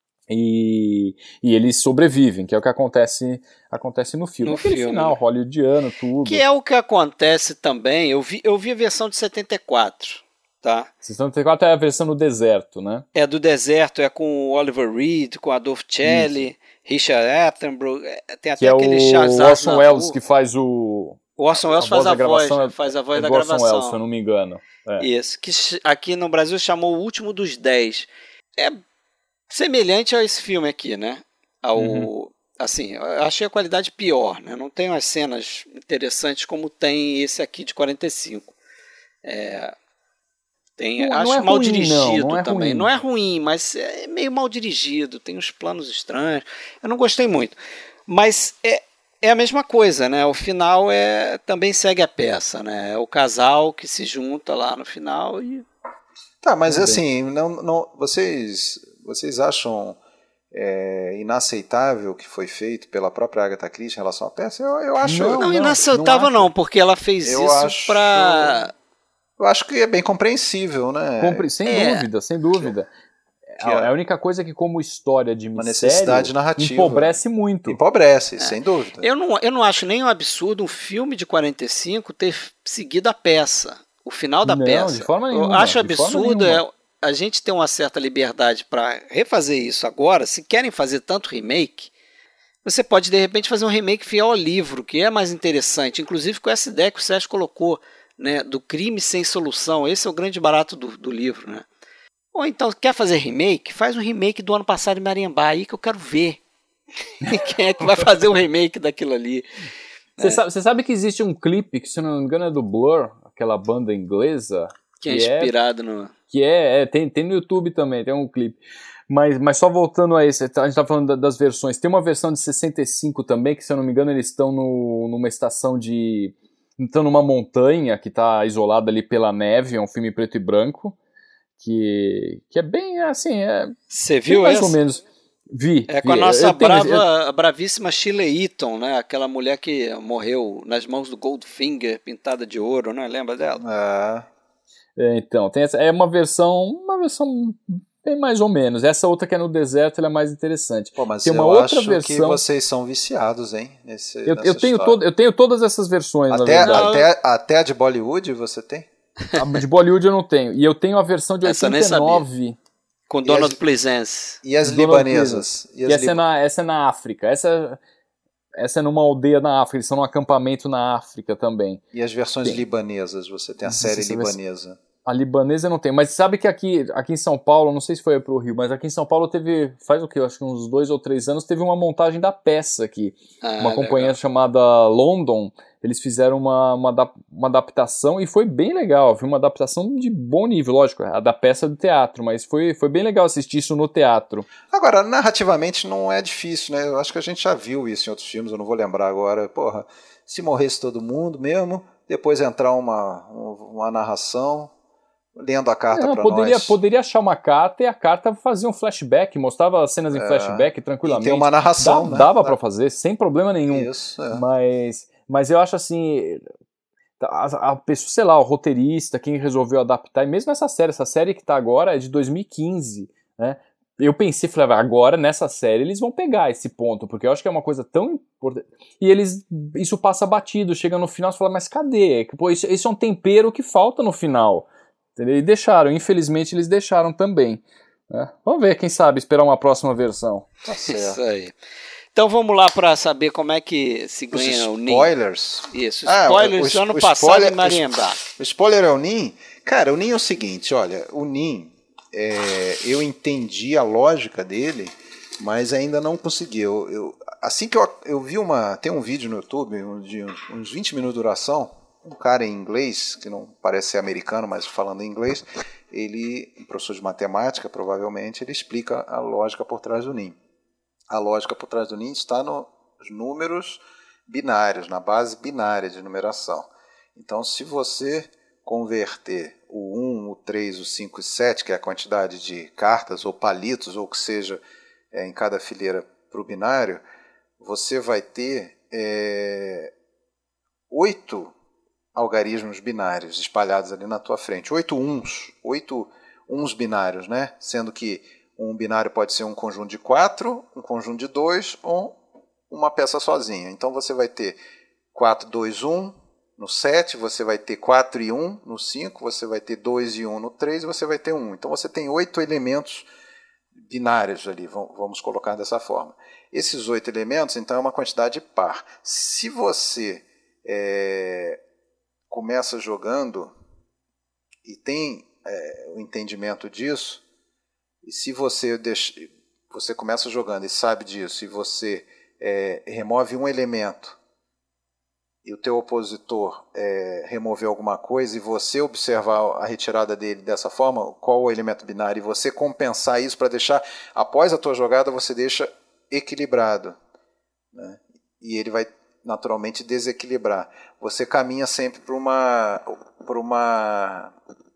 E, e eles sobrevivem, que é o que acontece, acontece no filme. No Aquele filme, final, né? hollywoodiano, tudo. Que é o que acontece também. Eu vi, eu vi a versão de setenta e quatro, tá? setenta e quatro é a versão no deserto, né? É do deserto, é com o Oliver Reed, com Adolph Celli, Isso. Richard Attenborough, tem até que aquele é o Charles Orson Welles que faz o... O Orson Welles faz a voz, é, faz a voz é da Orson gravação. Welles, se eu não me engano. É. Isso, que aqui no Brasil chamou O Último dos Dez. É semelhante a esse filme aqui, né? Ao, uhum. Assim, eu achei a qualidade pior, né? Não tem umas cenas interessantes como tem esse aqui de quarenta e cinco. É, tem, não, acho não é mal ruim, dirigido não, não é também. Ruim. Não é ruim, mas é meio mal dirigido. Tem uns planos estranhos. Eu não gostei muito. Mas é, é a mesma coisa, né? O final é, também segue a peça, né? É o casal que se junta lá no final e... Tá, mas Tudo assim, não, não, vocês, vocês acham é, inaceitável o que foi feito pela própria Agatha Christie em relação à peça? Eu, eu acho... Não, não inaceitável não, não, porque ela fez eu isso acho, pra... Eu acho que é bem compreensível, né? Compre... Sem é. dúvida, sem dúvida. Que é a única coisa que, como história de uma mistério, necessidade narrativa. Empobrece muito. Empobrece, é. sem dúvida. Eu não, eu não acho nem um absurdo um filme de quarenta e cinco ter seguido a peça. O final da não, peça. De forma nenhuma, eu acho absurdo é, a gente tem uma certa liberdade para refazer isso agora. Se querem fazer tanto remake, você pode de repente fazer um remake fiel ao livro, que é mais interessante, inclusive com essa ideia que o Sérgio colocou, né, do crime sem solução. Esse é o grande barato do, do livro, né? Ou então, quer fazer remake? Faz um remake do ano passado em Mariambá, aí que eu quero ver. Quem é que vai fazer um remake daquilo ali? Você é. sabe, sabe que existe um clipe, que se eu não me engano é do Blur, aquela banda inglesa. Que é inspirado é, no... Que é, é tem, tem no YouTube também, tem um clipe. Mas, mas só voltando a esse, a gente tá falando das versões. Tem uma versão de sessenta e cinco também, que se eu não me engano eles estão no, numa estação de... Estão numa montanha que está isolada ali pela neve, é um filme preto e branco, que, que é bem assim... Você é, viu mais essa? ou menos. Vi. É vi. com a nossa eu tenho, brava, eu... a bravíssima Shirley Eaton, né? Aquela mulher que morreu nas mãos do Goldfinger, pintada de ouro, né? Lembra dela? Ah. É, então, tem essa, é uma versão, uma versão bem mais ou menos. Essa outra que é no deserto, ela é mais interessante. Pô, mas tem uma eu outra acho versão... que vocês são viciados, hein? Nesse, eu, eu, tenho todo, eu tenho todas essas versões, até, na verdade. Até, até a de Bollywood você tem? A de Bollywood eu não tenho. E eu tenho a versão de essa oitenta e nove. Com Donald Pleasence. E as Donald libanesas? E, as e essa, lib... é na, essa é na África. Essa, essa é numa aldeia na África. Eles são num acampamento na África também. E as versões tem. libanesas? Você tem a série Essa libanesa? A libanesa não tem. Mas sabe que aqui, aqui em São Paulo, não sei se foi pro Rio, mas aqui em São Paulo teve, faz o quê? Acho que uns dois ou três anos, teve uma montagem da peça aqui. Ah, uma companhia legal. chamada London. Eles fizeram uma, uma, uma adaptação e foi bem legal. Foi uma adaptação de bom nível, lógico, a da peça do teatro, mas foi, foi bem legal assistir isso no teatro. Agora, narrativamente não é difícil, né? Eu acho que a gente já viu isso em outros filmes, eu não vou lembrar agora. Porra, se morresse todo mundo mesmo, depois entrar uma, uma narração, lendo a carta Não, pra poderia, nós. Poderia achar uma carta e a carta fazia um flashback, mostrava as cenas em É, flashback tranquilamente. e tem uma narração, Dá, né? Dava Dá. pra fazer, sem problema nenhum. Isso, é. Mas... Mas eu acho assim, a, a pessoa, sei lá, o roteirista, quem resolveu adaptar, e mesmo essa série, essa série que tá agora é de dois mil e quinze, né? Eu pensei, falei, agora nessa série eles vão pegar esse ponto, porque eu acho que é uma coisa tão importante. E eles, isso passa batido, chega no final e fala, mas cadê? Pô, isso, isso é um tempero que falta no final. Entendeu? E deixaram, infelizmente eles deixaram também. Né? Vamos ver, quem sabe, esperar uma próxima versão. Tá certo. Isso aí. Então vamos lá para saber como é que se ganha Os o Nin. spoilers? Isso, Ah, spoilers o, do ano o passado spoiler, em Mariambá. O, o spoiler é o Nin? Cara, o Nin é o seguinte, olha, o Nin, é, eu entendi a lógica dele, mas ainda não consegui. Eu, eu, assim que eu, eu vi uma... Tem um vídeo no YouTube de uns vinte minutos de duração, um cara em inglês, que não parece ser americano, mas falando em inglês, ele, um professor de matemática, provavelmente, ele explica a lógica por trás do Nin. A lógica por trás do Nin está nos números binários, na base binária de numeração. Então, se você converter o um, o três, o cinco e o sete, que é a quantidade de cartas ou palitos, ou o que seja, é, em cada fileira para o binário, você vai ter é, oito algarismos binários espalhados ali na tua frente. Oito uns, oito uns binários, né? Sendo que um binário pode ser um conjunto de quatro, um conjunto de dois ou uma peça sozinha. Então você vai ter quatro, dois, um no sete, você vai ter quatro e um no cinco, você vai ter dois e um no três e você vai ter um. Então você tem oito elementos binários ali, vamos colocar dessa forma. Esses oito elementos, então, é uma quantidade par. Se você é, começa jogando e tem é, o entendimento disso, e se você, deixa, você começa jogando e sabe disso, e você é, remove um elemento, e o teu opositor é, remover alguma coisa, e você observar a retirada dele dessa forma, qual o elemento binário, e você compensar isso para deixar, após a tua jogada, você deixa equilibrado, né? E ele vai naturalmente desequilibrar. Você caminha sempre para uma, para uma,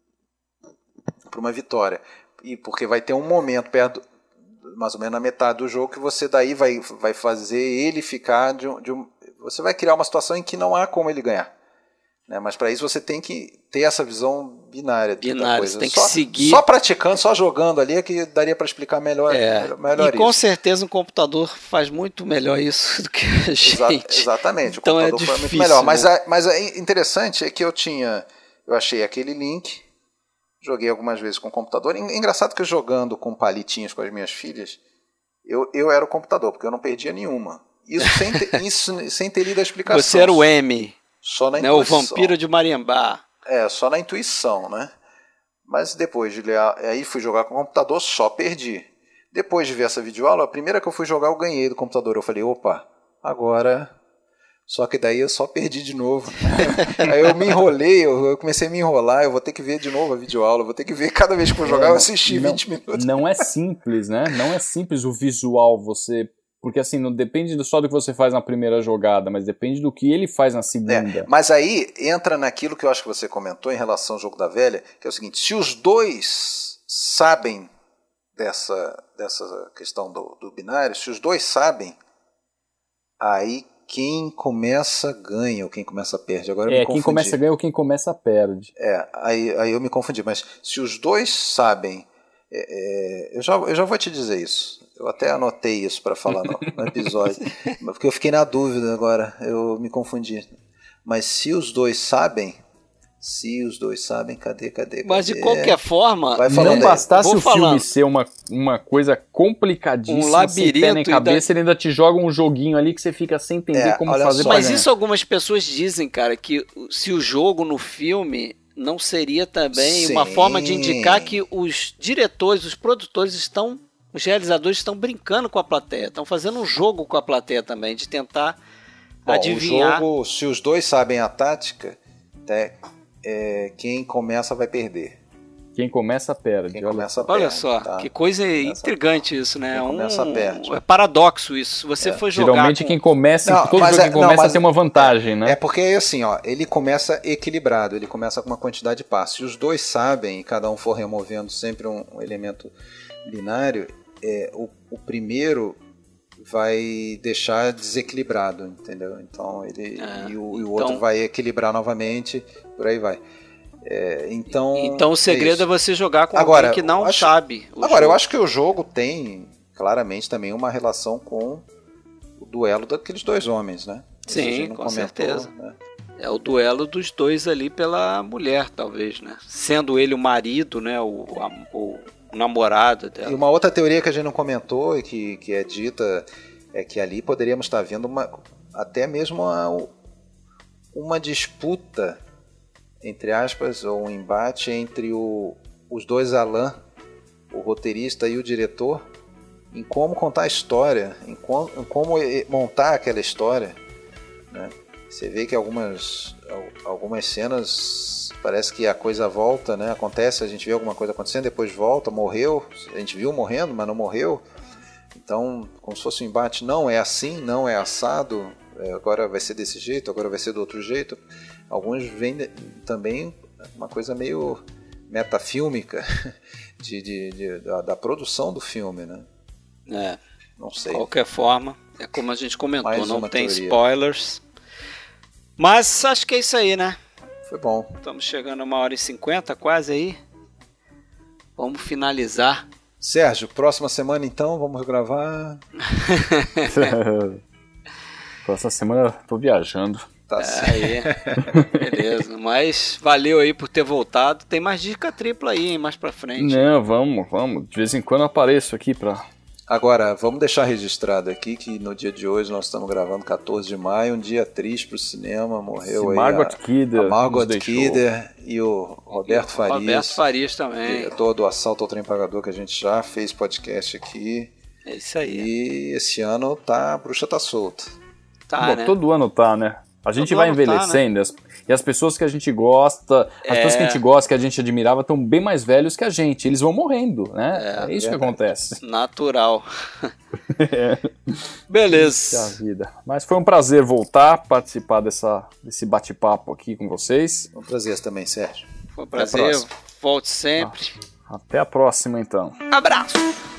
para uma vitória. E porque vai ter um momento perto, mais ou menos na metade do jogo, que você daí vai, vai fazer ele ficar de um, de um, você vai criar uma situação em que não há como ele ganhar, né? Mas para isso você tem que ter essa visão binária. Binária, coisa. Você tem só, que seguir. Só praticando, só jogando ali é que daria para explicar melhor, é. melhor, melhor e com isso. certeza um computador faz muito melhor isso do que a gente. Exa exatamente, o então computador é difícil, foi muito melhor. né? Mas, a, mas é interessante é que eu tinha, eu achei aquele link, joguei algumas vezes com o computador. Engraçado que jogando com palitinhos com as minhas filhas, eu, eu era o computador, porque eu não perdia nenhuma. Isso sem ter, isso, sem ter lido a explicação. Você era o M, só na né, intuição. o vampiro de Mariambá. É, só na intuição, né? Mas depois de ler, aí fui jogar com o computador, só perdi. Depois de ver essa videoaula, a primeira que eu fui jogar eu ganhei do computador. Eu falei, opa, agora... Só que daí eu só perdi de novo. Aí eu me enrolei, eu comecei a me enrolar, eu vou ter que ver de novo a videoaula, eu vou ter que ver cada vez que eu jogar, eu assisti não, vinte minutos. Não é simples, né? Não é simples o visual, você... Porque assim, não depende só do que você faz na primeira jogada, mas depende do que ele faz na segunda. É, mas aí entra naquilo que eu acho que você comentou em relação ao Jogo da Velha, que é o seguinte, se os dois sabem dessa, dessa questão do, do binário, se os dois sabem, aí quem começa ganha ou quem começa perde. Agora eu é, me confundi. quem começa ganha ou quem começa perde. É, aí, aí eu me confundi, mas se os dois sabem, é, é, eu, já, eu já vou te dizer isso. Eu até anotei isso para falar no, no episódio, porque eu fiquei na dúvida agora, eu me confundi. Mas se os dois sabem, se os dois sabem, cadê, cadê, cadê? Mas de qualquer forma, Vai não bastasse o falando. filme ser uma, uma coisa complicadíssima, um labirinto, sem pé nem cabeça, da... ele ainda te joga um joguinho ali que você fica sem entender é, como fazer só. pra Mas ganhar. isso algumas pessoas dizem, cara, que se o jogo no filme não seria também Sim. uma forma de indicar que os diretores, os produtores estão, os realizadores estão brincando com a plateia, estão fazendo um jogo com a plateia também, de tentar Bom, adivinhar. O jogo, se os dois sabem a tática, é, é, quem começa vai perder. Quem começa perde. Quem olha. começa Olha perde, só, tá? que coisa Começa- intrigante isso, né? quem Um, começa perde. é paradoxo isso. Se você É. for jogar Geralmente com... quem começa, Não, todo mas jogo é- que não, começa mas- tem uma vantagem, né? É porque assim, ó, ele começa equilibrado, ele começa com uma quantidade de passos. Se os dois sabem e cada um for removendo sempre um, um elemento binário, é, o, o primeiro vai deixar desequilibrado, entendeu? Então ele É, e, o, e o então- outro vai equilibrar novamente, por aí vai. É, então, Então o segredo é, é, você jogar com Agora, alguém que não acho- sabe. o Agora, eu jogo. acho que o jogo tem claramente também uma relação com o duelo daqueles dois homens, né? Isso a Sim, gente não com comentou, certeza. né? É o duelo dos dois ali pela mulher, talvez, né? Sendo ele o marido, né? O, a- o namorado dela. E uma outra teoria que a gente não comentou e que, que é dita é que ali poderíamos estar vendo uma, até mesmo uma, uma disputa, entre aspas, ou um embate entre o, os dois Alain, o roteirista e o diretor, em como contar a história, em como, em como montar aquela história, né? Você vê que algumas, algumas cenas parece que a coisa volta, né? Acontece, a gente vê alguma coisa acontecendo, depois volta, morreu, a gente viu morrendo, mas não morreu. Então, como se fosse um embate, não é assim, não é assado, é, agora vai ser desse jeito, agora vai ser do outro jeito. Alguns veem também uma coisa meio metafílmica de, de, de, da, da produção do filme, né? É, Não de sei. qualquer forma, é como a gente comentou, Mais não uma tem teoria. spoilers. Mas acho que é isso aí, né? Foi bom. Estamos chegando a uma hora e cinquenta quase aí. Vamos finalizar. Sérgio, próxima semana então, vamos gravar. Próxima semana eu tô viajando. Tá É, certo. aí, beleza. Mas valeu aí por ter voltado. Tem mais dica tripla aí, hein, mais pra frente. Não, vamos, vamos. De vez em quando eu apareço aqui pra... Agora, vamos deixar registrado aqui que no dia de hoje nós estamos gravando quatorze de maio, um dia triste pro cinema, morreu Se aí Margot a, Kidder a Margot nos deixou. Kidder e o Roberto Farias, Roberto Farias também. diretor do Assalto ao Trem Pagador, que a gente já fez podcast aqui. É isso aí. E esse ano tá, a bruxa tá solta. Tá, Bom, né? todo ano tá, né? A gente Todo vai ano tá, envelhecendo, as- e as pessoas que a gente gosta, as É. pessoas que a gente gosta, que a gente admirava, estão bem mais velhos que a gente. Eles vão morrendo, né? É, isso que acontece. Natural. É Beleza. a vida. Mas foi um prazer voltar, participar dessa, desse bate-papo aqui com vocês. Foi um prazer também, Sérgio. Foi um Até a prazer. próxima. Volte sempre. Até a próxima, então. Abraço.